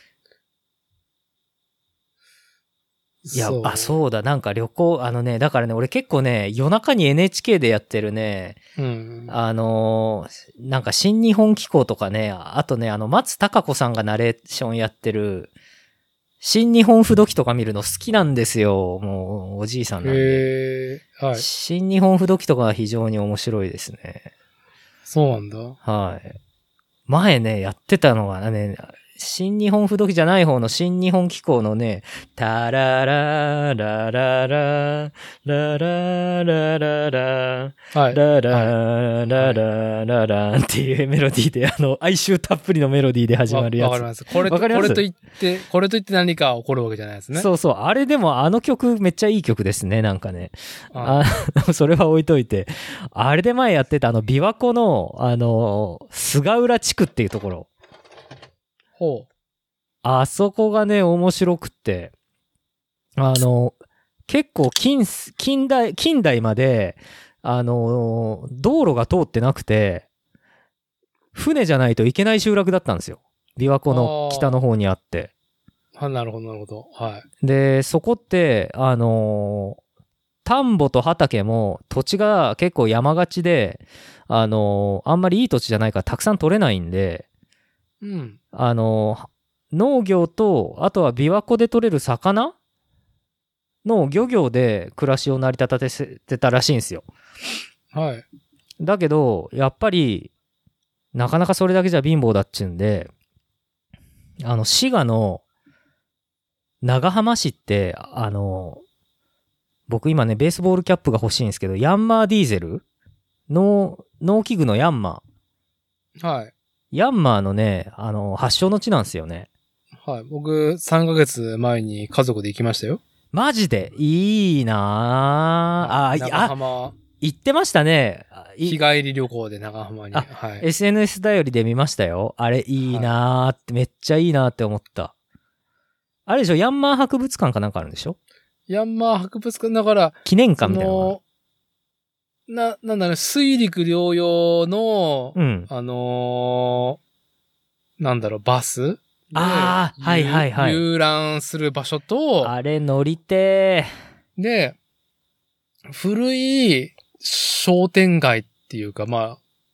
いや、あ、そうだ。なんか旅行、あのね、だからね、俺結構ね、夜中に エヌエイチケー でやってるね、 うん、 あのー、なんか新日本機構とかね、あとね、あの、松たか子さんがナレーションやってる、新日本不動機とか見るの好きなんですよ。もう、おじいさんなんで。 へー、はい。 新日本不動機とかは非常に面白いですね。 そうなんだ。 はい。前ね、やってたのがね、新日本不動機じゃない方の新日本機構のね、タララララララララララはい。 ララララララっていうメロディーで、あの、哀愁たっぷりのメロディーで始まるやつ。 わかります。これと、これと言って、これと言って何か起こるわけじゃないですね。 そうそう。あれでもあの曲めっちゃいい曲ですね、なんかね。あそれは置いといて。あれで前やってたあの、琵琶湖の、あの、菅浦地区っていうところ。 ほう。 あそこがね、面白くって、あの、結構近、近代、近代まで、あの、道路が通ってなくて、船じゃないといけない集落だったんですよ。琵琶湖の北の方にあって。 あ、なるほど、なるほど。はい。 で、そこって、あの、田んぼと畑も土地が結構山がちで、あの、あんまりいい土地じゃないからたくさん取れないんで、 うん。 あの、農業と、あとは琵琶湖で取れる魚の漁業で暮らしを成り立たせてたらしいんですよ。 はい。 だけど、やっぱり、なかなかそれだけじゃ貧乏だっちゅうんで、あの、滋賀の長浜市って、あの、僕今ね、ベースボールキャップが欲しいんですけど、ヤンマーディーゼル農、農機具のヤンマー。はい。 ヤンマーのね、あの、発祥の地なんですよね。 はい。僕、さんかげつまえに家族で行きましたよ。 マジでいいなぁ。あ、 長浜。 行ってましたね。 日帰り旅行で長浜に。はい。 エスエヌエス 頼りで見ましたよ。あれいいなーって、はい、めっちゃいいなーって思った。あれでしょ、ヤンマー博物館かなんかあるんでしょ？ ヤンマー博物館だから、 記念館みたいなの。 な、なんだろう、水陸両用の、 うん、 あのー、なんだろう、バスああ、はいはいはい。 遊覧する場所と、 あれ乗りてー。で、古い商店街っていうか、まあ、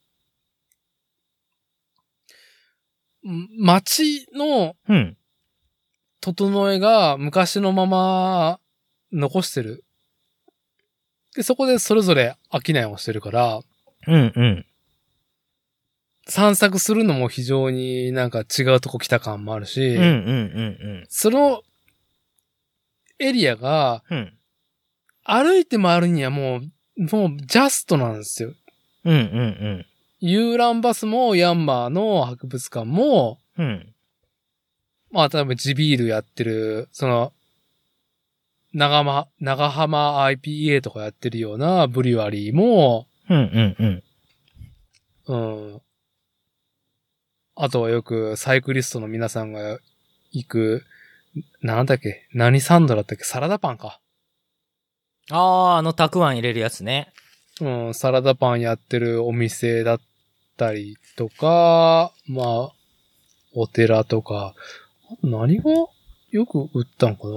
街の整えが昔のまま残してる。で、そこでそれぞれ商いをしてるから、 うんうん。 散策するのも非常になんか違うとこ来た感もあるし、 うんうんうんうん。 そのエリアが、 うん、 歩いて回るにはもう、もうジャストなんですよ。 うんうんうん。 遊覧バスもヤンマーの博物館も、 うん。 まあ、例えば地ビールやってる、その、長浜、長浜 アイピーエー とかやってるようなブリュワリーも、 うんうんうん。 うん。あとはよくサイクリストの皆さんが行く、なんだっけ、何サンドだったっけ、サラダパンか。 ああ、あのたくあん入れるやつね。 うん、サラダパンやってるお店だったりとか、まあ、お寺とか、何がよく売ったんかな、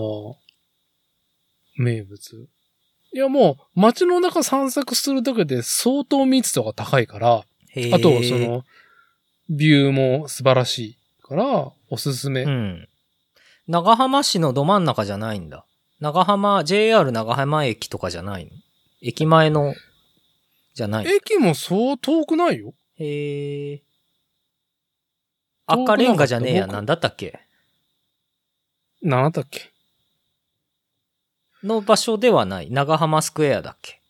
名物。いやもう、街の中散策するだけで相当密度が高いから、あと、その、ビューも素晴らしいから、おすすめ。 うん。長浜市のど真ん中じゃないんだ。長浜、ジェイアール 長浜駅とかじゃないの？駅前の、じゃない。 駅もそう遠くないよ。 へえ。 赤レンガじゃねえや。 僕なんだったっけなんだったっけの場所ではない。長浜スクエアだっけ。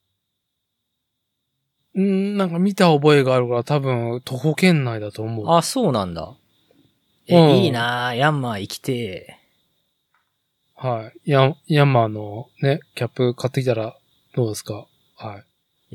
うん、なんか見た覚えがあるから多分徒歩圏内だと思う。 あ、そうなんだ。え、 うんいいなぁ。ヤンマー生きてはい。ヤン、ヤンマーのね、キャップ買ってきたらどうですか？はい。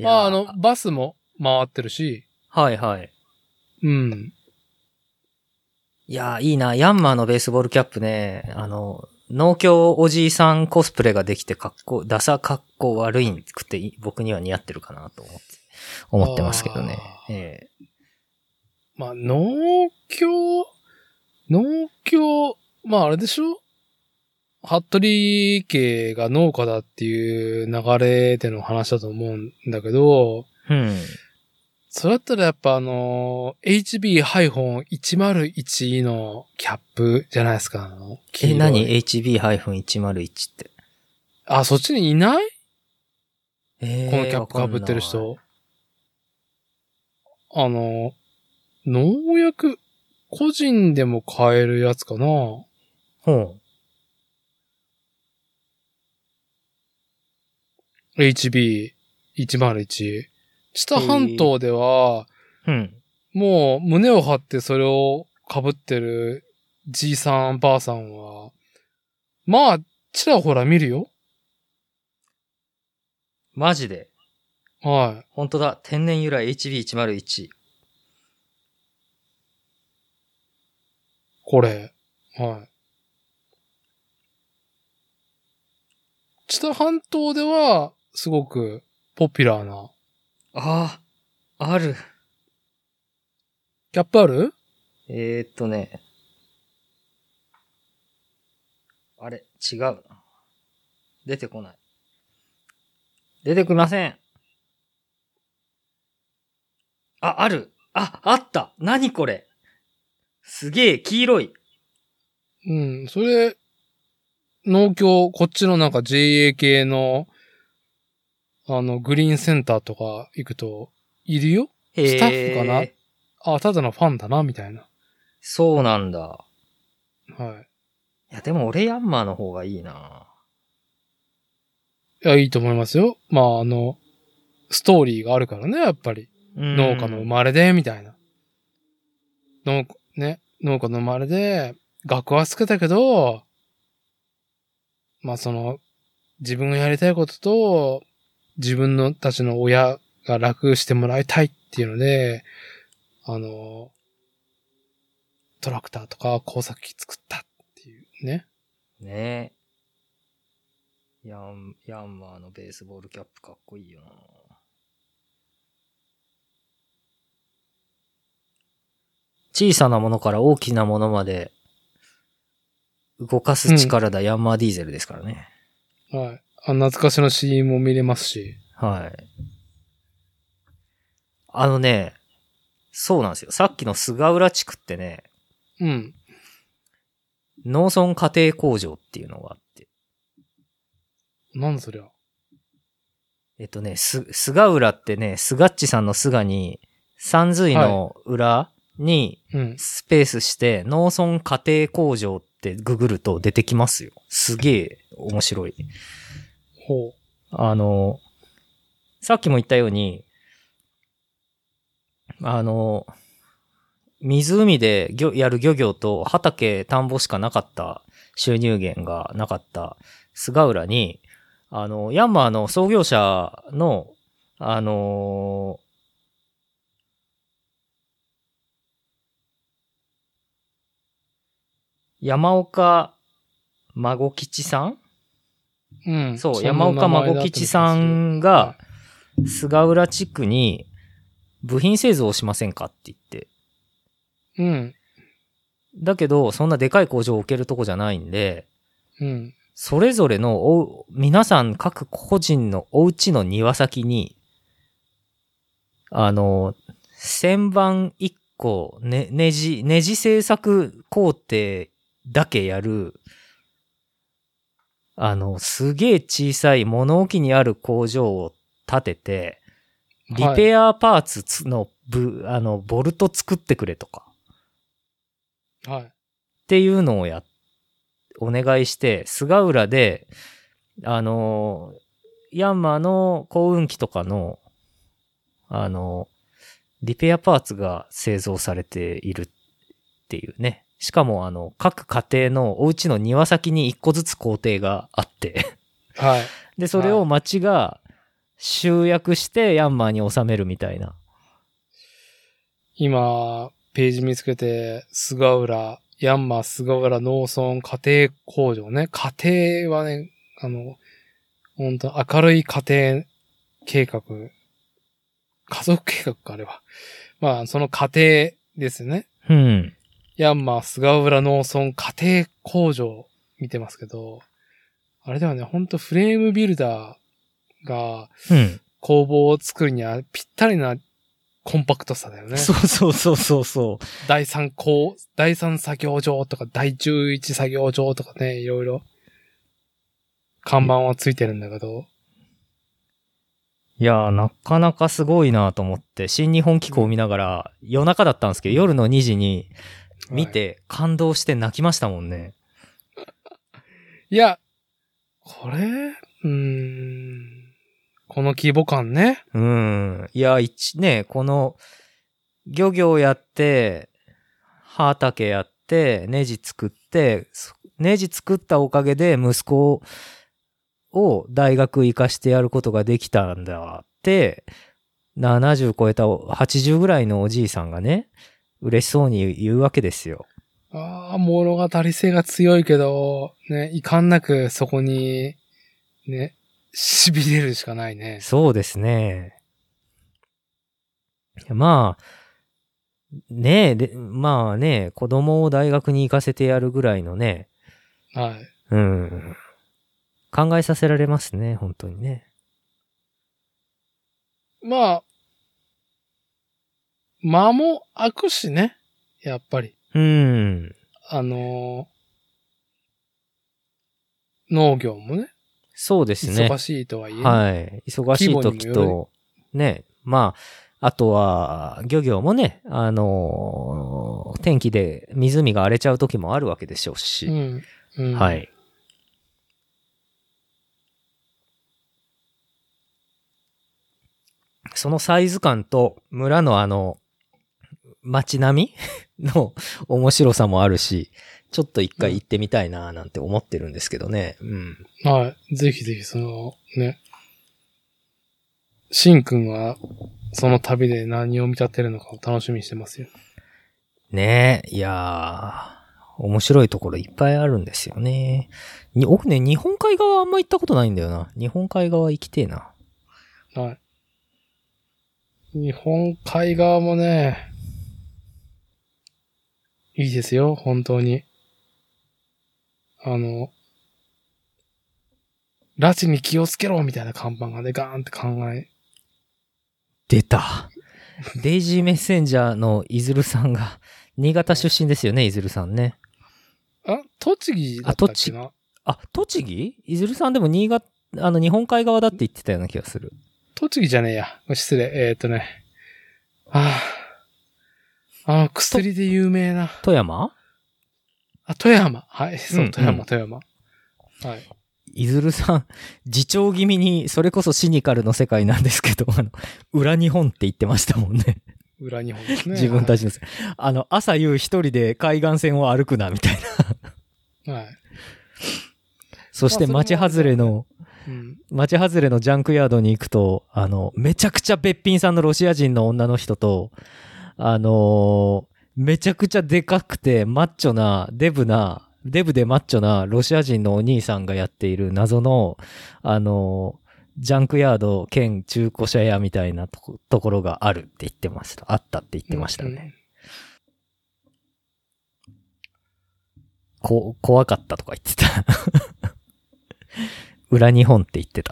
ー。 まあ、あいやーの、バスも回ってるし、 はいはい。 うん。 いやー、いいな。ヤンマーのベースボールキャップね、あの、農協おじいさんコスプレができてかっこ、ダサかっこ悪いくて僕には似合ってるかなと思って、思ってますけどね。 あーえまあ、農協、農協、まああれでしょ？服部家が農家だっていう流れでの話だと思うんだけど、 えうん。 それだったらやっぱあの、エイチビーいちまるいち のキャップじゃないですか。あの黄色え、 い何 エイチビーいちまるいち って。 あ、そっちにいない？ えー、 このキャップ被ってる人。あの、農薬、個人でも買えるやつかな。 ほう。 エイチビーいちまるいち。知多半島では、 うん。 もう胸を張ってそれを被ってるじいさんばあさんは、まあ、ちらほら見るよ。 マジで。 はい。 本当だ。天然由来 エイチビーいちまるいち。 これ。はい。知多半島では、すごくポピュラーな。 ああ、ある。 キャップある？ えー、っとね。あれ、違うな。出てこない。出てきません。あ、ある。あ、あった。何これ。すげえ、黄色い。 うん。それ、農協、こっちのなんか ジェーエー 系の、あの、グリーンセンターとか行くと、いるよ？ へえ。 スタッフかな？あ、ただのファンだな、みたいな。 そうなんだ。 はいや、でも俺ヤンマーの方がいいな。 い。いや、いいと思いますよ。まあ、あの、ストーリーがあるからね、やっぱり。 うん農家の生まれで、みたいな。農、ね、農家の生まれで、学はつけたけど、まあその、自分がやりたいことと、自分のたちの親が楽してもらいたいっていうので、あの、トラクターとか工作機作ったっていうね。 ねえ。ヤン、ヤンマーのベースボールキャップかっこいいよな。小さなものから大きなものまで動かす力だ、ヤンマーディーゼルですからね。 はい。あ、懐かしの シーエム も見れますし。 はい。あのね、そうなんですよ。さっきの菅浦地区ってね、 うん。 農村家庭工場っていうのがあって。 なんだそりゃ。 えっとね、す、菅浦ってね、菅っちさんの菅に、三髄の裏にうん。 スペースして、農村家庭工場ってググると出てきますよ。すげえ面白い。 ほう。 あの、さっきも言ったように、あの、湖で漁やる漁業と畑、田んぼしかなかった収入源がなかった菅浦に、あの、ヤンマーの創業者の、あのー山岡孫吉さんうん。 そう、 んな山岡名前だった孫吉さんがは、 菅浦地区に部品製造をしませんかって言って。 いうん。 だけど、そんなでかい工場を置けるとこじゃないんで、 うん。 それぞれのお、皆さん各個人のお家の庭先に、あの、旋盤いっこ、ね、ネジ、ネジ製作工程だけやる、あの、すげえ小さい物置にある工場を建てて、リペアパーツつの、ぶ、あの、ボルト作ってくれとか。 はい。 っていうのをや、お願いして、菅浦で、あの、ヤンマーの幸運機とかの、あの、リペアパーツが製造されているっていうね。しかも、あの、各家庭のお家の庭先に一個ずつ工程があって、 はい。 で、それを町が集約してヤンマーに収めるみたいな。 今、ページ見つけて、菅浦、ヤンマー菅浦農村家庭工場ね。家庭はね、あの、本当明るい家庭計画、家族計画か、あれは。まあ、その家庭ですね。 うん。 ヤンマー菅浦農村家庭工場見てますけど、あれではね、ほんとフレームビルダーがうん。 工房を作るにはぴったりなコンパクトさだよね。 そうそうそうそうそう。 第三工、第三作業場とか第十一作業場とかね、いろいろ看板はついてるんだけど。 いやー、なかなかすごいなと思って、新日本機構を見ながら、夜中だったんですけど、夜のにじに見て感動して泣きましたもんね。 いや、これ、うーん、この規模感ね。 うん。いや、一、ね、この、漁業やって、畑やって、ネジ作って、そネジ作ったおかげで息子を大学行かしてやることができたんだって、ななじゅう超えたはちじゅうぐらいのおじいさんがね、嬉しそうに言うわけですよ。 ああ、物語性が強いけど、ね、遺憾なくそこに、ね、痺れるしかないね。 そうですね。まあ、ねえ、で、まあね、子供を大学に行かせてやるぐらいのね、 はい。 うん。考えさせられますね、本当にね。 まあ、間も空くしね。やっぱり。 うん。 あのー農業もね。 そうですね。 忙しいとはいえ、ね。 はい。忙しい時規模にもと、ね、まあ、あとは、漁業もね、あのー天気で湖が荒れちゃう時もあるわけでしょうし。 うん。うん。 はい。そのサイズ感と村のあの、街並みの面白さもあるし、ちょっと一回行ってみたいななんて思ってるんですけどね。うん。 はい。ぜひぜひ、その、ね。シンくんは、その旅で何を見立てるのかを楽しみにしてますよ。 ねえ、いやー、面白いところいっぱいあるんですよね。に僕ね、日本海側あんま行ったことないんだよな。日本海側行きてえな。 はい。日本海側もね、いいですよ、本当に。あの、拉致に気をつけろみたいな看板がね、ガーンって考え。 出た。デイジーメッセンジャーのいずるさんが、新潟出身ですよね、いずるさんね。 あ、栃木だったっけな。 あ、栃木いずるさんでも新潟、あの、日本海側だって言ってたような気がする。 栃木じゃねえや。失礼。えー、っとね。ああ。あの、薬で有名な。 富山あ、富山。はい。そう、 うん富山、 うん富山。はい。 いずるさん、自重気味に、それこそシニカルの世界なんですけど、あの、裏日本って言ってましたもんね。 裏日本ですね。 自分たちの、はい、あの、朝夕一人で海岸線を歩くな、みたいな。 はい。 そして町外れの、 うん、 町外れのジャンクヤードに行くと、あの、めちゃくちゃべっぴんさんのロシア人の女の人と、あのー、めちゃくちゃでかくてマッチョな、デブな、デブでマッチョなロシア人のお兄さんがやっている謎の、あのー、ジャンクヤード兼中古車屋みたいなと こ, ところがあるって言ってました。あったって言ってましたね。うんうん、こ、怖かったとか言ってた。裏日本って言ってた。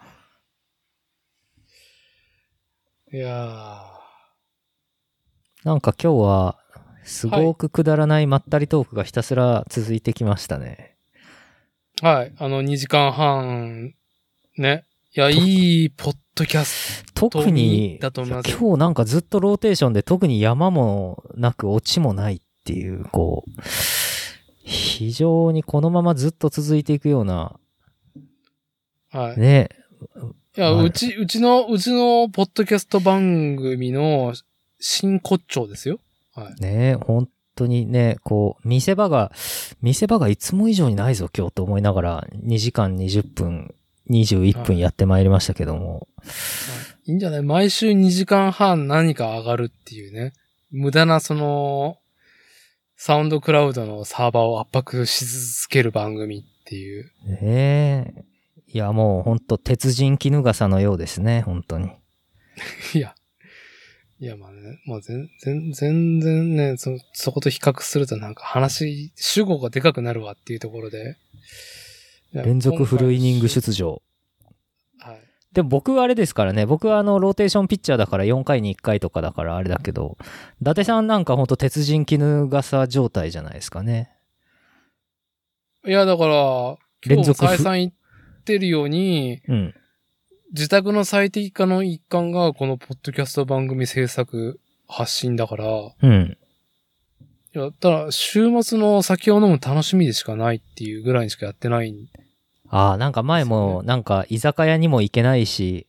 いやー。なんか今日は、すごくくだらないまったりトークがひたすら続いてきましたね。 はい。あの、にじかんはん、ね。いや、いいポッドキャスト特に、 だと思います。 今日なんかずっとローテーションで特に山もなくオチもないっっていう、こう、非常にこのままずっと続いていくような、 はい。 ね。 いや、うち、うちの、うちのポッドキャスト番組の真骨頂ですよ。はい。 ね、本当にね、こう、見せ場が、見せ場がいつも以上にないぞ今日と思いながら、にじかんにじゅっぷん、にじゅういっぷんやってまいりましたけども。 はい、いいんじゃない？毎週にじかんはん何か上がるっていうね。無駄なその、サウンドクラウドのサーバーを圧迫し続ける番組っていう。 ねえ。いや、もうほんと鉄人絹笠のようですね、本当に。 いや。いや、まあね、もう全然、全然ね、そ、そこと比較するとなんか話、主語がでかくなるわっていうところで。 連続フルイニング出場。 はい。 でも僕はあれですからね、僕はあの、ローテーションピッチャーだからよんかいにいっかいとかだからあれだけど、伊達さんなんかほんと鉄人絹笠状態じゃないですかね。 いや、だから、今日再三言ってるように、うん、自宅の最適化の一環がこのポッドキャスト番組制作発信だから、うん。いや、ただ、週末の酒を飲む楽しみでしかないっていうぐらいにしかやってないんですよね。 ああ、なんか前も、なんか居酒屋にも行けないし、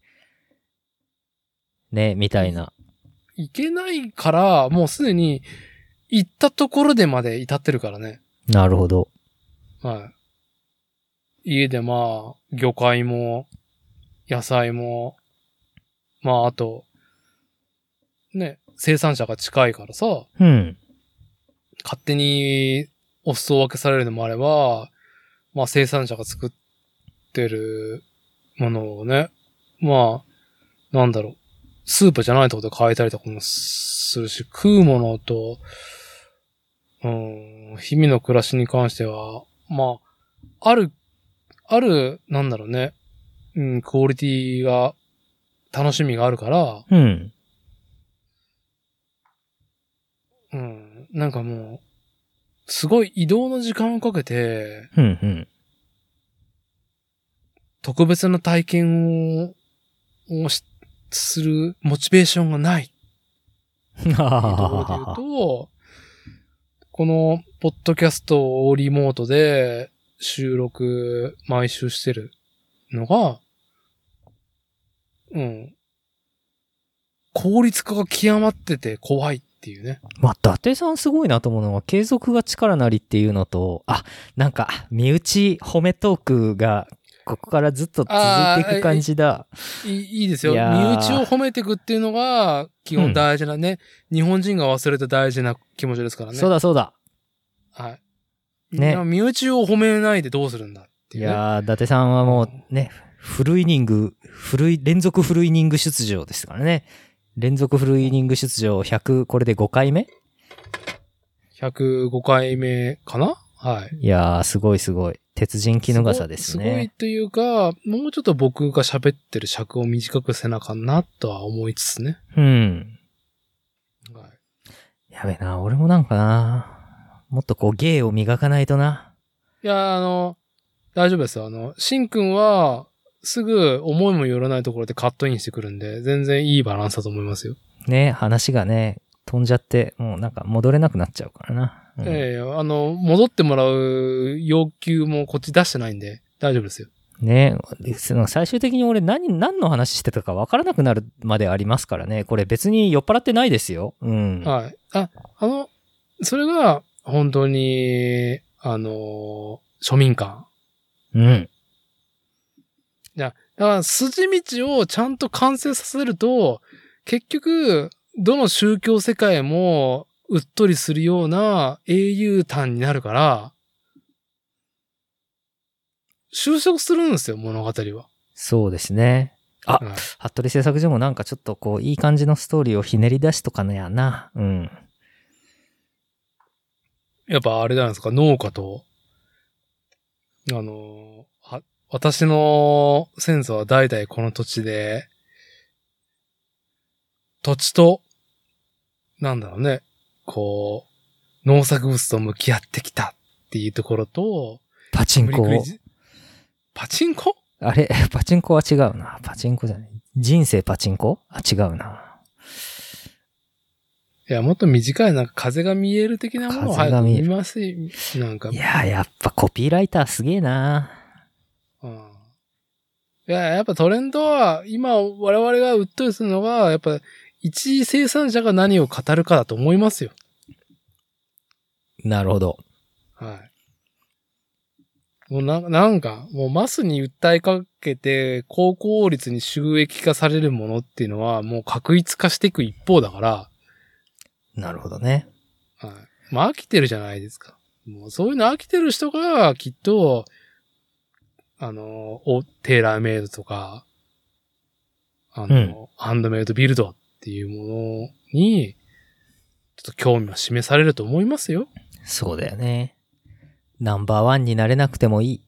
ね、みたいな。 行けないから、もうすでに行ったところでまで至ってるからね。 なるほど。 はい。家でまあ、魚介も、野菜も、まああと、ね、生産者が近いからさ、うん。勝手にお裾分けされるのもあれば、まあ生産者が作ってるものをね、まあ、なんだろう、スーパーじゃないところで買えたりとかもするし、食うものと、うん、日々の暮らしに関しては、まあ、ある、ある、なんだろうね、うん、クオリティが、楽しみがあるから、うん。うん、なんかもう、すごい移動の時間をかけて、うんうん、特別な体験を、をし、するモチベーションがない。っていうところで言うと、この、ポッドキャストをリモートで収録毎週してるのが、うん。効率化が極まってて怖いっていうね。 まあ、伊達さんすごいなと思うのは、継続が力なりっていうのと、あ、なんか、身内褒めトークが、ここからずっと続いていく感じだ。 いい、いいですよ。身内を褒めていくっていうのが、基本大事なね、うん。日本人が忘れた大事な気持ちですからね。 そうだそうだ。 はい。ね。身内を褒めないでどうするんだっていう、ね。 いやー、伊達さんはもうね、フルイニング、フルイ、連続フルイニング出場ですからね。連続フルイニング出場ひゃく、これでごかいめ ? ひゃくごかいめかな？はい。 いやー、すごいすごい。鉄人絹笠ですね。 すごいというか、もうちょっと僕が喋ってる尺を短くせなあかんなとは思いつつね。うん。 はい。やべえな、俺もなんかな、もっとこう芸を磨かないとな。 いや、あの、大丈夫ですよ。あの、しんくんは、すぐ思いもよらないところでカットインしてくるんで、全然いいバランスだと思いますよ。 ね、話がね、飛んじゃって、もうなんか戻れなくなっちゃうからな。 うん、ええー、あの、戻ってもらう要求もこっち出してないんで、大丈夫ですよ。 ね、最終的に俺何、何の話してたか分からなくなるまでありますからね。これ別に酔っ払ってないですよ。うん。 はい。あ、あの、それが、本当に、あの、庶民感。うん。いや、だから筋道をちゃんと完成させると、結局、どの宗教世界もうっとりするような英雄譚になるから、収束するんですよ、物語は。 そうですね。あ、はい、服部製作所もなんかちょっとこう、いい感じのストーリーをひねり出しとかのやな。うん。 やっぱあれなんですか、農家と、あの、は、私の先祖は代々この土地で、土地と、なんだろうね、こう、農作物と向き合ってきたっていうところと、 パチンコを。 パチンコ？ あれパチンコは違うな。パチンコじゃない。人生パチンコ？あ、違うな。 いや、もっと短い、なんか風が見える的なものを早く見ますよ。なんか。 いや、やっぱコピーライターすげえな。 うん。いや、やっぱトレンドは、今我々がうっとりするのが、やっぱ一次生産者が何を語るかだと思いますよ。 なるほど。 はい。もうな、なんか、もうマスに訴えかけて、高効率に収益化されるものっていうのは、もう確一化していく一方だから、 なるほどね。 はい。まあ飽きてるじゃないですか。もうそういうの飽きてる人が、きっと、あの、お、テーラーメイドとか、あの、うん、ハンドメイドビルドっていうものに、ちょっと興味は示されると思いますよ。 そうだよね。ナンバーワンになれなくてもいい。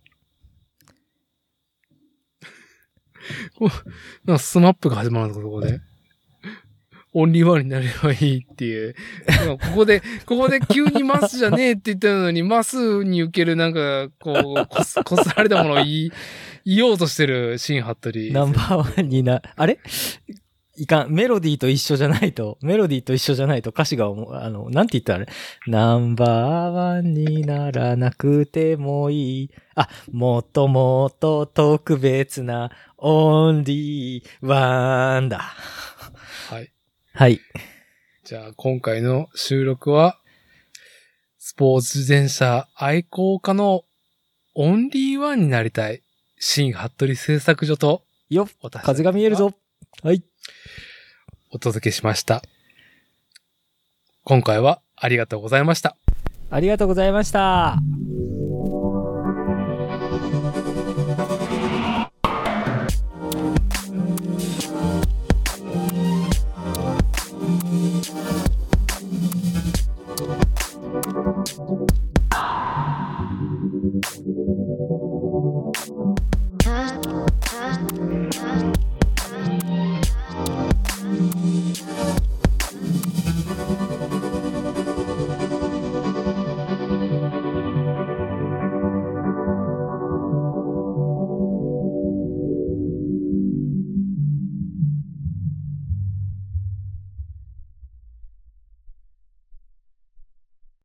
なんかスマップが始まるんですか、そこで。オンリーワンになればいいっていう。ここで、ここで急にマスじゃねえって言ったのに、マスに受けるなんか、こう、こす、こすられたものを言い、言おうとしてる新ハットリ。 ナンバーワンにな、あれいかん。メロディーと一緒じゃないと、メロディーと一緒じゃないと歌詞が、あの、なんて言ったらあれナンバーワンにならなくてもいい。あ、もっともっと特別なオンリーワンだ。 はい。 はい。 じゃあ今回の収録は、スポーツ自転車愛好家のオンリーワンになりたい新服部製作所と、 よっ、風が見えるぞ。はい。 お届けしました。今回はありがとうございました。 ありがとうございました。